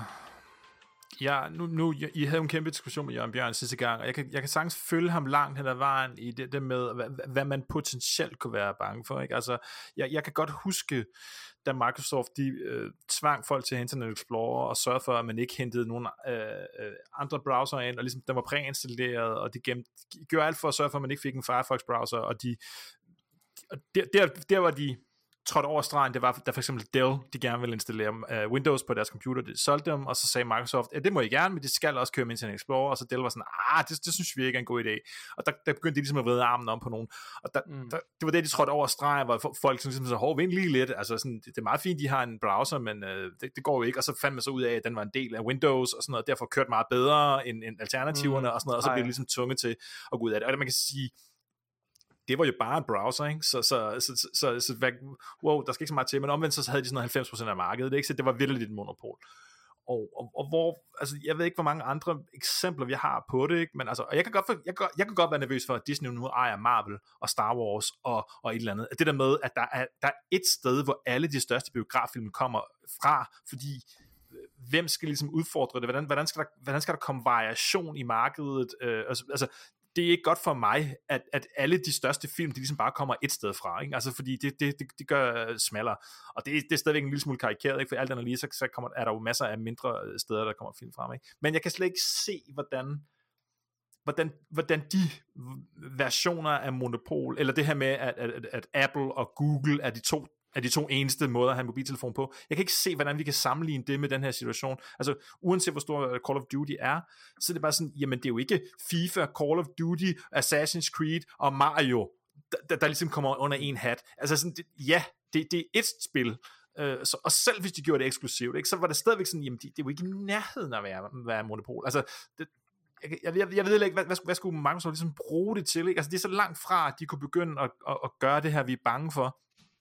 Ja, nu, nu, I havde jo en kæmpe diskussion med Jørgen Bjørn sidste gang, og jeg kan, jeg kan sagtens følge ham langt hen ad vejen i det, det med, hvad, hvad man potentielt kunne være bange for, ikke? Altså, jeg, jeg kan godt huske, da Microsoft, de øh, tvang folk til Internet Explorer, og sørgede for, at man ikke hentede nogen øh, øh, andre browser ind, og ligesom, den var præinstalleret, og de gemte, gjorde alt for at sørge for, at man ikke fik en Firefox-browser, og de, og der, der, der var de trådte over stregen, det var, da for eksempel Dell, de gerne ville installere uh, Windows på deres computer, de solgte dem, og så sagde Microsoft, ja, det må I gerne, men det skal også køre med Internet Explorer, og så Dell var sådan, ah, det, det synes vi ikke er en god idé, og der, der begyndte de ligesom at vride armen om på nogen, og der, mm. der, det var det, de trådte over stregen, hvor folk ligesom så, hov, vind lige lidt, altså sådan, det, det er meget fint, de har en browser, men øh, det, det går jo ikke, og så fandt man så ud af, at den var en del af Windows, og sådan noget, og derfor kørte meget bedre end, end alternativerne, mm. og sådan noget, og så blev de ligesom tvunget til at gå ud af det, og man kan sige, det var jo bare en browser, ikke? Så, så, så, så, så, så hvad, wow, der skal ikke så meget til, men omvendt så havde de sådan halvfems procent af markedet, ikke? Så det var virkelig et monopol. Og, og, og hvor, altså jeg ved ikke, hvor mange andre eksempler vi har på det, ikke? Men altså, og jeg kan godt, for, jeg, kan, jeg kan godt være nervøs for, at Disney nu ejer Marvel og Star Wars og, og et eller andet. Det der med, at der er, der er et sted, hvor alle de største biograffilm kommer fra, fordi hvem skal ligesom udfordre det? Hvordan, hvordan, skal, der, hvordan skal der komme variation i markedet? Øh, altså, altså det er ikke godt for mig, at, at alle de største film, de ligesom bare kommer et sted fra, ikke? Altså fordi det, det, det, det gør smallere, og det, det er stadigvæk en lille smule karikeret, ikke? For alt andet lige, så, så kommer, er der jo masser af mindre steder, der kommer film frem, ikke? Men jeg kan slet ikke se, hvordan, hvordan, hvordan de versioner af monopol, eller det her med, at, at, at Apple og Google er de to er de to eneste måder at have en mobiltelefon på. Jeg kan ikke se, hvordan vi kan sammenligne det med den her situation. Altså, uanset hvor stor Call of Duty er, så er det bare sådan, jamen det er jo ikke FIFA, Call of Duty, Assassin's Creed og Mario, der, der ligesom kommer under en hat. Altså sådan, det, ja, det, det er et spil, øh, så, og selv hvis de gjorde det eksklusivt, ikke, så var det stadigvæk sådan, jamen det, det er jo ikke i nærheden af at være, være monopol. Altså, det, Jeg, jeg, jeg ved ikke, hvad, hvad, hvad skulle Microsoft ligesom bruge det til? Ikke? Altså, det er så langt fra, at de kunne begynde at, at, at gøre det her, vi er bange for.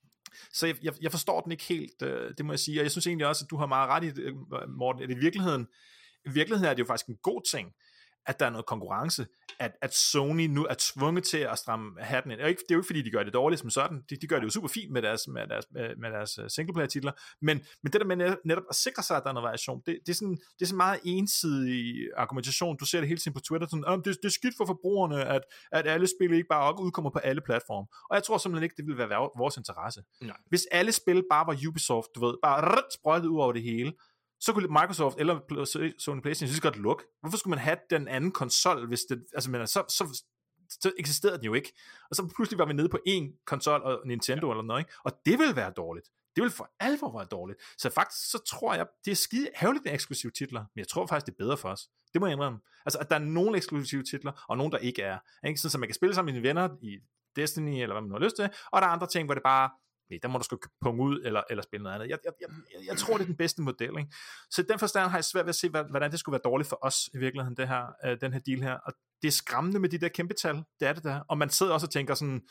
Så jeg, jeg, jeg forstår den ikke helt, øh, det må jeg sige, og jeg synes egentlig også, at du har meget ret i det, Morten, at i virkeligheden, i virkeligheden er det jo faktisk en god ting, at der er noget konkurrence, at, at Sony nu er tvunget til at stramme hatten ind. Det er jo ikke, det er jo ikke fordi, de gør det dårligt som sådan, de, de gør det jo super fint med deres, med deres, med deres singleplayer-titler, men, men det der med netop, netop at sikre sig, at der er noget variation, det, det, er sådan, det er sådan meget ensidig argumentation, du ser det hele tiden på Twitter, sådan, oh, det, det er skidt for forbrugerne, at, at alle spil ikke bare udkommer på alle platforme, og jeg tror simpelthen ikke, det vil være vores interesse. Nej. Hvis alle spil bare var Ubisoft, du ved, bare sprøjtet ud over det hele, så kunne Microsoft eller Sony PlayStation synes godt lukke. Hvorfor skulle man have den anden konsol, hvis det, altså men, så, så, så eksisterede den jo ikke. Og så pludselig var vi nede på én konsol og Nintendo ja. Eller noget, ikke? Og det ville være dårligt. Det ville for alvor være dårligt. Så faktisk så tror jeg, det er skide ærgerligt med eksklusive titler, men jeg tror faktisk, det er bedre for os. Det må jeg indrømme. Altså, at der er nogle eksklusive titler, og nogle, der ikke er. Ikke? Så man kan spille sammen med dine venner i Destiny, eller hvad man nu har lyst til, og der er andre ting, hvor det bare nej, der må du sgu punge ud, eller, eller spille noget andet. Jeg, jeg, jeg, jeg tror, det er den bedste model, ikke? Så i den forstand har jeg svært ved at se, hvordan det skulle være dårligt for os, i virkeligheden, det her, øh, den her deal her. Og det er skræmmende med de der kæmpe tal, det er det der. Og man sidder også og tænker sådan,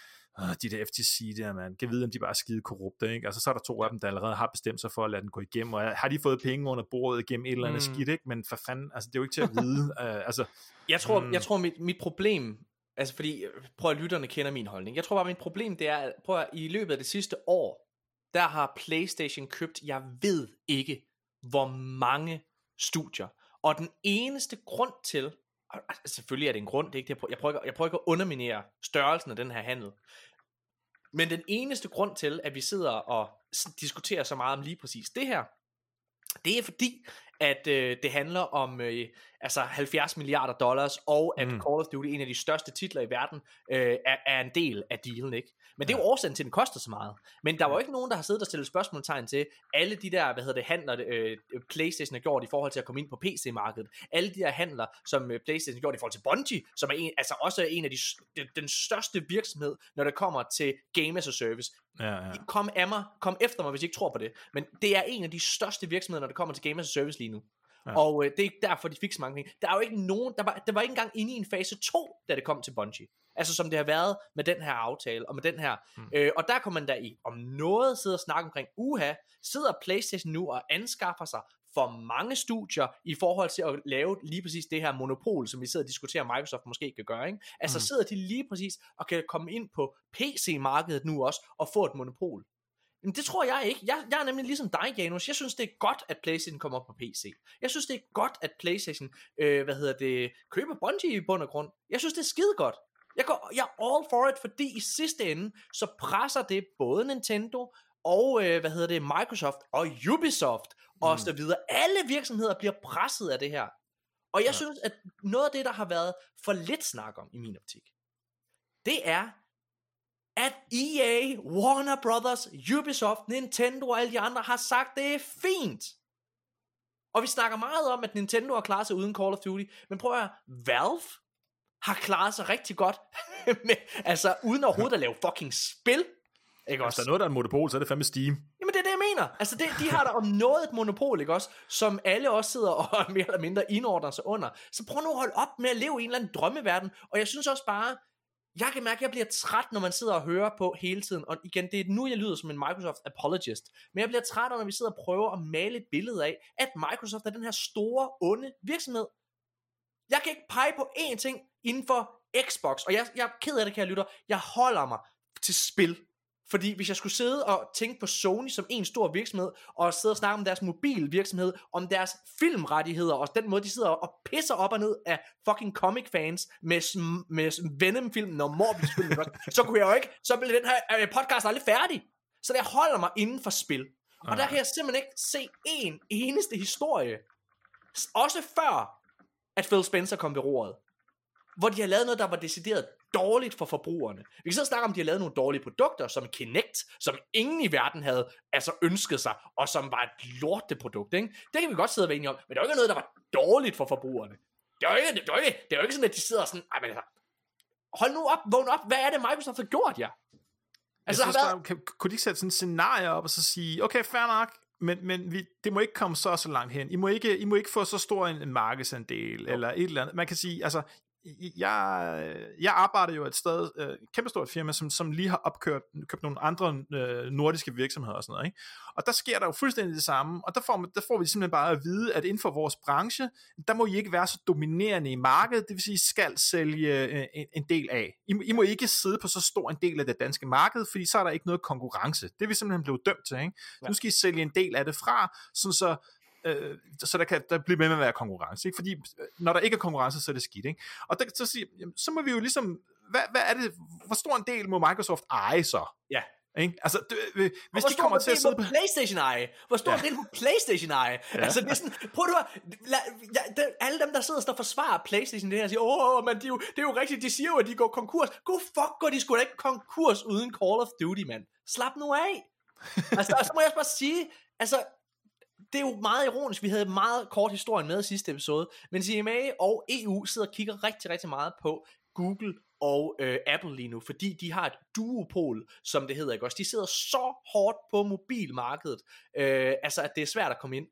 de der F T C der, man kan vide, om de bare er skide korrupte, ikke? Altså, så er der to af dem, der allerede har bestemt sig for at lade den gå igennem, og har de fået penge under bordet igennem et eller andet mm. skidt, ikke? Men for fanden, altså, det er jo ikke til at vide. uh, altså, jeg tror, mm. jeg tror mit, mit problem, altså fordi, prøv at lytterne kender min holdning. Jeg tror bare, mit problem det er, prøv at i løbet af det sidste år, der har PlayStation købt, jeg ved ikke, hvor mange studier. Og den eneste grund til, altså selvfølgelig er det en grund, det er ikke det, jeg prøver, jeg prøver ikke at underminere størrelsen af den her handel. Men den eneste grund til, at vi sidder og diskuterer så meget om lige præcis det her, det er fordi, at øh, det handler om øh, altså halvfjerds milliarder dollars, og at mm. Call of Duty, en af de største titler i verden, øh, er, er en del af dealen, ikke? Men det er jo årsagen til, at den koster så meget. Men der var jo ikke nogen, der har siddet og stillet spørgsmålstegn til alle de der, hvad hedder det, handler, øh, PlayStation har gjort i forhold til at komme ind på P C-markedet. Alle de der handler, som øh, PlayStation har gjort i forhold til Bungie, som er en, altså også en af de, de, den største virksomhed, når det kommer til Game as a Service. Ja, ja. Kom af mig, kom efter mig, hvis I ikke tror på det. Men det er en af de største virksomheder, når det kommer til Game as a Service lige nu. Ja. Og øh, det er derfor, de fik så mange penge. Der er jo ikke nogen, der var, der var ikke engang inde i en fase to, da det kom til Bungie. Altså som det har været med den her aftale, og med den her. Mm. Øh, og der kommer man der i, om noget sidder og snakker omkring, uha, sidder PlayStation nu og anskaffer sig for mange studier i forhold til at lave lige præcis det her monopol, som vi sidder og diskuterer, Microsoft måske kan gøre, ikke? Altså mm. sidder de lige præcis og kan komme ind på P C-markedet nu også, og få et monopol. Men det tror jeg ikke. Jeg, jeg er nemlig ligesom dig, Janus. Jeg synes, det er godt, at PlayStation kommer op på P C. Jeg synes, det er godt, at PlayStation, øh, hvad hedder det, køber Bungie i bund og grund. Jeg synes, det er skide godt. Jeg, går, jeg er all for it, fordi i sidste ende, så presser det både Nintendo og, øh, hvad hedder det, Microsoft og Ubisoft og mm. så videre. Alle virksomheder bliver presset af det her. Og jeg ja. synes, at noget af det, der har været for lidt snak om i min optik, det er, at E A, Warner Brothers, Ubisoft, Nintendo og alle de andre har sagt, det er fint. Og vi snakker meget om, at Nintendo har klaret sig uden Call of Duty, men prøv at høre, Valve har klaret sig rigtig godt, med, altså uden overhovedet at lave fucking spil. Ikke også? Hvis der er noget, der er en monopol, så er det fandme Steam. Jamen det er det, jeg mener. Altså det, de har der om noget et monopol, ikke også? Som alle også sidder og mere eller mindre indordner sig under. Så prøv nu at holde op med at leve i en eller anden drømmeverden. Og jeg synes også bare, jeg kan mærke, at jeg bliver træt, når man sidder og hører på hele tiden. Og igen, det er nu, jeg lyder som en Microsoft apologist. Men jeg bliver træt, når vi sidder og prøver at male et billede af, at Microsoft er den her store, onde virksomhed. Jeg kan ikke pege på én ting inden for Xbox. Og jeg, jeg er ked af det, kære lytter. Jeg holder mig til spil. Fordi hvis jeg skulle sidde og tænke på Sony som en stor virksomhed, og sidde og snakke om deres mobilvirksomhed, om deres filmrettigheder, og den måde, de sidder og pisser op og ned af fucking comic fans med, med Venom-filmen og Morbius-filmen, så kunne jeg jo ikke, så blev den her podcast aldrig færdig. Så jeg holder mig inden for spil. Og ah. der kan jeg simpelthen ikke se en eneste historie, også før, at Phil Spencer kom ved roret, hvor de har lavet noget, der var decideret dårligt for forbrugerne. Vi kan så snakke om, at de har lavet nogle dårlige produkter, som Kinect, som ingen i verden havde altså ønsket sig, og som var et lorteprodukt, ikke? Det kan vi godt sidde og være enige om, men der er jo ikke noget, der var dårligt for forbrugerne. Det er jo ikke, det er jo ikke, det er jo ikke sådan, at de sidder sådan, ej, men altså, hold nu op, vågn op, hvad er det, Microsoft har gjort, ja? Altså, synes, været... kan, kunne de ikke sætte sådan et scenarie op, og så sige, okay, fair nok, men, men vi, det må ikke komme så så langt hen. I må ikke, I må ikke få så stor en, en markedsandel, okay. eller et eller andet. Man kan sige, altså, Jeg, jeg arbejder jo et sted, et øh, kæmpestort firma, som, som lige har opkørt købt nogle andre øh, nordiske virksomheder og sådan noget, ikke? Og der sker der jo fuldstændig det samme, og der får, der får vi simpelthen bare at vide, at inden for vores branche, der må I ikke være så dominerende i markedet, det vil sige, I skal sælge øh, en, en del af. I, I må ikke sidde på så stor en del af det danske marked, fordi så er der ikke noget konkurrence. Det er vi simpelthen blevet dømt til, ikke? Ja. Nu skal I sælge en del af det fra, sådan så så der kan der blive med med at være konkurrence, ikke? Fordi når der ikke er konkurrence, så er det skidt, ikke? Og der, så, siger, jamen, så må vi jo ligesom, hvad, hvad er det, hvor stor en del må Microsoft eje så? Ja. Ikke? Altså, det, hvis de kommer til at sidde på PlayStation eje, hvor stor ja. del på PlayStation eje, ja. Altså det er sådan, prøv du at, la, ja, det, alle dem der sidder og forsvarer PlayStation det her, og siger, åh, men det er, jo, det er jo rigtigt, de siger jo, at de går konkurs. Go fuck, går de sgu da ikke konkurs uden Call of Duty, mand. Slap nu af. Altså, og så må jeg også bare sige, altså, det er jo meget ironisk, vi havde meget kort historien med i sidste episode, men C M A og E U sidder og kigger rigtig, rigtig meget på Google og øh, Apple lige nu, fordi de har et duopol, som det hedder, ikke også? De sidder så hårdt på mobilmarkedet, øh, altså at det er svært at komme ind.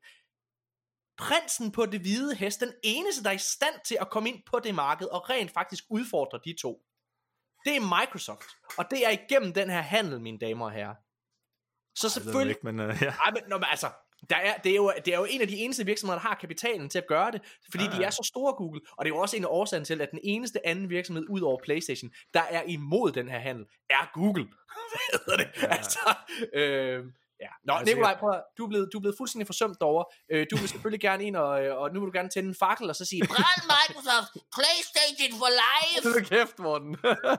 Prinsen på det hvide hest, den eneste, der er i stand til at komme ind på det marked, og rent faktisk udfordre de to, det er Microsoft, og det er igennem den her handel, mine damer og herrer. Så selvfølgelig... Ikke, men, uh, ja. Ej, men, nå, men altså... Der er, det, er jo, det er jo en af de eneste virksomheder, der har kapitalen til at gøre det, fordi ja, ja. de er så store, Google, og det er jo også en af årsagen til, at den eneste anden virksomhed ud over PlayStation, der er imod den her handel, er Google. Hvad hedder det? Ja. Altså, øh, ja. Nå, altså, Nikolaj, prøv at, du er blevet, du er blevet fuldstændig forsømt derovre. Øh, du vil selvfølgelig gerne ind, og, og nu vil du gerne tænde en fakkel, og så sige, brænd Microsoft, PlayStation for life! Hold kæft, Morten.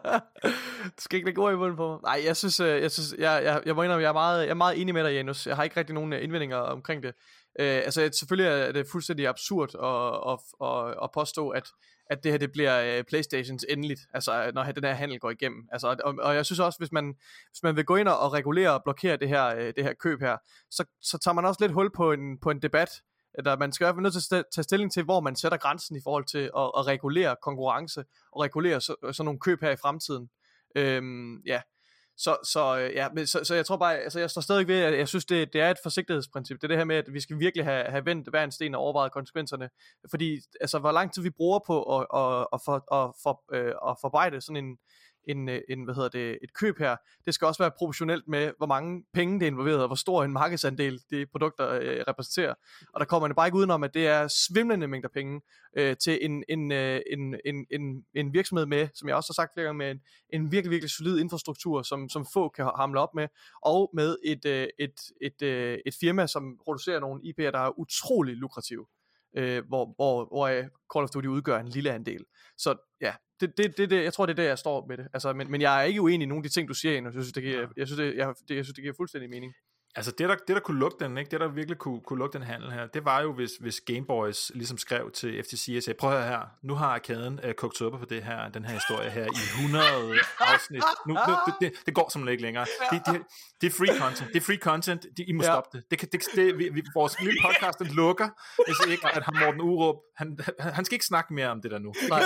Du skal ikke lægge ord i munden på mig. Nej, jeg synes, jeg, synes jeg, jeg, jeg må indrømme, jeg er, meget, jeg er meget enig med dig, Janus. Jeg har ikke rigtig nogen indvendinger omkring det. Øh, altså selvfølgelig er det fuldstændig absurd at, at, at, at påstå, at, at det her det bliver PlayStations endeligt, altså når den her handel går igennem. Altså, og, og jeg synes også, hvis man, hvis man vil gå ind og regulere og blokere det her, det her køb her, så, så tager man også lidt hul på en, på en debat, der man skal i hvert fald nødt til at tage stilling til, hvor man sætter grænsen i forhold til at, at regulere konkurrence og regulere så, sådan nogle køb her i fremtiden. Øhm, ja. Så, så, ja, men, så, så jeg tror bare, altså jeg står stadig ved, at jeg synes, det, det er et forsigtighedsprincip. Det er det her med, at vi skal virkelig have, have vendt hver en sten og overvejet konsekvenserne. Fordi, altså, hvor lang tid vi bruger på at, at, at, for, at, for, øh, at forarbejde sådan en, en, en, hvad hedder det, et køb her, det skal også være proportionelt med, hvor mange penge det er involveret, og hvor stor en markedsandel de produkter øh, repræsenterer. Og der kommer man bare ikke udenom, at det er svimlende mængder penge øh, til en, en, øh, en, en, en, en virksomhed med, som jeg også har sagt flere gange, med en, en virkelig, virkelig solid infrastruktur, som, som få kan hamle op med, og med et, øh, et, et, øh, et firma, som producerer nogle I P'er, der er utrolig lukrative, øh, hvor, hvor, hvor Call of Duty udgør en lille andel. Så ja, det, det, det, det, jeg tror, det er det, jeg står med det. Altså, men, men jeg er ikke uenig i nogle af de ting, du siger, jeg synes, det giver, jeg synes, det, jeg, det, jeg synes, det giver fuldstændig mening. Altså det der, det der kunne lukke den, ikke? Det der virkelig kunne, kunne lukke den handel her, det var jo hvis, hvis Game Boys ligesom skrev til F T C og sagde, prøv at høre her, nu har arkaden øh, kogt suppe på det her, den her historie her i hundrede afsnit. Nu, nu, det, det, det går simpelthen ikke længere. Det, det, det er free content. Det er free content. Det, I må ja. stoppe det. Det, det, det, det vi, vi, vores lille podcast den lukker, hvis ikke at ham Morten Urup, han, han, han skal ikke snakke mere om det der nu. Nej,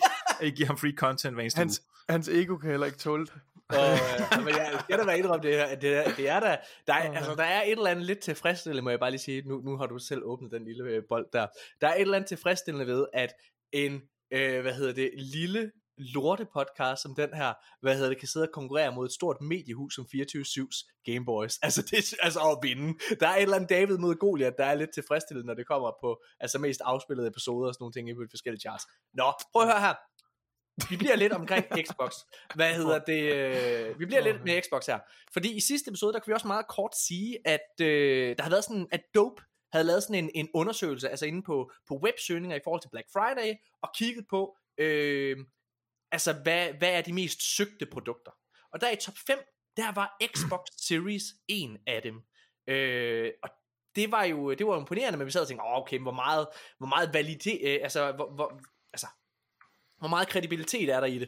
I giver ham free content hver eneste hans, uge. Hans ego kan heller ikke tåle det. Og, øh, men jeg skal da være indrømme det her, at det er, det er der, der er, altså, der er et eller andet lidt tilfredsstillende, må jeg bare lige sige, nu, nu har du selv åbnet den lille øh, bold der, der er et eller andet tilfredsstillende ved, at en, øh, hvad hedder det, lille lorte podcast som den her, hvad hedder det, kan sidde og konkurrere mod et stort mediehus som fireogtyve syvs Game Boys, altså det er altså at vinde. Der er et eller andet David mod Goliath, der er lidt tilfredsstillende, når det kommer på, altså mest afspillede episoder og sådan nogle ting i forskellige charts. Nå, prøv at høre her. Vi bliver lidt omkring Xbox. Hvad hedder det? Øh, vi bliver lidt med Xbox her. Fordi i sidste episode, der kan vi også meget kort sige, at øh, der har været sådan, at Dope havde lavet sådan en, en undersøgelse, altså inde på, på websøgninger i forhold til Black Friday, og kigget på, øh, altså hvad, hvad er de mest søgte produkter. Og der i top fem, der var Xbox Series en af dem. Øh, og det var jo det var imponerende, men vi sad og tænkte, åh, okay, hvor meget, hvor meget validitet, øh, altså, hvor, hvor, altså, hvor meget kredibilitet er der i det.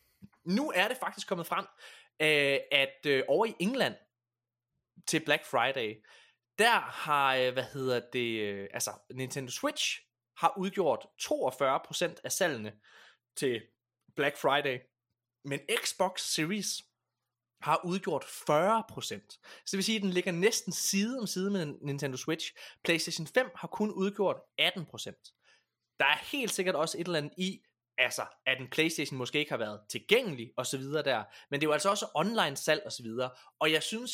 Nu er det faktisk kommet frem, øh, at øh, over i England til Black Friday, der har, øh, hvad hedder det, øh, altså Nintendo Switch har udgjort toogfyrre procent af salgene til Black Friday, men Xbox Series har udgjort fyrre procent. Så det vil sige, at den ligger næsten side om side med Nintendo Switch. PlayStation fem har kun udgjort atten procent. Der er helt sikkert også et eller andet i, altså at en PlayStation måske ikke har været tilgængelig og så videre der, men det er jo altså også online salg og så videre, og jeg synes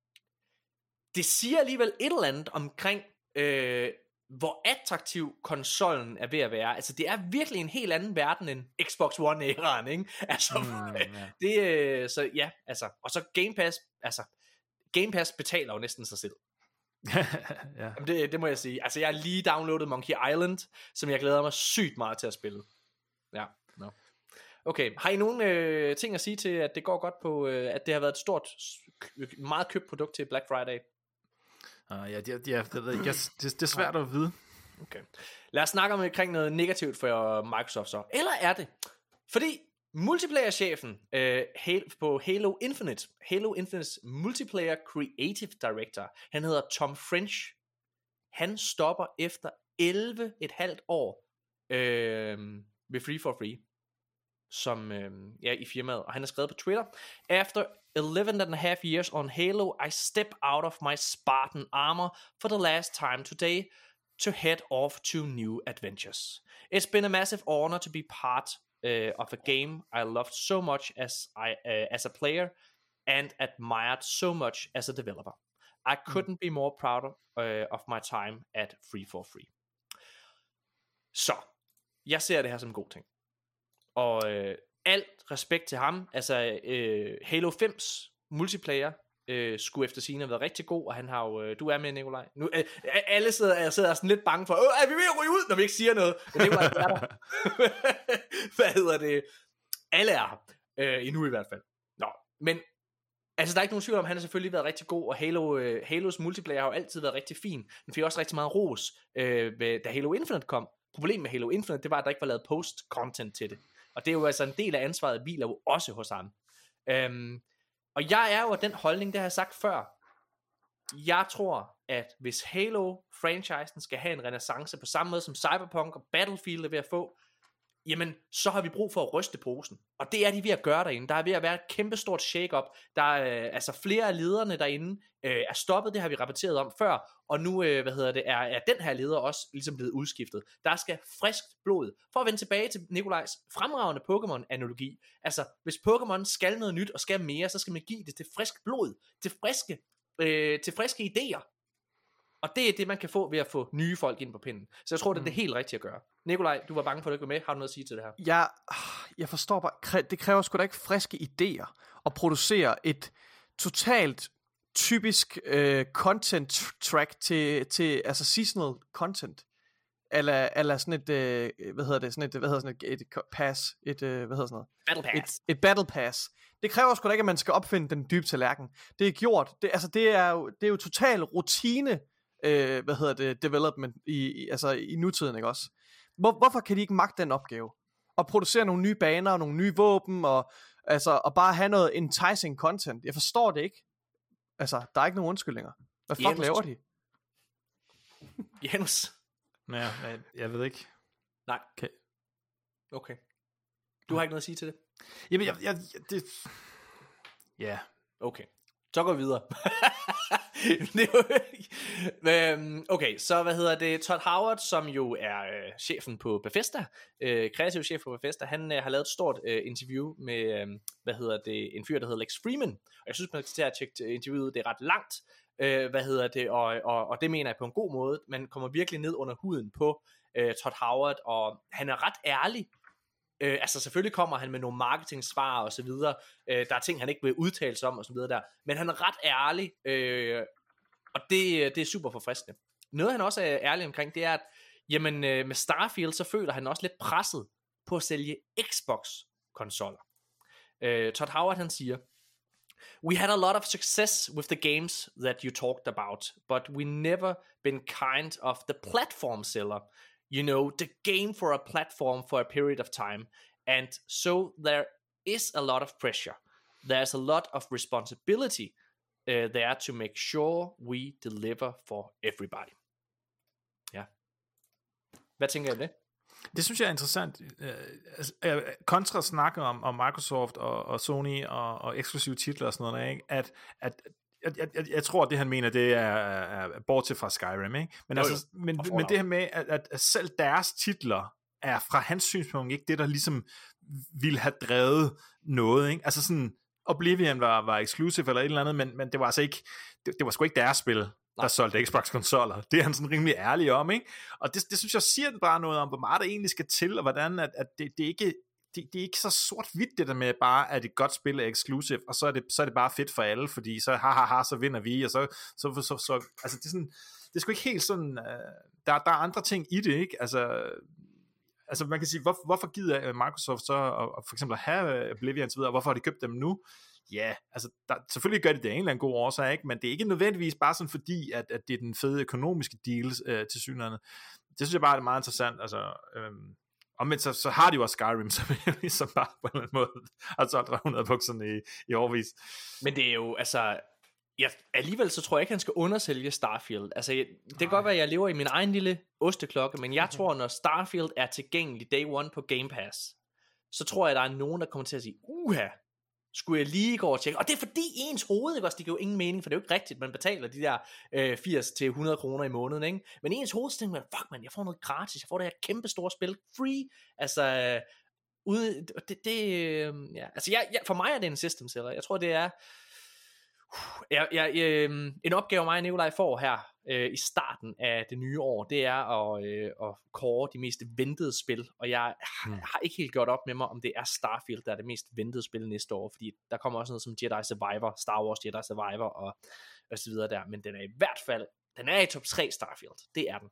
det siger alligevel et eller andet omkring øh, hvor attraktiv konsollen er ved at være. Altså det er virkelig en helt anden verden end Xbox One æraen, ikke? Altså mm, ja. det øh, så ja, altså og så Game Pass, altså Game Pass betaler jo næsten sig selv. ja. Jamen, det, det må jeg sige. Altså jeg har lige downloadet Monkey Island, som jeg glæder mig sygt meget til at spille. Ja, no. Okay, har I nogle øh, ting at sige til, at det går godt på, øh, at det har været et stort, meget købt produkt til Black Friday? Uh, ja, det, ja, det, det, det, det er svært at vide. Okay. Lad os snakke omkring noget negativt for Microsoft så. Eller er det? Fordi multiplayer-chefen øh, på Halo Infinite, Halo Infinite's Multiplayer Creative Director, han hedder Tom French. Han stopper efter elleve et halvt år øh, ved Free for Free, som øh, ja, i firmaet, og han har skrevet på Twitter: After eleven and a half years on Halo, I step out of my Spartan armor for the last time today to head off to new adventures. It's been a massive honor to be part uh, of a game I loved so much as I uh, as a player and admired so much as a developer. I couldn't be more proud of, uh, of my time at Free for Free. Så jeg ser det her som en god ting. Og øh, alt respekt til ham. Altså øh, Halo fems multiplayer øh, skulle efter sigende have været rigtig god. Og han har jo, øh, du er med, Nikolaj. Nu, øh, alle sidder, sidder sådan lidt bange for, Åh, er vi ved at ryge ud, når vi ikke siger noget. Men Nikolaj er der. Hvad hedder det? Alle er her. Øh, endnu i hvert fald. Nå, men Altså, der er ikke nogen tvivl om, han har selvfølgelig været rigtig god, og Halo, uh, Halos multiplayer har jo altid været rigtig fin. Den fik også rigtig meget ros, uh, ved, da Halo Infinite kom. Problemet med Halo Infinite, det var, at der ikke var lavet post-content til det. Og det er jo altså en del af ansvaret, hviler jo også hos ham. Um, og jeg er jo af den holdning, det har jeg sagt før. Jeg tror, at hvis Halo-franchisen skal have en renaissance på samme måde som Cyberpunk og Battlefield er ved at få, jamen, så har vi brug for at ryste posen. Og det er de ved at gøre derinde. Der er ved at være et kæmpestort shake-up. Der er øh, altså flere af lederne derinde øh, er stoppet, det har vi rapporteret om før, og nu, øh, hvad hedder det, er, er den her leder også ligesom blevet udskiftet. Der skal frisk blod. For at vende tilbage til Nikolajs fremragende Pokémon-analogi. Altså, hvis Pokémon skal noget nyt og skal mere, så skal man give det til frisk blod, til friske, øh, til friske idéer. Og det er det, man kan få ved at få nye folk ind på pinden. Så jeg tror, det er det helt rigtige at gøre. Nikolaj, du var bange for, at du ikke var med. Har du noget at sige til det her? Jeg, jeg forstår bare, det kræver sgu da ikke friske idéer at producere et totalt typisk øh, content track til, til altså seasonal content. Eller, eller sådan et, øh, hvad hedder det, sådan et, hvad hedder sådan et, et pass, et, øh, hvad hedder sådan noget? Battle pass. Et, et battle pass. Det kræver sgu da ikke, at man skal opfinde den dybe tallerken. Det er gjort. Det, altså, det er jo, det er jo total rutine, øh, hvad hedder det, development i, i, altså i nutiden, ikke også? Hvor, hvorfor kan de ikke magte den opgave? Og producere nogle nye baner, og nogle nye våben, og, altså, og bare have noget enticing content. Jeg forstår det ikke. Altså, der er ikke nogen undskyldninger. Hvad fuck Janus, laver de? Janus. Ja, jeg, jeg ved ikke. Nej. Okay. Okay. Du har ikke noget at sige til det? Jamen, jeg... jeg det... Ja. Okay. Så går vi videre. Okay, så hvad hedder det? Todd Howard, som jo er øh, chefen på Bethesda, øh, kreativ chef på Bethesda, han øh, har lavet et stort øh, interview med, øh, hvad hedder det, en fyr, der hedder Lex Freeman. Og jeg synes, man skal tage at tjekke interviewet ud, det er ret langt. Øh, hvad hedder det? Og, og, og det mener jeg på en god måde. Man kommer virkelig ned under huden på øh, Todd Howard, og han er ret ærlig. Øh, altså selvfølgelig kommer han med nogle marketing-svar og så videre, øh, der er ting han ikke vil udtale sig om og så videre der, men han er ret ærlig, øh, og det, det er super forfriskende. Noget han også er ærlig omkring, det er at jamen øh, med Starfield så føler han også lidt presset på at sælge Xbox-konsoller. øh, Todd Howard han siger: "We had a lot of success with the games that you talked about, but we never been kind of the platform seller. You know, the game for a platform for a period of time. And so there is a lot of pressure. There's a lot of responsibility uh, there to make sure we deliver for everybody." Ja. Hvad tænker I om det? Det synes jeg er interessant. Kontra snakker om, om Microsoft og, og Sony og, og eksklusive titler og sådan noget, ikke? At, at Jeg, jeg, jeg tror, at det han mener, det er, er bortset fra Skyrim, ikke? Men, jo, altså, jo. men, men det her med, at, at, at selv deres titler er fra hans synspunkt ikke det, der ligesom ville have drevet noget, ikke? Altså sådan, Oblivion var, var exclusive eller et eller andet, men, men det var altså ikke, det, det var sgu ikke deres spil, der Nej. solgte Xbox-konsoller. Det er han sådan rimelig ærlig om, ikke? Og det, det synes jeg siger bare noget om, hvor meget der egentlig skal til, og hvordan at, at det, det ikke... Det, det er ikke så sort-hvidt det der med bare, at et godt spil er exclusive, og så er det, så er det bare fedt for alle, fordi så ha, ha, ha, så vinder vi, og så, så, så, så altså det er sådan, det er sgu ikke helt sådan, uh, der, der er andre ting i det, ikke? Altså, altså man kan sige, hvor, hvorfor gider Microsoft så at, at for eksempel at have Oblivion og så videre, og hvorfor har de købt dem nu? Ja, altså der, selvfølgelig gør de det af en eller anden god årsag, ikke? Men det er ikke nødvendigvis bare sådan fordi, at, at det er den fede økonomiske deal uh, til synligheden. Det synes jeg bare er meget interessant, altså... Um, Og men så, så har de jo også Skyrim, som ligesom bare på en eller anden måde har solgt tre hundrede bukserne i, i årvis. Men det er jo, altså, ja, alligevel så tror jeg ikke, han skal undersælge Starfield. Altså, jeg, det kan godt være, at jeg lever i min egen lille osteklokke, men jeg okay. tror, når Starfield er tilgængelig day one på Game Pass, så tror jeg, at der er nogen, der kommer til at sige, uha, skulle jeg lige gå og tjekke. Og det er fordi ens hoved, ikke også, det giver jo ingen mening, for det er jo ikke rigtigt, man betaler de der øh, firs til hundrede kroner i måneden, ikke? Men ens hoved, så tænker man, fuck man, jeg får noget gratis, jeg får det her kæmpe store spil, free, altså, øh, ude, det, det øh, ja, altså, jeg, jeg, for mig er det en system seller, jeg tror, det er, uh, jeg, jeg, øh, en opgave, mig og Nikolaj får her, øh, i starten af det nye år, det er at, øh, at kåre de mest ventede spil, og jeg hmm. har ikke helt gjort op med mig, om det er Starfield, der er det mest ventede spil næste år, fordi der kommer også noget som Jedi Survivor, Star Wars Jedi Survivor, og, og så videre der, men den er i hvert fald, den er i top tre Starfield, det er den.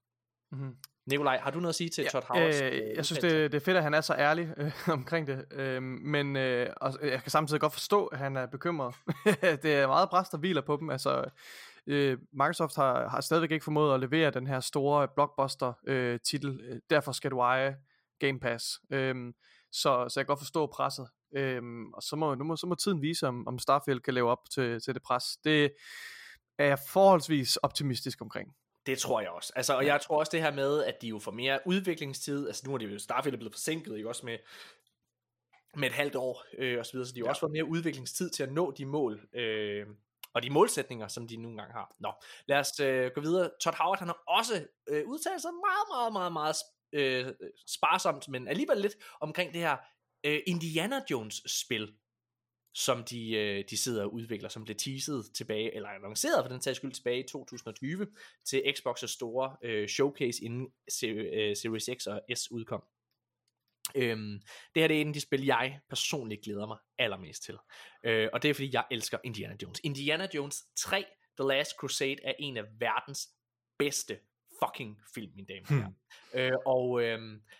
Mm-hmm. Nikolaj, har du noget at sige til ja, Todd Howards? Øh, jeg synes, det, det er fedt, at han er så ærlig øh, omkring det. Øh, men øh, og jeg kan samtidig godt forstå, at han er bekymret. Det er meget bræst, der hviler på dem. Altså, øh, Microsoft har, har stadigvæk ikke formået at levere den her store blockbuster-titel. Øh, Derfor skal du eje Game Pass. Øh, så, så jeg kan godt forstå presset. Øh, og så må, nu må, så må tiden vise, om, om Starfield kan leve op til, til det pres. Det er jeg forholdsvis optimistisk omkring. Det tror jeg også. Altså, og jeg tror også det her med, at de jo får mere udviklingstid. Altså nu er det jo Starfield er blevet forsinket, ikke også med, med et halvt år øh, og så videre. Så de har jo ja. også fået mere udviklingstid til at nå de mål øh, og de målsætninger, som de nogle gange har. Nå, lad os øh, gå videre. Todd Howard, han har også øh, udtalt sig meget, meget, meget, meget øh, sparsomt, men alligevel lidt omkring det her øh, Indiana Jones spil, som de, øh, de sidder og udvikler, som blev teaset tilbage, eller annonceret for den sags skyld tilbage i to tusind og tyve, til Xbox's store øh, showcase inden øh, Series X og S udkom. Øhm, det her det er en af de spil, jeg personligt glæder mig allermest til. Øh, og det er fordi, jeg elsker Indiana Jones. Indiana Jones tre, The Last Crusade, er en af verdens bedste fucking film, mine damer og herrer. Hmm. Øh, og øh,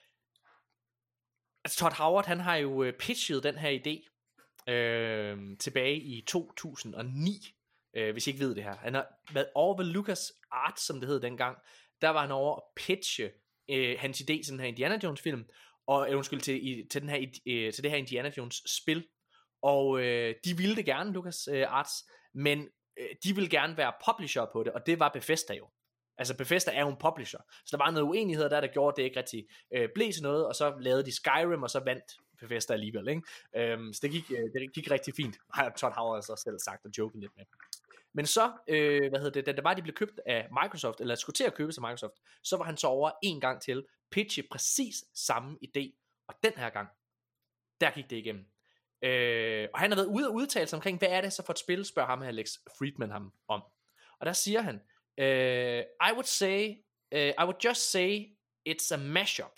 altså Todd Howard, han har jo pitchet den her idé, Øh, tilbage i to tusind og ni, øh, hvis I ikke ved det her. Han har været over ved Lucas Arts, som det hed dengang. Der var han over at pitche øh, hans idé til den her Indiana Jones film, og øh, undskyld, til, i, til, den her, øh, til det her Indiana Jones spil. Og øh, de ville det gerne, Lucas øh, Arts, men øh, de ville gerne være publisher på det, og det var Bethesda jo. Altså Bethesda er jo en publisher, så der var noget uenighed der, der gjorde, at det ikke rigtig øh, blev til noget, og så lavede de Skyrim, og så vandt Bethesda alligevel, ikke? Øhm, så det gik, øh, det gik rigtig fint, har Todd Howard så selv sagt, og joken lidt med. Men så, øh, hvad hedder det, da det var, de blev købt af Microsoft, eller skulle til at købe sig Microsoft, så var han så over en gang til, pitche præcis samme idé, og den her gang, der gik det igennem. Øh, og han har været ude og udtale sig omkring, hvad er det så for et spil, spørger ham Alex Friedman ham om. Og der siger han, Uh, I would say, uh, I would just say, it's a mashup.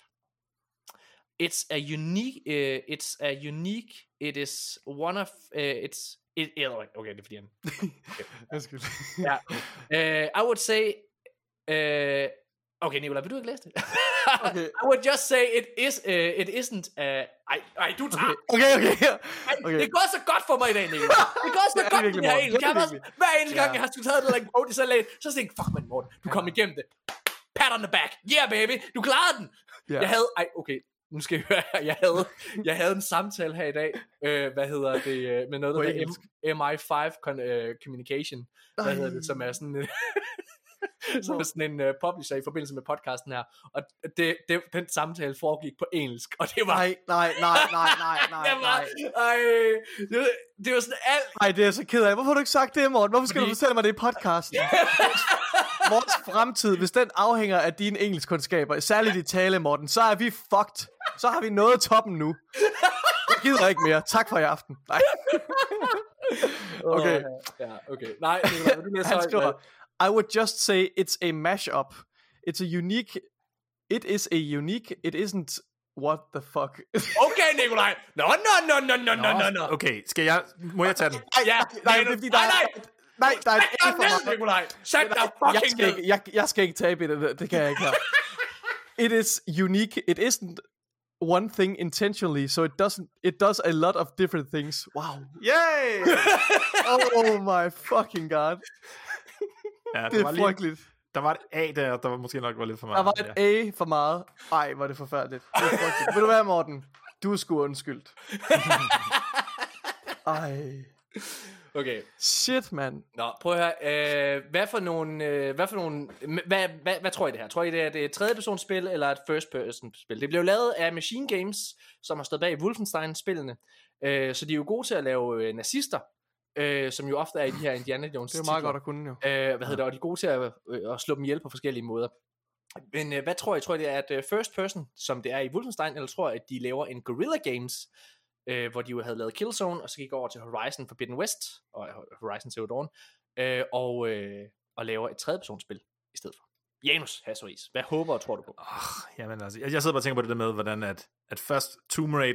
It's a unique. Uh, it's a unique. It is one of. Uh, it's. It, okay, det er fordi han. Okay. Ja. Uh, I would say. Uh, okay, Nicolai, vil du ikke læse det? Okay. I would just say it is. Uh, it isn't. Uh, ej, ej, du tager. Okay, okay, okay. okay. Det går så godt for mig i dag, Nicolai. Det går så godt for mig her. Jeg har også, hver eneste gang, jeg har skulle taget det like quote i så læst, så tænkte jeg, fuck man, Morten, du kom igennem det. Pat on the back. Yeah, baby. Du klarede den. Yeah. Jeg havde, ej, okay. Nu skal jeg høre, jeg havde, jeg havde en samtale her i dag, øh, hvad hedder det, med noget, der hedder M I fem con, uh, Communication, hvad hedder det, som er sådan, som er sådan en uh, publisher i forbindelse med podcasten her, og det, det, den samtale foregik på engelsk, og det var... Nej, nej, nej, nej, nej, nej, det var, ej, det, var, det var sådan alt... Ej, det er så ked af. Hvorfor har du ikke sagt det, Morten? Hvorfor skal Fordi... du fortælle mig det i podcasten? Vores fremtid, hvis den afhænger af dine engelskkundskaber, særligt i tale, Morten, så er vi fucked. Så har vi nået toppen nu. Jeg gider ikke mere. Tak for i aften. Nej. Okay. Ja, okay. Nej, han skriver, I would just say it's a mashup. It's a unique... It is a unique... It isn't... What the fuck? Okay, Nikolaj. No, no, no, no, no, no, no, no. Okay, skal jeg... Må jeg tage den? Ja, nej, nej, nej, nej. Nej, der er et A for mig. Nikolaj. Sæt dig fucking ned. Jeg, jeg, jeg skal ikke tabe det, det kan jeg ikke have. It is unique. It isn't one thing intentionally, so it doesn't. It does a lot of different things. Wow. Yay! Oh my fucking god. Ja, det er frygteligt. Der var et A der, der var måske nok var lidt for meget. Der var et A for meget. Ej, hvor er det forfærdeligt. Det er frygteligt. Vil du være, Morten? Du er sgu undskyldt. Ej. Okay. Shit, man. Nå, prøv at høre. Øh, hvad for nogle... Øh, hvad for nogle... Hvad, hvad, hvad tror I det her? Tror I det er et tredje persons spil eller et first person spil? Det blev lavet af Machine Games, som har stået bag Wolfenstein-spillene. Øh, så de er jo gode til at lave øh, nazister. Øh, som jo ofte er i de her Indiana Jones titler. Det er meget godt at kunne jo. Øh, hvad hedder det? Og de er gode til at, øh, at slå dem ihjel på forskellige måder. Men øh, hvad tror I? Tror I det er et uh, first person, som det er i Wolfenstein, eller tror I, at de laver en Guerrilla Games, øh, hvor de jo havde lavet Killzone, og så gik over til Horizon Forbidden West, og Horizon Zero Dawn, øh, og, øh, og laver et tredje personsspil i stedet for. Janus Hasseris, hvad håber og tror du på? Oh, jamen altså, jeg, jeg sidder bare og tænker på det der med, hvordan at, at først Tomb Raider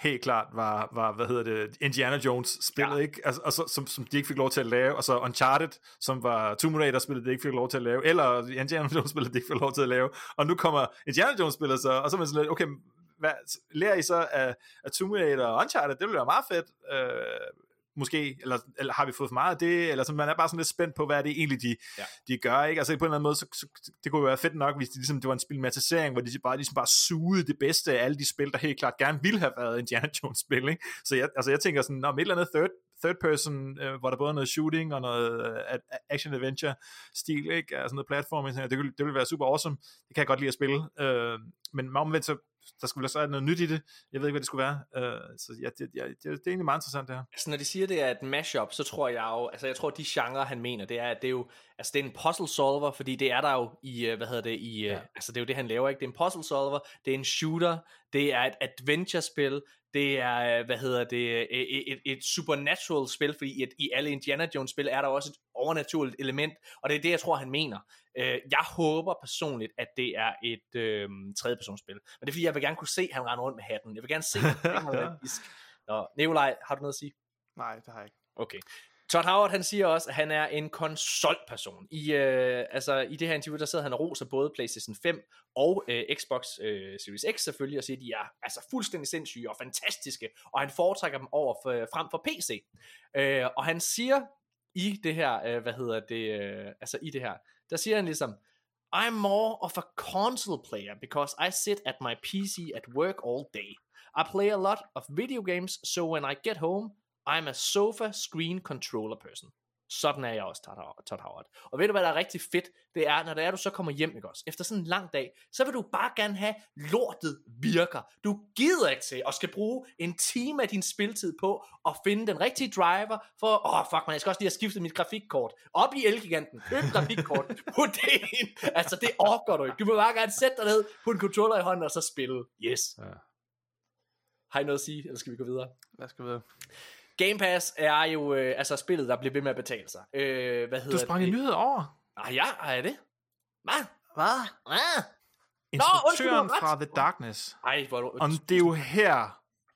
helt klart var, var hvad hedder det, Indiana Jones-spillet, ja. ikke? Altså, og så, som, som de ikke fik lov til at lave, og så Uncharted, som var Tomb Raider-spillet, de ikke fik lov til at lave, eller Indiana Jones-spillet, de ikke fik lov til at lave, og nu kommer Indiana Jones-spillet så, og så er man sådan lidt, okay, hvad, lærer I så af, af Tomb Raider og Uncharted? Det ville være meget fedt, øh, måske, eller, eller har vi fået for meget af det, eller så man er bare sådan lidt spændt på, hvad er det egentlig, de, ja. de gør, ikke? Altså på en eller anden måde, så, så det kunne jo være fedt nok, hvis det, ligesom, det var en spilmatisering, hvor de bare, ligesom bare sugede det bedste af alle de spil, der helt klart gerne ville have været Indiana Jones-spil, ikke? Så jeg, altså jeg tænker sådan, om et eller andet third, third person, øh, hvor der både er noget shooting og noget øh, action-adventure-stil, ikke? Altså noget platforming, det, det ville være super awesome, det kan jeg godt lide at spille, øh, men omvendt så der skulle så være noget nyt i det. Jeg ved ikke, hvad det skulle være. Uh, så ja, det, ja, det, det er egentlig meget interessant, det her. Altså, når de siger, det er et mashup, så tror jeg jo, altså jeg tror, de genre, han mener, det er, at det er jo, altså det er en puzzle solver, fordi det er der jo i, hvad hedder det, i, ja. altså det er jo det, han laver, ikke? Det er en puzzle solver, det er en shooter, det er et adventure-spil, det er, hvad hedder det, et, et, et supernatural spil, fordi et, i alle Indiana Jones spil er der også et overnaturligt element, og det er det, jeg tror, han mener. Jeg håber personligt, at det er et øh, tredjepersonsspil, men det er fordi, jeg vil gerne kunne se, at han render rundt med hatten. Jeg vil gerne se, at han er fisk. Nå, Nikolaj, har du noget at sige? Nej, det har jeg ikke. Okay. Todd Howard, han siger også, at han er en konsolperson. I, øh, altså, i det her interview, der sidder han og roser både PlayStation fem og øh, Xbox øh, Series X selvfølgelig, og siger, at de er altså fuldstændig sindssyge og fantastiske, og han foretrækker dem over for, frem for P C. Øh, og han siger i det her, øh, hvad hedder det, øh, altså i det her, der siger han ligesom, I'm more of a console player because I sit at my P C at work all day. I play a lot of video games, so when I get home, I'm a sofa screen controller person. Sådan er jeg også, Todd Howard. Og ved du, hvad der er rigtig fedt? Det er, når det er, du så kommer hjem, ikke også? Efter sådan en lang dag, så vil du bare gerne have, lortet virker. Du gider ikke til at skal bruge en time af din spiltid på at finde den rigtige driver for, åh oh, fuck man, jeg skal også lige have skiftet mit grafikkort. Op i Elgiganten, køb grafikkort, put det ind. Altså det orker du ikke. Du vil bare gerne sætte dig ned, put en controller i hånden og så spille. Yes. Ja. Har I noget at sige, eller skal vi gå videre? Lad os gå videre. Game Pass er jo øh, altså spillet, der bliver ved med at betale sig. Øh, hvad hedder du sprang det? en nyhed over. Ah ja, er det? Hvad? Hvad? Ah. Instruktøren Nå, fra The Darkness. Ej, hvor du... Og det er jo her,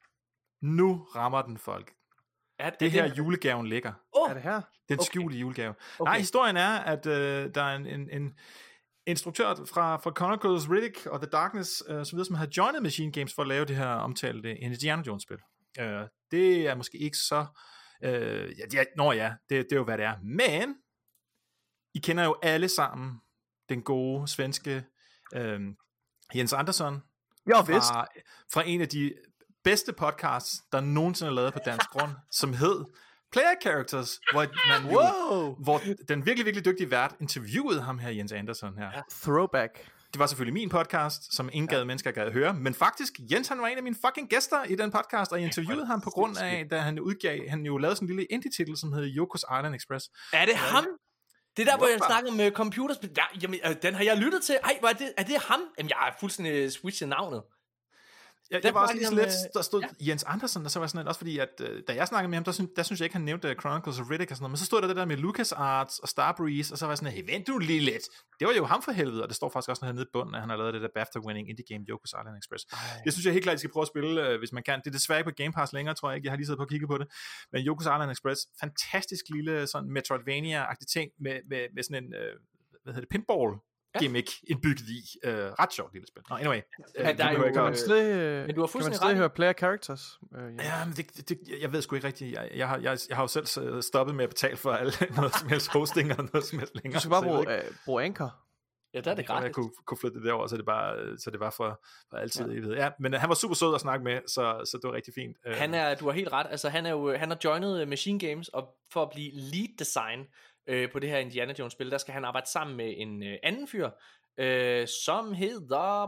nu rammer den folk. Er, det er her det? Julegaven ligger. Oh. Er det her? Den okay. skjulte julegave. Okay. Nej, historien er, at øh, der er en, en, en instruktør fra, fra Chronicles, Riddick og The Darkness, øh, som, videre, som har joinet Machine Games for at lave det her omtalte Indiana Jones-spil. Øh, det er måske ikke så... Øh, ja, det er, nå ja, det, det er jo, hvad det er. Men, I kender jo alle sammen den gode svenske øh, Jens Andersson. Jo, fra, fra en af de bedste podcasts, der nogensinde er lavet på dansk grund, som hed Player Characters, hvor, man jo, wow. hvor den virkelig, virkelig dygtige vært interviewede ham her, Jens Andersson her. Ja, throwback. Det var selvfølgelig min podcast, som ingen gad ja. mennesker gad høre, men faktisk, Jens han var en af mine fucking gæster i den podcast, og jeg interviewede ham på grund af, da han udgav, han jo lavede sådan en lille indie-titel, som hed Yoko's Island Express. Er det ham? Det der, hvor jeg snakker med computerspil. Ja, jamen, den har jeg lyttet til. Ej, er det, er det ham? Jamen, jeg har fuldstændig switchet navnet. Jeg, jeg var også lige lidt, der stod ja. Jens Andersen, og så var sådan lidt, også fordi, at øh, da jeg snakkede med ham, der, synes, der synes jeg ikke, han nævnte Chronicles of Riddick og sådan noget, men så stod der det der med LucasArts og Starbreeze, og så var jeg sådan, hey, vent du lige lidt. Det var jo ham for helvede, og det står faktisk også nede i bunden, at han har lavet det der BAFTA-winning indie game Yoko's Island Express. Ej. Det synes jeg helt klart, I skal prøve at spille, øh, hvis man kan. Det er desværre ikke på Game Pass længere, tror jeg ikke. Jeg har lige siddet på at kigge på det. Men Yoko's Island Express, fantastisk lille sådan Metroidvania-agtig ting med, med, med sådan en, øh, hvad hedder det, pinball gimmick indbygget i. Uh, ret sjovt lille spil. Nå, anyway. Ja, der er jo, kan man slet, men du har fuldstændig kan man høre player characters? Uh, yeah. Ja, men det, det, jeg ved sgu ikke rigtigt. Jeg, jeg, har, jeg, jeg har jo selv stoppet med at betale for alle, noget som helst hosting og noget som helst længere. Du skal bare bruge, uh, bruge Anchor. Ja, der er det gratis. Jeg kunne, kunne flytte det derover, så det bare, så det var for, for altid. Ja. Ved. Ja, men han var super sød at snakke med, så, så det var rigtig fint. Han er, du har helt ret. Altså, han er jo, han har joinet Machine Games, og for at blive lead design øh, på det her Indiana Jones spil, der skal han arbejde sammen med en øh, anden fyr, Øh, som hedder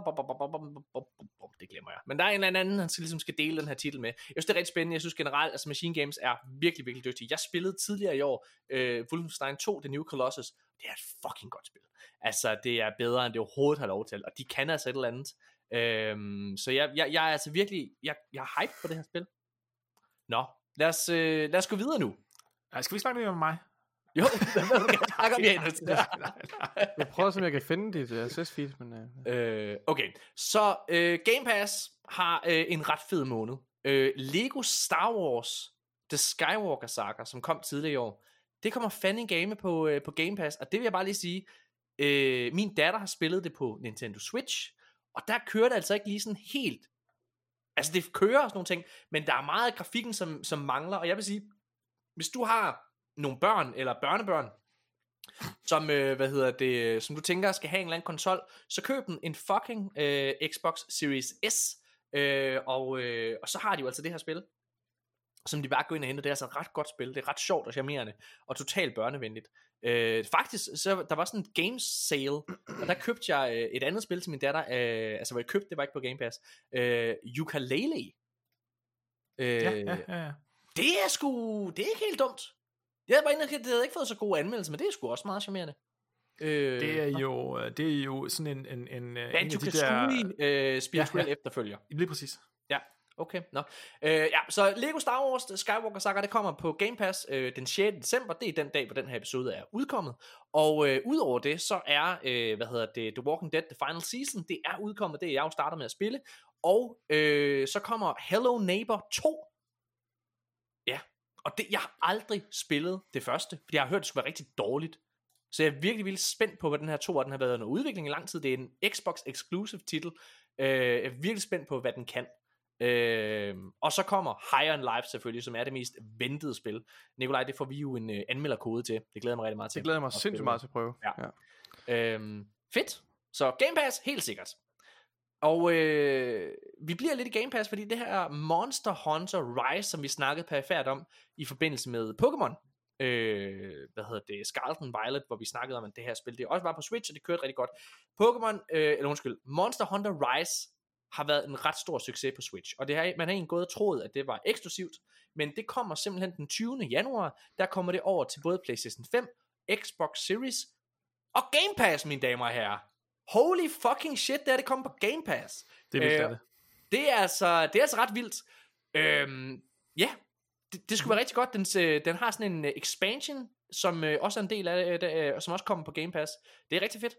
det glemmer jeg, men der er en eller anden han skal, ligesom skal dele den her titel med. Jeg synes det er rigtig spændende. Jeg synes generelt altså Machine Games er virkelig virkelig dygtige. Jeg spillede tidligere i år øh, Wolfenstein to The New Colossus. Det er et fucking godt spil. Altså det er bedre end det overhovedet har lov til, og de kan altså et eller andet. øh, så jeg, jeg, jeg er altså virkelig jeg, jeg er hype på det her spil. Nå, lad os, øh, lad os gå videre nu. Ej, skal vi snakke lidt om mig? Jo, der snakker vi ind til det. Jeg prøver, som jeg kan finde dit R S S-feed, men... Uh... Øh, okay, så uh, Game Pass har uh, en ret fed måned. øh, Lego Star Wars The Skywalker Saga, som kom tidligere i år, det kommer fandme game på, øh, på Game Pass, og det vil jeg bare lige sige, øh, min datter har spillet det på Nintendo Switch, og der kører det altså ikke lige sådan helt, altså det kører og sådan nogle ting, men der er meget af grafikken, som, som mangler, og jeg vil sige, hvis du har nogle børn eller børnebørn, som, øh, hvad hedder det, som du tænker skal have en eller anden konsol, så køb den en fucking øh, Xbox Series S, øh, og, øh, og så har de jo altså det her spil, som de bare går ind og henter. Det er altså et ret godt spil, det er ret sjovt og charmerende, og totalt børnevenligt. Øh, faktisk, så der var sådan en games sale, og der købte jeg øh, et andet spil til min datter, øh, altså hvor jeg købte, det var ikke på Game Pass, øh, Yooka-Laylee. Øh, ja, ja, ja, ja. Det er sgu, det er ikke helt dumt. Jeg var inde, det havde ikke fået så gode anmeldelser, men det er sgu også meget charmerende. Øh, det er jo, det er jo sådan en en en Banjo-Kazooie de øh, spirituel ja, ja. efterfølger. Lige præcis. Ja. Okay, nå. Øh, ja, så Lego Star Wars Skywalker Saga, det kommer på Game Pass øh, den sjette december. Det er den dag, hvor den her episode er udkommet. Og øh, udover det, så er, øh, hvad hedder det, The Walking Dead The Final Season, det er udkommet, det er jeg jo startet med at spille. Og øh, så kommer Hello Neighbor to. Ja, og det, jeg har aldrig spillet det første, fordi jeg har hørt, det skulle være rigtig dårligt. Så jeg er virkelig, virkelig spændt på, hvad den her to, og den har været under udvikling i lang tid. Det er en Xbox exclusive titel. Øh, jeg er virkelig spændt på, hvad den kan. Øh, og så kommer Higher End Life selvfølgelig, som er det mest ventede spil. Nikolaj, det får vi jo en uh, anmelderkode til. Det glæder mig rigtig meget til. Det glæder mig sindssygt meget til at prøve. Ja. Ja. Øh, fedt. Så Game Pass, helt sikkert. Og øh, vi bliver lidt i Game Pass, fordi det her Monster Hunter Rise, som vi snakkede perifært om i forbindelse med Pokémon, øh, hvad hedder det, Scarlet and Violet, hvor vi snakkede om, at det her spil, det også var på Switch, og det kørte rigtig godt. Pokémon, øh, eller undskyld, Monster Hunter Rise har været en ret stor succes på Switch, og det har, man har egentlig gået og troet, at det var eksklusivt, men det kommer simpelthen den tyvende januar, der kommer det over til både PlayStation fem, Xbox Series og Game Pass, mine damer og herrer. Holy fucking shit, det er det kommer på Game Pass. Det er vildt, øh, det. Det er altså, det er altså ret vildt. Øhm, ja, det, det skulle være rigtig godt. Den, den har sådan en uh, expansion, som uh, også er en del af det, uh, som også kommer på Game Pass. Det er rigtig fedt.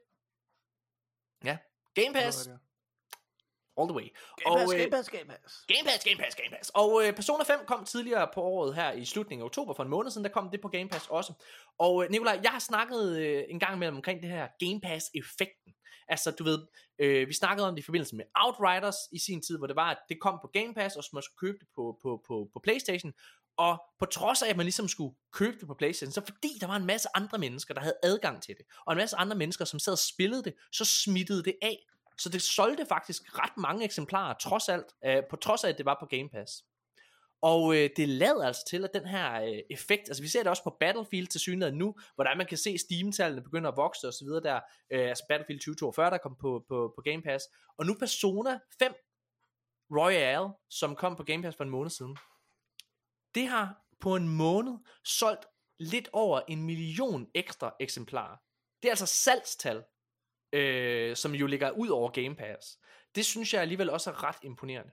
Ja, Game Pass. All the way. Game Pass, og, Game Pass, Game Pass. Game Pass, Game Pass, Game Pass. Og uh, Persona fem kom tidligere på året her i slutningen af oktober, for en måned siden, der kom det på Game Pass også. Og uh, Nikolaj, jeg har snakket uh, en gang imellem omkring det her Game Pass-effekten. Altså, du ved, øh, vi snakkede om det i forbindelse med Outriders i sin tid, hvor det var, at det kom på Game Pass, og så man skulle købe det på, på, på, på PlayStation. Og på trods af, at man ligesom skulle købe det på PlayStation, så fordi der var en masse andre mennesker, der havde adgang til det, og en masse andre mennesker, som sad og spillede det, så smittede det af. Så det solgte faktisk ret mange eksemplarer, trods alt, øh, på trods af, at det var på Game Pass. Og øh, det lader altså til, at den her øh, effekt, altså vi ser det også på Battlefield til synligheden nu, hvor der man kan se Steam-tallene begynder at vokse og så videre der, øh, altså Battlefield tyve toogfyrre, der kom på, på, på Game Pass, og nu Persona fem Royale, som kom på Game Pass for en måned siden, det har på en måned solgt lidt over en million ekstra eksemplarer. Det er altså salgstal, øh, som jo ligger ud over Game Pass. Det synes jeg alligevel også er ret imponerende.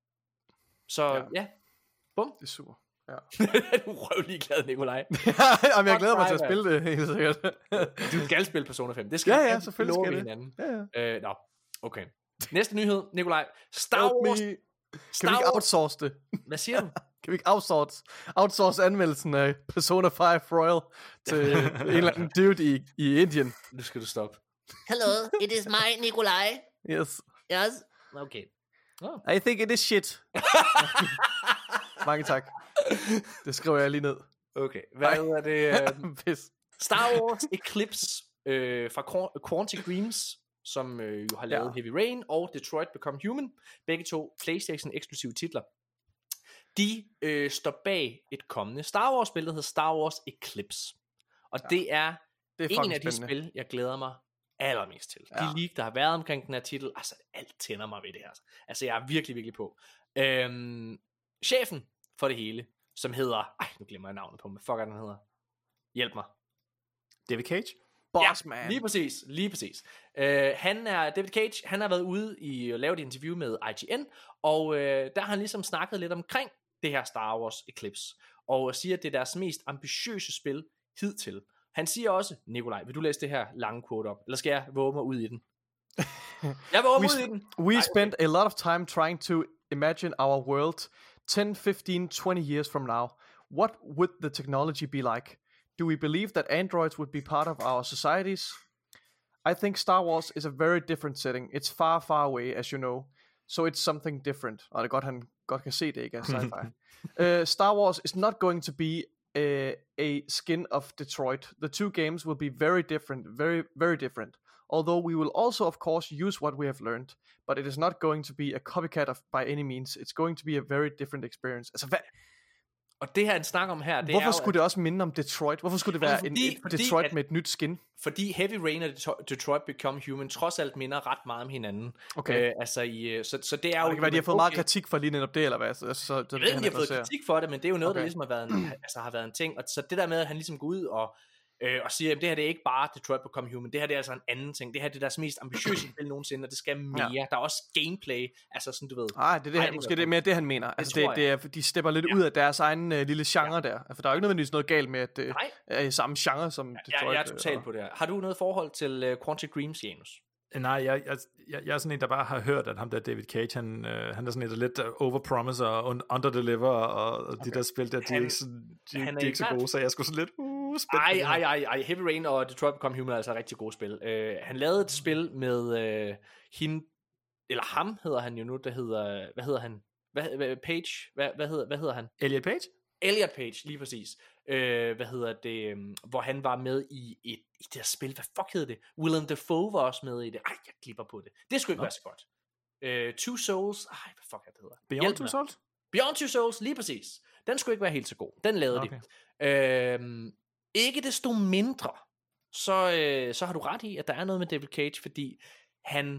Så ja, ja. Bum. Det er super. Ja. Du er røvlig glad, Nikolaj. Jamen, jeg glæder mig til at spille det, helt sikkert. Du skal spille Persona fem. Det skal ja, ja, selvfølgelig skal det. Hinanden. Ja, ja. Øh, nå, okay. Næste nyhed, Nikolaj. Star Wars. Kan Star vi ikke outsource det? Hvad siger du? Kan vi ikke outsource, outsource anmeldelsen af Persona fem Royal til en eller anden dude i, i Indien? Nu skal du stoppe. Hello, it is my Nikolaj. Yes. Yes. Okay. Oh. I think it is shit. Mange tak. Det skriver jeg lige ned. Okay. Hvad er det? Uh, Star Wars Eclipse øh, fra Quantic Dreams, som øh, jo har lavet ja. Heavy Rain og Detroit Become Human. Begge to PlayStation eksklusive titler. De øh, står bag et kommende Star Wars spil, der hedder Star Wars Eclipse. Og ja. det er, det er en af de spændende. Spil, jeg glæder mig allermest til. Ja. De leak, der har været omkring den her titel, altså alt tænder mig ved det her. Altså jeg er virkelig, virkelig på. Øhm, chefen for det hele, som hedder, ej nu glemmer jeg navnet på, hvad fuck er den hedder? Hjælp mig. David Cage? Bossman. Ja, lige præcis, lige præcis. Uh, han er, David Cage, han har været ude i at lave et interview med I G N, og uh, der har han ligesom snakket lidt omkring det her Star Wars Eclipse, og siger, at det er deres mest ambitiøse spil hidtil. Han siger også, Nikolaj, vil du læse det her lange quote op, eller skal jeg våge mig ud i den? Jeg våger mig ud i den. We spent a lot of time trying to imagine our world ten, fifteen, twenty years from now, what would the technology be like? Do we believe that androids would be part of our societies? I think Star Wars is a very different setting. It's far, far away, as you know. So it's something different. Og det er godt, han godt kan se det, ikke? Sci-fi. uh, Star Wars is not going to be a, a skin of Detroit. The two games will be very different, very, very different. Although we will also, of course, use what we have learned. But it is not going to be a copycat of by any means. It's going to be a very different experience. Altså, hvad... Og det her, han snakker om her, det Hvorfor er skulle jo, det også minde om Detroit? Hvorfor skulle det være fordi, en, et fordi, Detroit at, med et nyt skin? Fordi Heavy Rain og Detroit Become Human trods alt minder ret meget om hinanden. Okay. Øh, altså i, så, så det er og jo... det kan være, de har fået okay. meget kritik for lige netop det, eller hvad? Så, så, jeg det, ved ikke, de har fået kritik for det, men det er jo noget, okay. der ligesom har været, en, altså, har været en ting. Og så det der med, at han ligesom går ud og... Øh, og siger, at det her det er ikke bare Detroit Become Human, det her det er altså en anden ting, det her det er deres mest ambitiøse spil nogensinde, og det skal mere, ja. Der er også gameplay, altså sådan du ved. Nej, det er det, Ej, han, måske det er mere det han mener, det altså det, det er, de stepper lidt ja. ud af deres egen uh, lille genre ja. der, for der er jo ikke nødvendigvis noget galt med, at det er i samme genre som Detroit. Ja, jeg er totalt øh, på det her. Har du noget forhold til uh, Quantic Dreams, Janus? Nej, jeg, jeg, jeg, jeg er sådan en, der bare har hørt, at ham der David Cage, han, øh, han er sådan en, der lidt overpromiser og underdeliver, og, og okay. de der spil der, de han, er ikke så, de, de er ikke så gode, så jeg skulle sådan lidt uh, spændt. Ej, ej, ej, ej, Heavy Rain og Detroit Become Human er altså rigtig gode spil. Uh, han lavede et spil med uh, hende, eller ham hedder han jo nu, der hedder, hvad hedder han? Hvad, hvad, Page? Hvad, hvad, hedder, hvad hedder han? Elliot Page? Elliot Page, lige præcis. Øh, hvad hedder det, um, hvor han var med i et i det her spil, hvad fuck hed det? Willem Dafoe var også med i det. Ej, jeg klipper på det. Det skulle ikke Nå. være så godt. Øh, Two Souls, ej, hvad fuck er det hedder? Beyond Hjælp Two Souls? Beyond Two Souls, lige præcis. Den skulle ikke være helt så god. Den lavede okay. de. Øh, ikke desto mindre, så, øh, så har du ret i, at der er noget med David Cage, fordi han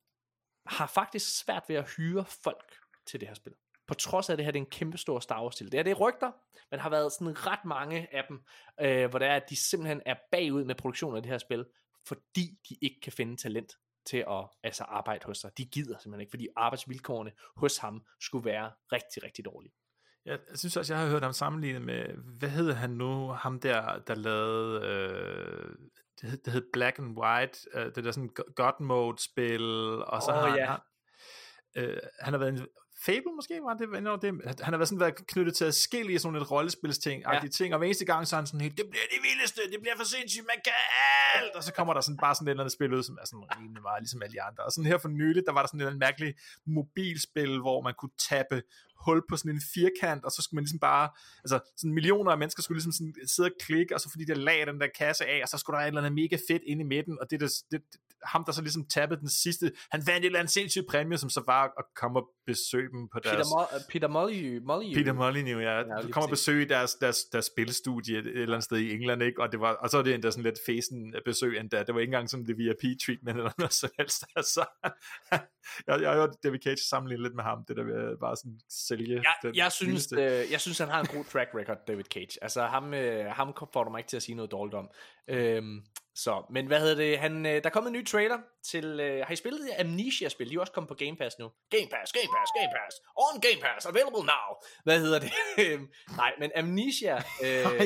har faktisk svært ved at hyre folk til det her spil. På trods af det her, det er en kæmpe stor Star Wars til. Det er det rygter, men har været sådan ret mange af dem, øh, hvor det er, at de simpelthen er bagud med produktionen af det her spil, fordi de ikke kan finde talent til at altså, arbejde hos sig. De gider simpelthen ikke, fordi arbejdsvilkårene hos ham skulle være rigtig, rigtig dårlige. Jeg synes også, jeg har hørt ham sammenlignet med, hvad hedder han nu, ham der, der lavede, øh, det, hed, det hed Black and White, øh, det der sådan God Mode spil, og så oh, har ja. han, øh, han har været en Fable måske, var det, det han har været sådan været knyttet til adskillige sådan et rollespilsting, ja. ting, og hver eneste gang så er han sådan helt, det bliver det vildeste, det bliver for sindssygt, man kan alt, og så kommer der sådan bare sådan et eller andet spil ud, som er sådan rimelig meget ligesom alle de andre, og sådan her for nyligt, der var der sådan et eller andet mærkeligt mobilspil, hvor man kunne tappe hul på sådan en firkant, og så skulle man ligesom bare, altså sådan millioner af mennesker skulle ligesom sådan sidde og klikke, og så fordi der lagde den der kasse af, og så skulle der et eller andet mega fedt inde i midten, og det der, det, ham der så ligesom tappede den sidste, han vandt et eller andet sindssygt præmie, som så var at komme og besøge dem på deres... Peter, Mo- Peter Molyneux. Molyneux. Peter Molyneux, ja. ja du kommer og besøge deres, deres, deres spilstudie et eller andet sted i England, ikke? Og, det var, og så var det endda sådan lidt fæsen besøg endda. Det var ikke engang sådan det V I P-treatment eller noget som helst. Altså, jeg, jeg har hørt David Cage sammenligne lidt med ham, det der ved bare sådan sælge... Ja, jeg, jeg, synes, øh, jeg synes, han har en god track record, David Cage. Altså, ham, øh, ham får du mig ikke til at sige noget dårligt om. Øhm, så, men hvad hedder det? Han, øh, der er kommet en ny trailer til... Øh, har I spillet det Amnesia-spil? De er også kommet på Game Pass nu. Game Pass, Game Pass, Game Pass. On Game Pass, available now. Hvad hedder det? Nej, men Amnesia... Øh,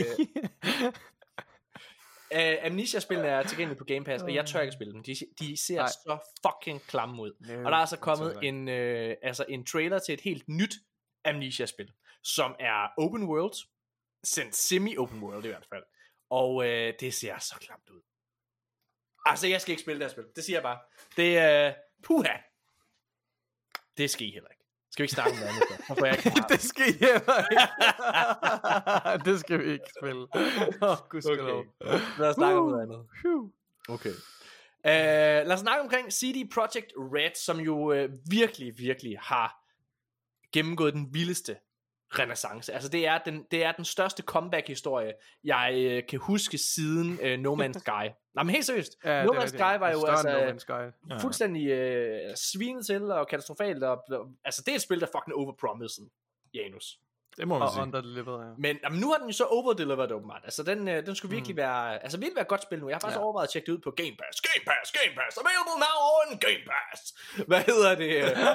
Uh, Amnesia-spillene er tilgængelige på Game Pass, og jeg tør ikke spille dem. De, de ser Nej. så fucking klamme ud. No, og der er altså kommet en, uh, altså en trailer til et helt nyt Amnesia-spil, som er open world, semi-open world i hvert fald. Og uh, det ser så klamt ud. Altså, jeg skal ikke spille det her spil. Det siger jeg bare. Det er... Uh, puha! Det skal I heller ikke. Skal vi ikke snakke om det andet? Hvorfor jeg ikke det skal I heller ikke. Det skal vi ikke spille. Åh, oh, gudskelov. Okay. Lad os snakke om noget andet. Okay. Uh, lad os snakke omkring C D Projekt Red, som jo uh, virkelig, virkelig har gennemgået den vildeste renaissance. Altså det er den, det er den største comeback-historie, jeg øh, kan huske siden øh, No Man's Sky. Nej, men helt seriøst. Ja, No Man's Sky var jo altså no Sky. Ja. fuldstændig øh, svinet til og katastrofalt. Og, altså det er et spil, der fucking overpromised, Janus. Det må man og sige. Underdelivered, ja. Men jamen, nu har den jo så overdelivered åbenbart. Altså den, øh, den skulle virkelig mm. være, altså virkelig være et godt spil nu. Jeg har faktisk ja. overvejet at tjekke det ud på Game Pass. Game Pass, Game Pass, available now on Game Pass. Hvad hedder det?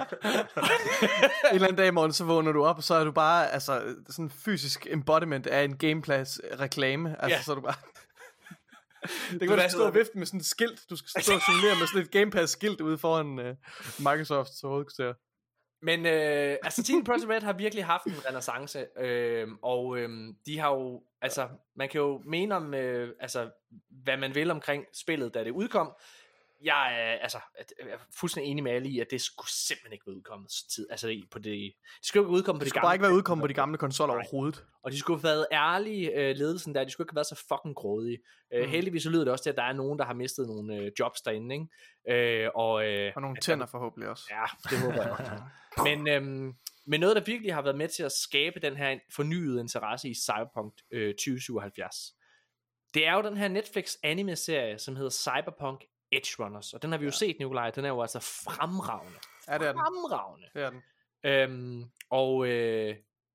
En eller anden dag i morgen, så vågner du op, og så er du bare, altså sådan en fysisk embodiment af en Game Pass reklame. Altså ja. så er du bare... Det kan være, du stå og vifte med sådan et skilt. Du skal stå og signalere med sådan et Game Pass skilt ude foran uh, Microsofts hovedkvarter. Men øh, altså Team Project Red har virkelig haft en renaissance, øh, og øh, de har jo, altså man kan jo mene om, øh, altså hvad man vil omkring spillet, da det udkom. Jeg er, altså, jeg er fuldstændig enig med alle i, at det skulle simpelthen ikke være udkommet tid. Altså på det, det skulle ikke udkomme på det de gamle. Det skulle bare ikke være udkommet på de gamle konsoller overhovedet. Og de skulle have været ærlige, øh, ledelsen der. De skulle ikke have været så fucking grådige. Øh, mm. Heldigvis så lyder det også til, at der er nogen, der har mistet nogle øh, jobs derinde, ikke? Øh, og, øh, og nogle tænder forhåbentlig også. Ja, det håber jeg også. Men, øhm, men noget, der virkelig har været med til at skabe den her fornyede interesse i Cyberpunk øh, tyve syvoghalvfjerds, det er jo den her Netflix anime-serie, som hedder Cyberpunk Edge Runners. Og den har vi jo ja. set, Nikolaj. Den er jo altså fremragende. Ja, det er den. Fremragende. Det er den. Øhm, og øh,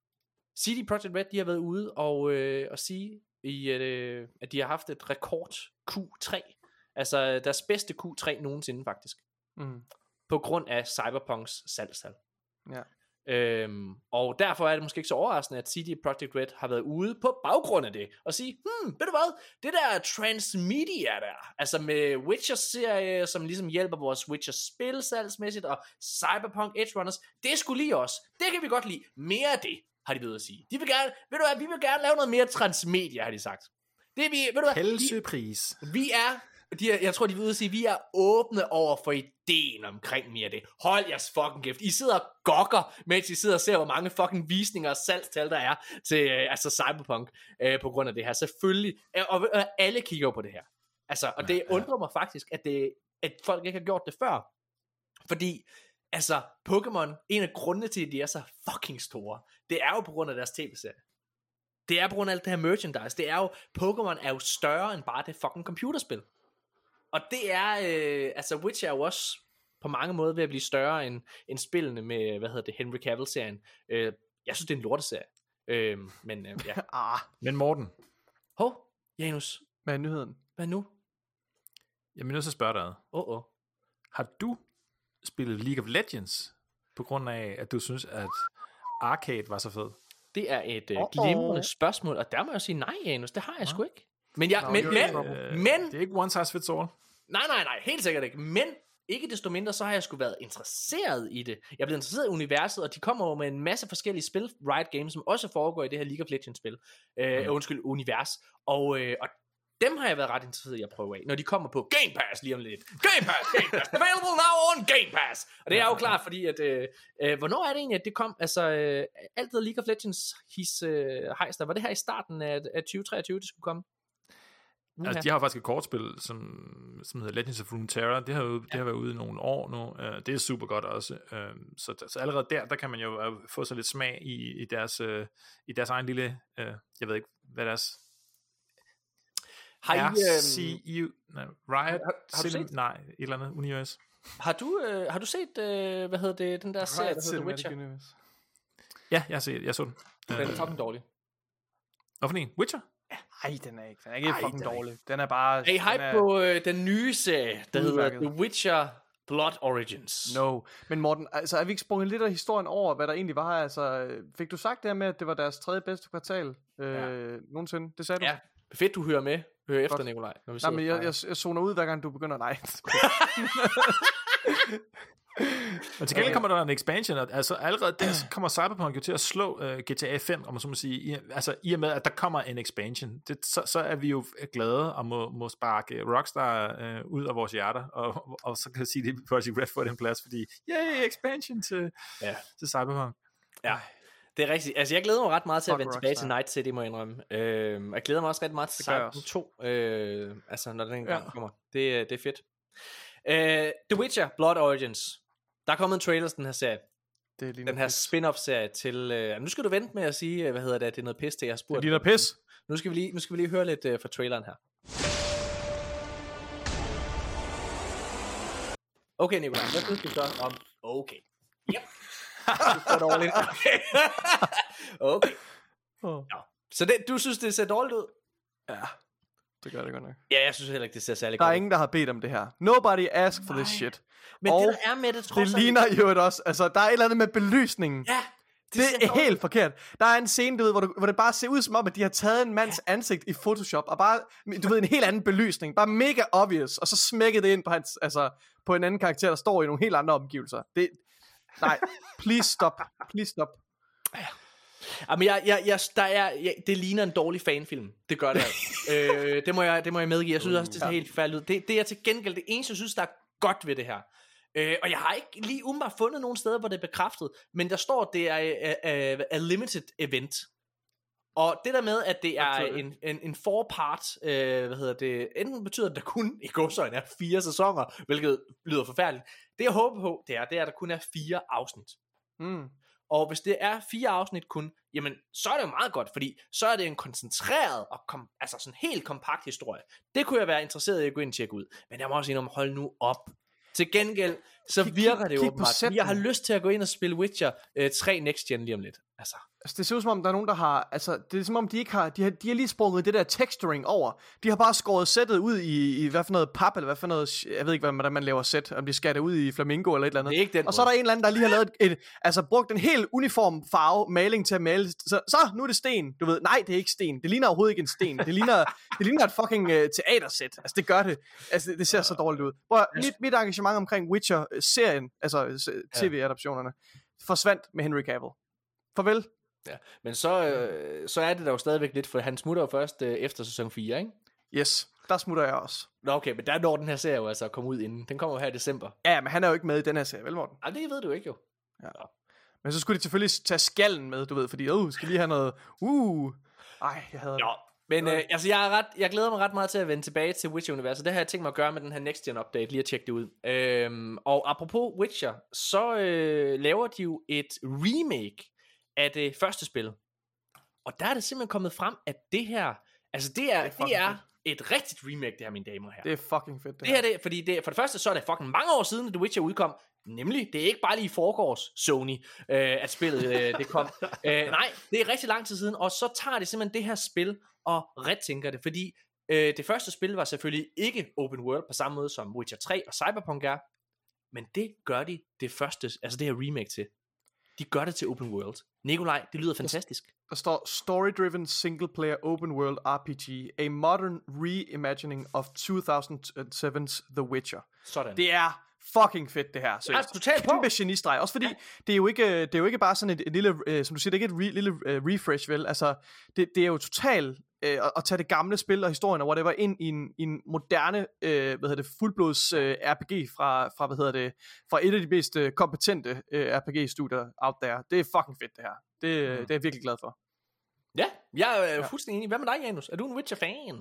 C D Projekt Red, de har været ude og, øh, og sige, i, øh, at de har haft et rekord Q tre. Altså deres bedste Q tre nogensinde faktisk. Mm. På grund af Cyberpunks salgstal. Ja. Øhm, og derfor er det måske ikke så overraskende, at C D Projekt Red har været ude på baggrund af det og sige, hmm, ved du hvad, det der Transmedia der, altså med Witcher-serie, som ligesom hjælper vores Witcher-spil salgsmæssigt, og Cyberpunk Edge Runners, det skulle lige os. Det kan vi godt lide. Mere af det, har de ved at sige. De vil gerne, ved du hvad, vi vil gerne lave noget mere Transmedia, har de sagt. Det er vi, ved du hvad, Pelsepris. Vi, vi er De er, jeg tror, de vil ud og sige, at vi er åbne over for ideen omkring mere af det. Hold jeres fucking kæft. I sidder og gokker, mens I sidder og ser, hvor mange fucking visninger og salgstal der er til øh, altså Cyberpunk øh, på grund af det her. Selvfølgelig. Og, og alle kigger på det her. Altså, og det undrer mig faktisk, at, det, at folk ikke har gjort det før. Fordi, altså, Pokémon, en af grundene til, at de er så fucking store, det er jo på grund af deres tv-serie. Det er på grund af alt det her merchandise. Det er jo, Pokémon er jo større end bare det fucking computerspil. Og det er, øh, altså Witcher er jo også på mange måder ved at blive større end, end spillene med, hvad hedder det, Henry Cavill-serien. Øh, jeg synes, det er en lorteserie. Øh, men øh, ja. ah. Men Morten. Hov, Janus. Hvad er nyheden? Hvad nu? Jamen, jeg er nødt til at spørge dig. Åh, oh, oh. Har du spillet League of Legends på grund af, at du synes, at Arcade var så fed? Det er et øh, glimrende spørgsmål, og der må jeg sige nej, Janus, det har jeg ja. sgu ikke. Men, jeg, Nå, men, men, øh, men det er ikke one size fits all. Nej, nej, nej, helt sikkert ikke. Men ikke desto mindre, så har jeg sgu været interesseret i det. Jeg er blevet interesseret i universet, og de kommer jo med en masse forskellige spil, Riot Games, som også foregår i det her League of Legends spil. Øh, mm. Undskyld, univers. Og, øh, og dem har jeg været ret interesseret i at prøve af, når de kommer på Game Pass lige om lidt. Game Pass, Game Pass, available now on Game Pass. Og det er jo klart, fordi at, øh, øh, hvornår er det egentlig, at det kom? Altså, øh, alt det League of Legends his øh, hejster, var det her i starten af, af tyve treogtyve, det skulle komme? Uh-huh. Altså, de har faktisk et kortspil, som, som hedder Legends of Runeterra. Det har, jo, ja. det har været ude i nogle år nu. Uh, det er super godt også. Uh, så, så allerede der, der kan man jo uh, få så lidt smag i, i, deres, uh, i deres egen lille, uh, jeg ved ikke, hvad deres... Har I... R C U... Nej, Riot... Har, har du set? Nej, et eller andet univers. Har du, øh, har du set, øh, hvad hedder det, den der Riot serie, der hedder The Witcher? Universe. Ja, jeg har set, jeg så den. Den er fucking dårlig. Hvorfor en? Witcher? Nej, den er ikke. Den er ikke Ej, fucking den dårlig. Den er bare... Er I hype er... på øh, den nye serie, der hedder The Witcher Blood Origins? No. Men Morten, altså er vi ikke sprunget lidt af historien over, hvad der egentlig var? Altså, fik du sagt det her med, at det var deres tredje bedste kvartal øh, ja. nogensinde? Det sagde du? Ja, fedt du hører med. Hører efter, Nikolaj. Når vi Nej, men jeg, jeg, jeg zoner ud, hver gang du begynder. Nej. Og til gengæld kommer der en expansion, altså allerede der kommer Cyberpunk jo til at slå uh, G T A fem, om man så må sige, i, altså i og med, at der kommer en expansion, det, så, så er vi jo glade og må, må sparke Rockstar uh, ud af vores hjerter, og, og, og så kan jeg sige, det Project Red får den plads, fordi, yay, expansion til, ja. til Cyberpunk. Ja. Det er rigtigt. Altså, jeg glæder mig ret meget til Fuck at vende tilbage til Night City, må jeg indrømme. Øh, jeg glæder mig også ret meget til Cyberpunk to, øh, altså når den gang ja. kommer. Det, det er fedt. Uh, The Witcher Blood Origins. Der er kommet en trailer til den her serie. Det den her spin-off serie til uh, nu skal du vente med at sige, hvad hedder det, det er noget pis, det jeg har spurgt. Det er noget pis. Nu skal vi lige, nu skal vi lige høre lidt uh, fra traileren her. Okay, Nikolaj, hvad synes du så om okay? Yep. Det er dårligt. Okay. Okay. Ja. Så det, du synes det ser dårligt ud? Ja. Det gør det godt nok. Ja, jeg synes heller ikke, det ser særlig godt ud. Der er godt. ingen, der har bedt om det her. Nobody asked for this shit. Men og det, der er med det, trods det ligner jo også, altså, der er et eller andet med belysningen. Ja. Det, det er helt dårligt. Forkert. Der er en scene, du ved, hvor, du, hvor det bare ser ud som om, at de har taget en mands ja. ansigt i Photoshop, og bare, du ved, en helt anden belysning. Bare mega obvious, og så smækket det ind på, hans, altså, på en anden karakter, der står i nogle helt andre omgivelser. Det, Nej, please stop. Please stop. Ja. Jamen, jeg, jeg, jeg, der er, jeg, det ligner en dårlig fanfilm. Det gør det altså. øh, det, må jeg, det må jeg medgive. Jeg synes også, det ser helt færdigt ud. Det, det er til gengæld det eneste, jeg synes, der er godt ved det her. Øh, og jeg har ikke lige umiddelbart fundet nogen steder, hvor det er bekræftet. Men der står, det er a, a, a limited event. Og det der med, at det er en, en, en four-part, øh, hvad hedder det, enten betyder, at der kun i godsøjne er fire sæsoner, hvilket lyder forfærdeligt. Det jeg håber på, det er, det er, at der kun er fire afsnit. Mm. Og hvis det er fire afsnit kun, jamen, så er det jo meget godt, fordi så er det en koncentreret og kom, altså sådan helt kompakt historie. Det kunne jeg være interesseret i at gå ind og tjekke ud. Men jeg må også sige, om hold nu op. Til gengæld, så kig, virker kig, det kig åbenbart. Jeg har lyst til at gå ind og spille Witcher øh, tre Next Gen lige om lidt. Altså. Altså, det ser ud som om, der er nogen, der har... Altså, det er som om, de ikke har... De har, de har lige sprunget det der texturing over. De har bare skåret sættet ud i, i hvad for noget pap, eller hvad for noget... Jeg ved ikke, hvordan man laver sæt. Om de skærer det ud i flamingo eller et eller andet. Det er ikke den og så er der en eller anden, der lige har lavet et... et altså, brugt en helt uniform farve maling til at male. Så, så nu er det sten. Du ved, nej, det er ikke sten. Det ligner overhovedet ikke en sten. Det ligner, det ligner et fucking uh, teatersæt. Altså, det gør det. Altså, det, det ser så dårligt ud. Prøv, mit, mit engagement omkring Witcher-serien, altså tv-adaptionerne, forsvandt med Henry Cavill. Farvel. Ja, men så, øh, så er det der jo stadigvæk lidt, for han smutter jo først øh, efter sæson fire, ikke? Yes, der smutter jeg også. Nå okay, men der når den her serie jo altså at komme ud inden. Den kommer jo her i december. Ja, men han er jo ikke med i den her serie, vel Morten? Ej, det ved du ikke jo. Ja. Men så skulle de selvfølgelig tage skallen med, du ved, fordi, uh, skal lige have noget, uh. Ej, jeg havde... Ja, men øh, altså, jeg, er ret, jeg glæder mig ret meget til at vende tilbage til Witcher-universet. Det har jeg tænkt mig at gøre med den her Next Gen Update, lige at tjekke det ud. Øhm, og apropos Witcher, så øh, laver de jo et remake af det første spil. Og der er det simpelthen kommet frem, at det her, altså det er, det er, det er et rigtigt remake, det her, mine damer her. Det er fucking fedt, det, det her. Det her, fordi det, for det første, så er det fucking mange år siden, at The Witcher udkom. Nemlig, det er ikke bare lige i forgårs, Sony, øh, at spillet øh, det kom. øh, nej, det er rigtig lang tid siden, og så tager det simpelthen det her spil og retænker det, fordi øh, det første spil var selvfølgelig ikke open world på samme måde som Witcher tre og Cyberpunk er, men det gør de det første, altså det her remake til. De gør det til open world. Nikolaj, det lyder fantastisk. Der står story-driven single-player open world R P G, a modern reimagining of two thousand seven's The Witcher. Sådan. Det er fucking fedt det her. Så ja, totalt på. Kæmpe genistreg. Også fordi, ja. det, er jo ikke, det er jo ikke bare sådan et, et lille, uh, som du siger, det er ikke et re, lille uh, refresh, vel? Altså, det, det er jo totalt uh, at, at tage det gamle spil og historien og whatever ind i en, i en moderne, uh, hvad hedder det, fuldblods uh, R P G fra, fra, hvad hedder det, fra et af de mest uh, kompetente uh, R P G-studier out there. Det er fucking fedt det her. Det, mm. det er jeg virkelig glad for. Ja, jeg er ja. fuldstændig enig. Hvad med dig, Janus? Er du en Witcher-fan?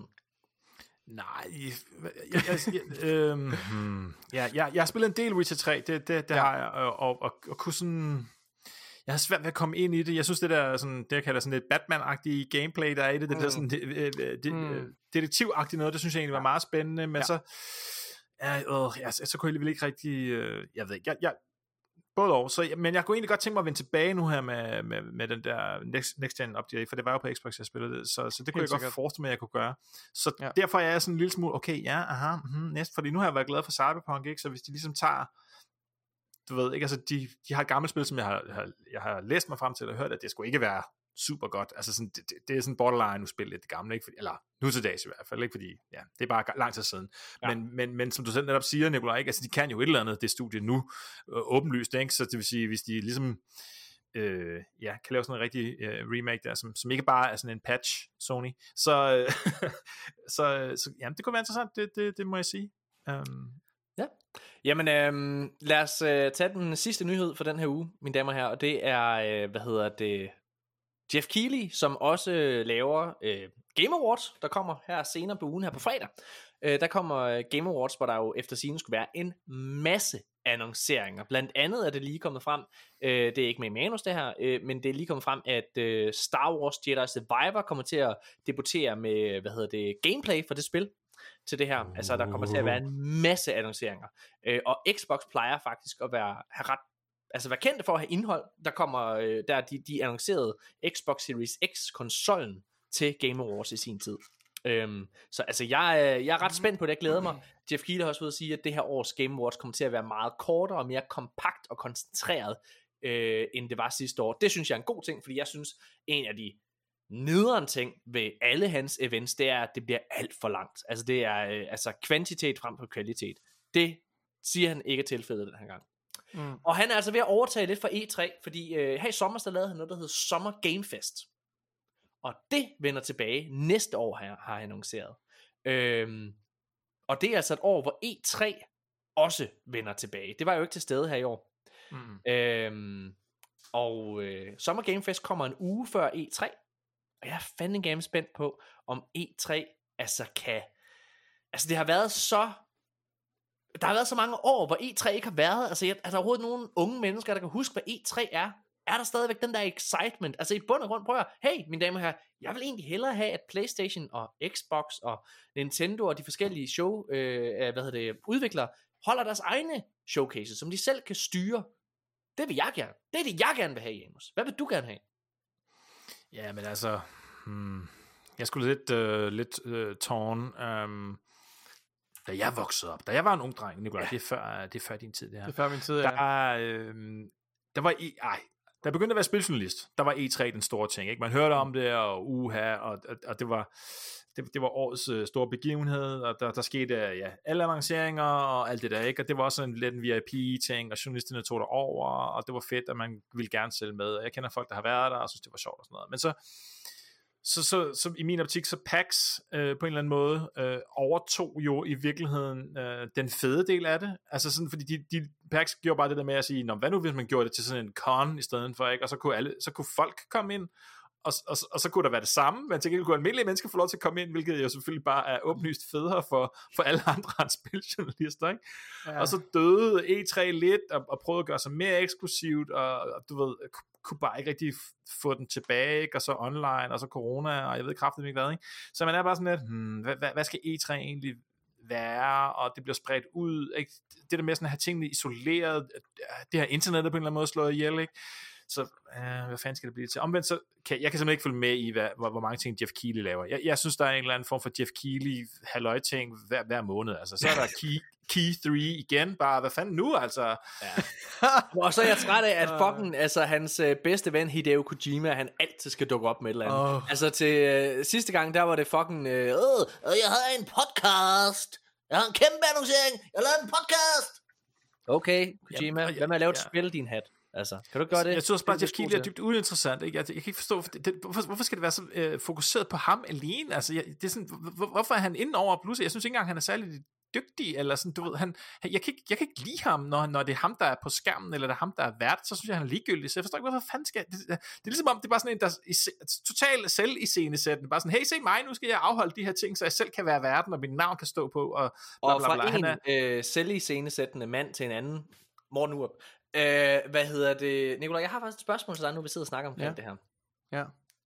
Nej, jeg, jeg, jeg, øh, hmm, ja, jeg, jeg har spillet en del Witcher tre, det, det, det ja. har jeg, og, og, og, og kunne sådan, jeg har svært ved at komme ind i det. Jeg synes, det der, sådan, det jeg kalder sådan et Batman-agtige gameplay, der er i det, det mm. der sådan, det, det, mm. detektiv-agtige noget, det synes jeg egentlig var meget spændende, men ja. så, ja, øh, jeg, så kunne jeg alligevel ikke rigtig, øh, jeg ved ikke, jeg, jeg både over, så, men jeg kunne egentlig godt tænke mig at vende tilbage nu her med, med, med den der Next, Next Gen Update, for det var jo på Xbox, jeg spillede det, så, så det kunne Helt jeg godt forestille mig, at jeg kunne gøre. Så ja. derfor er jeg sådan en lille smule, okay, ja, aha, mm, næste, fordi nu har jeg været glad for Cyberpunk, ikke? Så hvis de ligesom tager, du ved, ikke, altså de, de har et gammelt spil, som jeg har, har, jeg har læst mig frem til og hørt, at det skulle ikke være super godt, altså sådan, det, det, det er sådan borderline nu spil lidt det gamle, ikke? Fordi, eller nu til dags i hvert fald, ikke? Fordi ja, det er bare lang tid siden, ja. men, men, men som du selv netop siger, Nikolaj, ikke? Altså de kan jo et eller andet, det studie nu, øh, åbenlyst, ikke? Så det vil sige, hvis de ligesom øh, ja, kan lave sådan en rigtig øh, remake der, som, som ikke bare er sådan en patch, Sony, så, øh, så, så ja, det kunne være interessant, det, det, det må jeg sige. Um, ja. Jamen, øhm, lad os øh, tage den sidste nyhed for den her uge, mine damer og herrer, og det er, øh, hvad hedder det, Jeff Keighley, som også øh, laver øh, Game Awards, der kommer her senere på ugen her på fredag. Øh, der kommer øh, Game Awards, hvor der jo efter sigende skulle være en masse annonceringer. Blandt andet er det lige kommet frem, øh, det er ikke med manus det her, øh, men det er lige kommet frem, at øh, Star Wars Jedi Survivor kommer til at debutere med, hvad hedder det, gameplay for det spil til det her. Altså der kommer til at være en masse annonceringer. Øh, og Xbox plejer faktisk at være have ret altså være kendte for at have indhold. Der kommer øh, der de, de annoncerede Xbox Series X konsollen til Game Awards i sin tid. Øhm, så altså jeg, jeg er ret spændt på det, jeg glæder mig. Jeff Keighley har også ved at sige, at det her års Game Awards kommer til at være meget kortere og mere kompakt og koncentreret, øh, end det var sidste år. Det synes jeg er en god ting, fordi jeg synes, en af de nederen ting ved alle hans events, det er, at det bliver alt for langt. Altså det er øh, altså kvantitet frem for kvalitet. Det siger han ikke er tilfældet den her gang. Mm. Og han er altså ved at overtage lidt fra E tre, fordi øh, her i sommer, der lavede han noget, der hedder Summer Game Fest. Og det vender tilbage næste år, har, har han annonceret. Øhm, og det er altså et år, hvor E tre også vender tilbage. Det var jo ikke til stede her i år. Mm. Øhm, og øh, Summer Game Fest kommer en uge før E tre. Og jeg er fandme game spændt på, om E tre altså kan... Altså det har været så... Der har været så mange år, hvor E tre ikke har været... Altså er der overhovedet nogen unge mennesker, der kan huske, hvad E tre er? Er der stadigvæk den der excitement? Altså i bund og grund, prøv at høre, hey mine damer og herrer, jeg vil egentlig hellere have, at PlayStation og Xbox og Nintendo og de forskellige show, øh, hvad hedder det, udviklere, holder deres egne showcases, som de selv kan styre. Det vil jeg gerne. Det er det, jeg gerne vil have, Janus. Hvad vil du gerne have? Ja, men altså... Hmm, jeg skulle lidt, øh, lidt øh, tårn... Um, da jeg voksede op, da jeg var en ung dreng, Nikolaj, ja. det, er før, det er før din tid, det her. Det er før min tid, ja. Der, øh, der var... I, ej, da jeg begyndte at være spiljournalist, der var E tre den store ting, ikke? Man hørte om det, og uha, og, og, og det var... Det, det var årets øh, store begivenhed, og der, der skete ja, alle annonceringer og alt det der, ikke? Og det var også en lidt en V I P-ting, og journalisterne tog der over, og det var fedt, at man ville gerne sælge med. Og jeg kender folk, der har været der, og synes, det var sjovt og sådan noget. Men så, så, så, så i min optik, så PAX øh, på en eller anden måde øh, overtog jo i virkeligheden øh, den fede del af det. Altså sådan, fordi de, de, PAX gjorde bare det der med at sige, nå, hvad nu hvis man gjorde det til sådan en con i stedet for, ikke? Og så kunne, alle, så kunne folk komme ind, Og, og, og så kunne der være det samme, men til gengæld kunne almindelige mennesker få lov til at komme ind, hvilket jo selvfølgelig bare er åbenlyst federe for, for alle andre end spiljournalister, ikke? Ja. Og så døde E tre lidt, og, og prøvede at gøre sig mere eksklusivt, og, og du ved, kunne bare ikke rigtig få den tilbage, ikke? Og så online, og så corona, og jeg ved kraftigt ikke hvad, ikke? Så man er bare sådan lidt, hmm, hvad, hvad, hvad skal E tre egentlig være, og det bliver spredt ud, ikke? Det der med sådan at have tingene isoleret, det her internettet på en eller anden måde slået ihjel, ikke? Så øh, hvad fanden skal det blive til? Omvendt så kan jeg kan simpelthen ikke følge med i hvad, hvor, hvor mange ting Jeff Keighley laver. Jeg, jeg synes der er en eller anden form for Jeff Keighley halløj ting hver, hver måned. Altså så er der Key, Key tre igen. Bare hvad fanden nu altså? Ja. Og så er jeg træt af at fucking altså hans øh, bedste ven Hideo Kojima, han altid skal dukke op med et eller andet. Oh. Altså til øh, sidste gang der var det fucking øh, øh, jeg havde en podcast. Jeg har en kæmpe annoncering. Jeg lavede en podcast. Okay, Kojima, ja, hvad med at lave et ja. spil din hat? Altså, kan du gøre det? Jeg synes også bare, at Jeff Keighley er dybt uinteressant. Ikke? Jeg, jeg kan ikke forstå, det, det, hvorfor, hvorfor skal det være så øh, fokuseret på ham alene? Altså, jeg, det er sådan, hvor, hvorfor er han inde over pludselig? Jeg synes ikke engang, han er særlig dygtig, eller sådan, du ved, han, jeg, kan ikke, jeg kan ikke lide ham, når, når det er ham, der er på skærmen, eller det er ham, der er vært, så synes jeg, han er ligegyldig. Så jeg forstår ikke, hvorfor fanden skal... Det, det, det er ligesom om, det er bare sådan en, der totalt selv i scenesætten. Bare sådan, hey, se mig, nu skal jeg afholde de her ting, så jeg selv kan være verden, og mit navn kan stå på, og bla, bla, bla, og fra bla. en er... øh, selv i scenesættende mand til en anden, Morten Urup. Øh, hvad hedder det? Nikolaj, jeg har faktisk et spørgsmål til dig nu, vi sidder og snakker omkring ja. det her. Ja.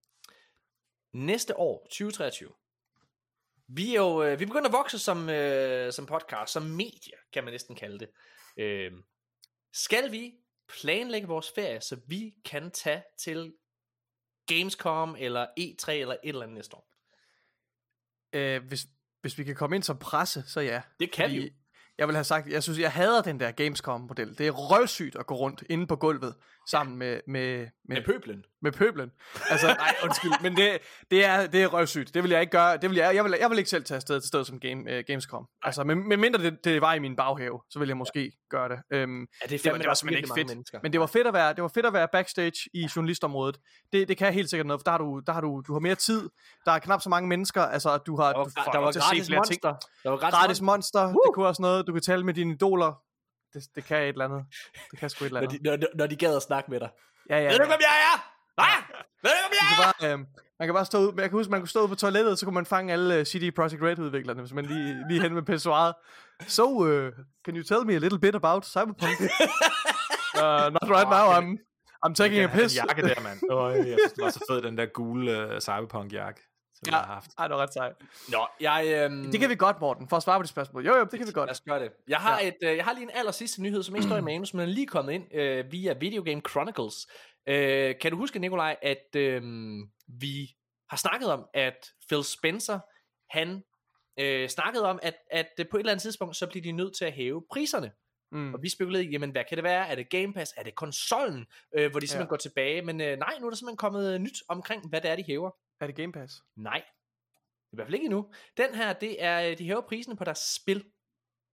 Næste år, tyve treogtyve, vi er jo, øh, vi begynder at vokse som, øh, som podcast, som medie, kan man næsten kalde det. Øh, skal vi planlægge vores ferie, så vi kan tage til Gamescom, eller E tre, eller et eller andet næste år? Øh, hvis, hvis vi kan komme ind som presse, så ja. Det kan vi jo. Jeg vil have sagt, jeg synes, jeg hader den der Gamescom-model. Det er røvsygt at gå rundt inde på gulvet sammen ja. med, med, med... Med pøblen. Med pøblen. Altså, nej, undskyld, men det, det, er, det er røvsygt. Det vil jeg ikke gøre. Det vil jeg, jeg, vil, jeg vil ikke selv tage afsted til stedet som game, uh, Gamescom. Nej. Altså, med, med mindre det, det var i min baghave, så vil jeg måske ja. gøre det. Um, ja, det, det, var, det var simpelthen ikke fedt. Mennesker. Men det var fedt at være, det var fedt at være backstage i journalistområdet. Det, det kan helt sikkert noget, for der har du, der har du, du har mere tid. Der er knap så mange mennesker. Altså, du har... Der var, du der var gratis monster. Der var gratis, gratis monster. monster. Det kunne også noget. Du kan tale med dine idoler. Det, det kan et eller andet. Det kan sgu et eller andet. Når de, når, når de gad at snakke med dig. Ja, ja, ja. Ved du, hvem jeg er? Hvad? Ved du, hvem jeg er? Bare, øh, man kan bare stå ud. Jeg kan huske, man kunne stå ud på toilettet, så kunne man fange alle uh, C D Projekt Red-udviklerne, hvis man lige, lige hen med pissoiret. So, uh, can you tell me a little bit about Cyberpunk? uh, not right now, I'm, I'm taking a piss. Den jakke der, mand. Oh, jeg synes, det var så fed, den der gule uh, Cyberpunk-jakke. Ja, jeg har haft. Ej, det var ret sejt. Nå, jeg... Øhm... Det kan vi godt, Morten, for at svare på det spørgsmål. Jo, jo, det kan vi godt. Lad os gøre det. Jeg har, ja. et, øh, jeg har lige en aller sidste nyhed, som ikke står i manus, men er lige kommet ind øh, via Video Game Chronicles. Øh, kan du huske, Nikolaj, at øh, vi har snakket om, at Phil Spencer, han øh, snakkede om, at, at på et eller andet tidspunkt, så bliver de nødt til at hæve priserne. Mm. Og vi spekulerede i, jamen hvad kan det være? Er det Game Pass? Er det konsollen? Øh, hvor de simpelthen ja. går tilbage. Men øh, nej, nu er der simpelthen kommet nyt omkring, hvad det er, de hæver. Er det Game Pass? Nej, i hvert fald ikke endnu. Den her, det er, de hæver prisen på deres spil.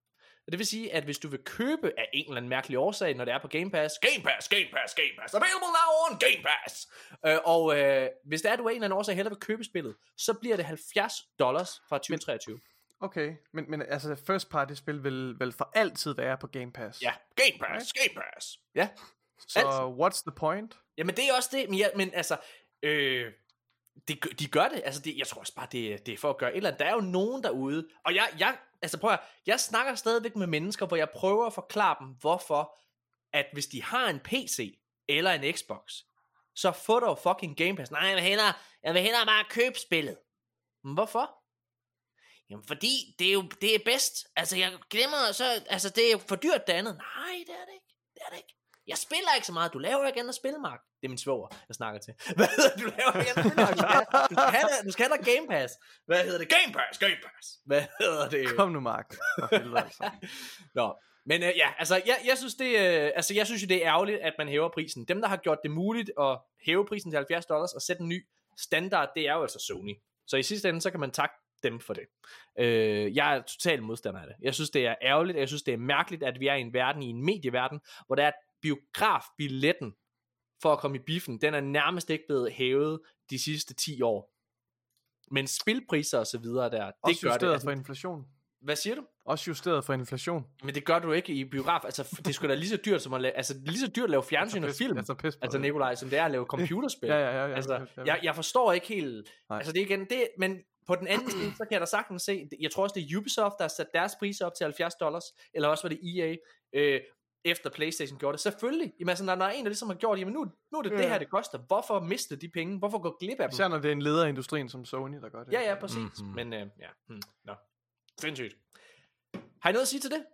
Og det vil sige, at hvis du vil købe af en eller anden mærkelig årsag, når det er på Game Pass, Game Pass, Game Pass, Game Pass, available now on Game Pass. Øh, og øh, hvis det er, at du af en eller anden årsag hellere vil købe spillet, så bliver det halvfjerds dollars fra tyve treogtyve. Okay, men, men altså first party spil vil, vil for altid være på Game Pass. Ja, Game Pass, okay. Game Pass. Ja. Så altid. What's the point? Jamen det er også det, men, ja, men altså, øh, de, de gør det, altså det, jeg tror også bare, det, det er for at gøre et eller andet. Der er jo nogen derude, og jeg, jeg altså prøv at, jeg snakker stadigvæk med mennesker, hvor jeg prøver at forklare dem, hvorfor, at hvis de har en P C eller en Xbox, så få dog fucking Game Pass. Nej, jeg vil hellere, jeg vil hellere bare købe spillet. Men hvorfor? Jamen fordi det er jo det er bedst. Altså jeg glemmer så, altså det er jo for dyrt det andet. Nej, det er det ikke. Det er det ikke. Jeg spiller ikke så meget. Du laver ikke andet spil, Mark. Det er min svoger, jeg snakker til. Hvad hedder det? Du laver ikke andet spil, Mark. Du skal have det, du skal have Game Pass. Hvad hedder det? Game Pass, Game Pass. Hvad hedder det? Kom nu, Mark. Altså. Nå, men øh, ja, altså jeg, jeg synes det, øh, altså jeg synes jo det er ærgerligt, at man hæver prisen. Dem der har gjort det muligt at hæve prisen til halvfjerds dollars og sætte en ny standard, det er jo altså Sony. Så i sidste ende så kan man takke dem for det. Øh, jeg er totalt modstander af det. Jeg synes det er ærgerligt, og jeg synes det er mærkeligt, at vi er i en verden, i en medieverden, hvor der er biografbilletten for at komme i biffen, den er nærmest ikke blevet hævet de sidste ti år. Men spilpriser og så videre der, også det gør det. Også for inflation. Hvad siger du? Også justeret for inflation. Men det gør du ikke i biograf. Altså det skulle da lige så dyrt som at lave, altså lige så dyrt at lave fjernsyn og film. Altså, pis altså Nikolaj, som det er at lave computerspil. ja, ja, ja, ja, altså jeg, jeg forstår ikke helt. Nej. Altså det er igen det, men på den anden side, så kan jeg da sagtens se, jeg tror også det er Ubisoft, der har sat deres priser op til halvfjerds dollars, eller også var det E A, øh, efter PlayStation gjorde det. Selvfølgelig, jamen, altså, når der er en, der ligesom har gjort, jamen nu, nu er det ja. det her, det koster. Hvorfor miste de penge? Hvorfor gå glip af dem? Især når det er en leder af industrien som Sony, der gør det. Ja, ja, præcis. Mm-hmm. Men øh, ja, hmm. Nå. Sindssygt. Har I noget at sige til det?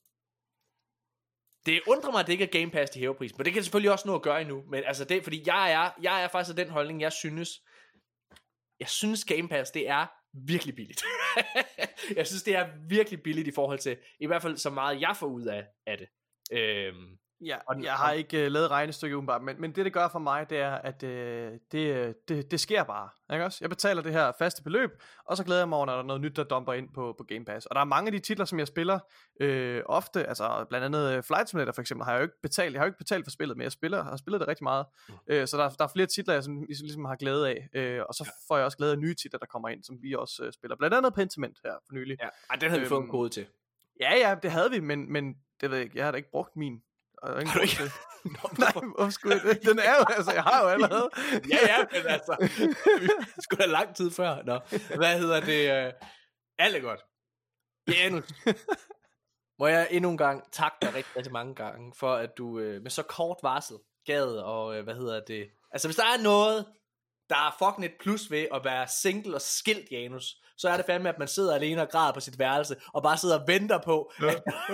Det undrer mig, at det ikke er Game Pass, de hæver prisen. Men det kan selvfølgelig også nå at gøre endnu. Men altså det, fordi jeg er, jeg er faktisk af den holdning, jeg synes, jeg synes Game Pass, det er virkelig billigt. Jeg synes, det er virkelig billigt i forhold til, i hvert fald så meget jeg får ud af, af det. Øhm, ja, og jeg har ikke uh, lavet regnestykket umiddelbart, men, men det det gør for mig, det er, at uh, det, det, det sker bare. Ikke også? Jeg betaler det her faste beløb, og så glæder jeg mig over, når der er noget nyt, der dumper ind på, på Game Pass. Og der er mange af de titler, som jeg spiller øh, ofte, altså blandt andet Flight Simulator for eksempel, har jeg jo ikke betalt. Jeg har jo ikke betalt for spillet, men jeg spiller, har spillet det rigtig meget. Mm. Øh, så der, der er flere titler, jeg som, ligesom har glæde af. Øh, og så ja. får jeg også glæde af nye titler, der kommer ind, som vi også øh, spiller. Blandt andet Pentiment her for nylig. Ja, Ej, den havde øhm, vi fået en kode til. Ja, ja, det havde vi, men, men det ved jeg ikke, jeg har da ikke brugt min. Og har du ikke? Nej, hvorfor skulle jeg det? Den er jo, altså, jeg har jo allerede. Ja, ja, men altså, vi skulle da lang tid før. Nå, hvad hedder det? Alt er godt. Ja, nu. Må jeg endnu en gang takke dig rigtig, rigtig mange gange, for at du med så kort varsel gad, og hvad hedder det? Altså, hvis der er noget, der er fucking et plus ved at være single og skilt, Janus, så er det fandme, at man sidder alene og græder på sit værelse, og bare sidder og venter på, at,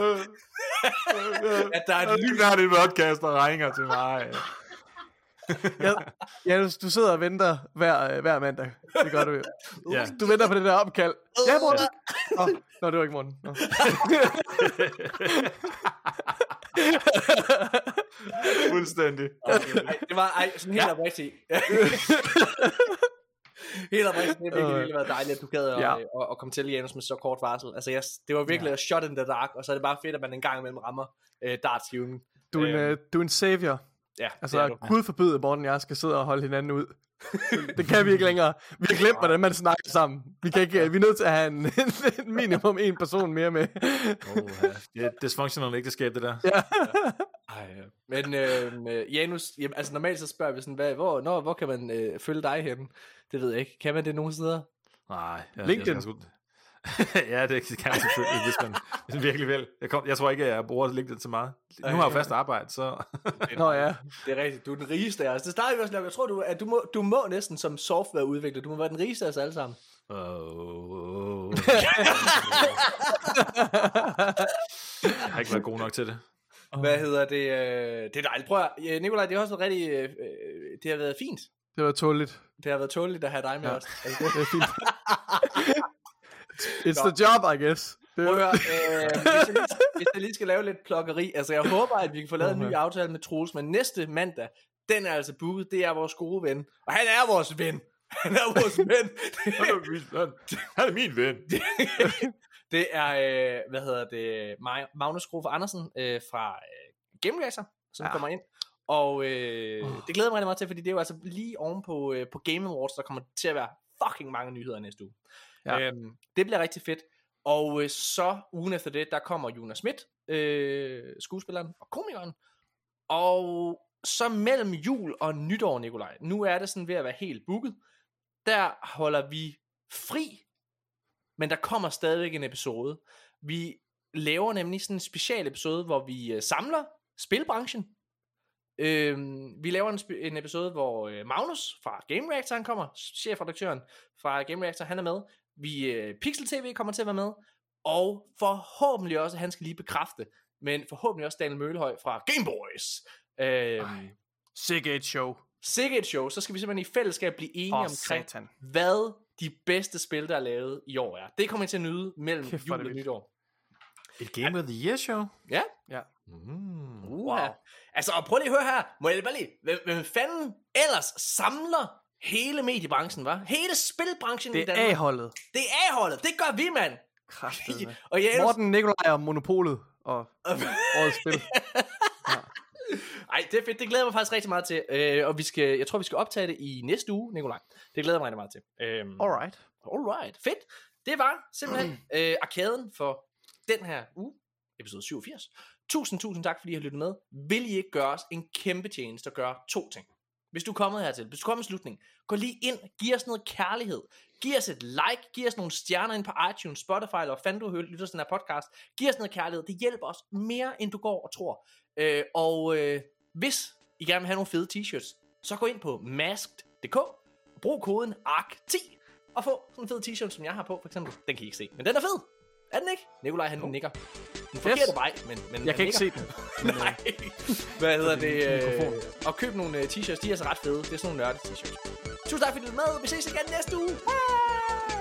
at der er et lys. Der er det podcast, der ringer til mig. Ja, ja, du sidder og venter hver, hver mandag. Det gør du jo. Ja. Du venter på det der opkald. Ja, Morten. Nå, nå, det var ikke Morten. Nå. Fuldstændig. Okay. Ej, det var ej, sådan helt ja. oprigtigt. Helt oprigtigt, det har virkelig, virkelig været dejligt, at du gad ja. at, at, at komme til, Janus, med så kort varsel. Altså, jeg, det var virkelig ja. shot in the dark, og så er det bare fedt, at man en gang imellem rammer øh, dartskiven. Du er en, øh, du er en savior. Ja, altså, Gud forbyde, Morten og jeg skal sidde og holde hinanden ud. Det kan vi ikke længere. Vi har glemt, hvordan man snakker sammen. Vi, kan ikke, vi er nødt til at have en, en minimum en person mere med. Oh, ja. Det er et dysfunctional ægteskab, det der. Ja. Ej, ja. Men øh, Janus, jamen, altså normalt så spørger vi sådan, hvad, hvor, når, hvor kan man øh, følge dig henne? Det ved jeg ikke. Kan man det nogen steder? Nej. Jeg, LinkedIn? Jeg, jeg, ja, det kan man selvfølgelig, hvis man, hvis man virkelig vil. Jeg, kom, jeg tror ikke, at jeg bruger LinkedIn så meget. Nu har jeg jo fast arbejde, så... Nå ja. Det er rigtigt. Du er den rigeste af os. Det starter vi også, jeg tror, du, at du må, du må næsten som softwareudvikler, du må være den rigeste af os alle sammen. Oh, oh. Jeg har ikke været god nok til det. Hvad hedder det? Det er dejligt. Prøv at, Nikolaj, det har også været rigtig... Det har været fint. Det var tåligt. Det har været tåligt at have dig med ja. os. Altså, det... det er fint. It's the job, I guess. Prøv at høre, øh, hvis, jeg lige, hvis jeg lige skal lave lidt plukkeri, altså jeg håber, at vi kan få lavet okay. en ny aftale med Troels, men næste mandag, den er altså booket, det er vores gode ven, og han er vores ven. Han er vores ven. Han er min ven. Han er min ven. det, Det er, øh, hvad hedder det, Magnus Grofe Andersen øh, fra øh, Game Racer, som ja. kommer ind. Og øh, uh. det glæder mig rigtig meget til, fordi det er jo altså lige oven på, øh, på Game Awards, der kommer til at være fucking mange nyheder næste uge. Ja. Øhm, det bliver rigtig fedt. Og øh, så ugen efter det, der kommer Jonas Schmidt, øh, skuespilleren og komikeren. Og så mellem jul og nytår, Nikolaj, nu er det sådan ved at være helt booket, der holder vi fri, men der kommer stadigvæk en episode. Vi laver nemlig sådan en special episode, hvor vi øh, samler spilbranchen. Øh, vi laver en, sp- en episode, hvor øh, Magnus fra Game Reactor, han kommer, chefredaktøren fra Game Reactor, han er med. Vi, øh, Pixel T V kommer til at være med, og forhåbentlig også, han skal lige bekræfte, men forhåbentlig også Daniel Mølhøj fra Game Boys. Øh, Sikke et show. Sikke et show. Så skal vi simpelthen i fællesskab blive enige oh, omkring, satan. hvad de bedste spil, der er lavet i år er. Det kommer til at nyde mellem Kæft, jul og nytår. Et Game of the Year show? Ja. Ja. Mm, wow. Ja. Altså, og prøv lige at høre her. Må jeg bare lige, hvem, hvem fanden ellers samler hele mediebranchen, hva? Hele spilbranchen i Danmark. Det er A-holdet. Det er A-holdet. Det gør vi, mand. Kraftedeme. og jeg Morten, Nikolaj og Monopolet og årets spil. Ja. Ej, det er fedt. Det glæder mig faktisk rigtig meget til. Øh, og vi skal, jeg tror, vi skal optage det i næste uge, Nikolaj. Det glæder mig rigtig meget til. Øhm, Alright. Alright. Fedt. Det var simpelthen øh, arkaden for den her uge. Episode syvogfirs. Tusind, tusind tak, fordi I har lyttet med. Vil I ikke gøre os en kæmpe tjeneste og gøre to ting? Hvis du er kommet hertil, hvis du er kommet i slutningen, gå lige ind, giv os noget kærlighed. Giv os et like, giv os nogle stjerner ind på iTunes, Spotify, eller hvad fanden du har lyttet til den her podcast. Giv os noget kærlighed, det hjælper os mere, end du går og tror. Øh, og øh, hvis I gerne vil have nogle fede t-shirts, så gå ind på masked punktum d k og brug koden A R C ti og få sådan en fed t-shirt, som jeg har på, for eksempel. Den kan I ikke se, men den er fed. Er den ikke? Nikolaj, han oh. nikker. Den forkerte vej, men, men jeg kan nikker. ikke se den. Nej. Hvad hedder det? Øh, og køb nogle uh, t-shirts, de er så ret fede. Det er sådan nogle nørde t-shirts. Tusind tak fordi du er med. Vi ses igen næste uge. Hej!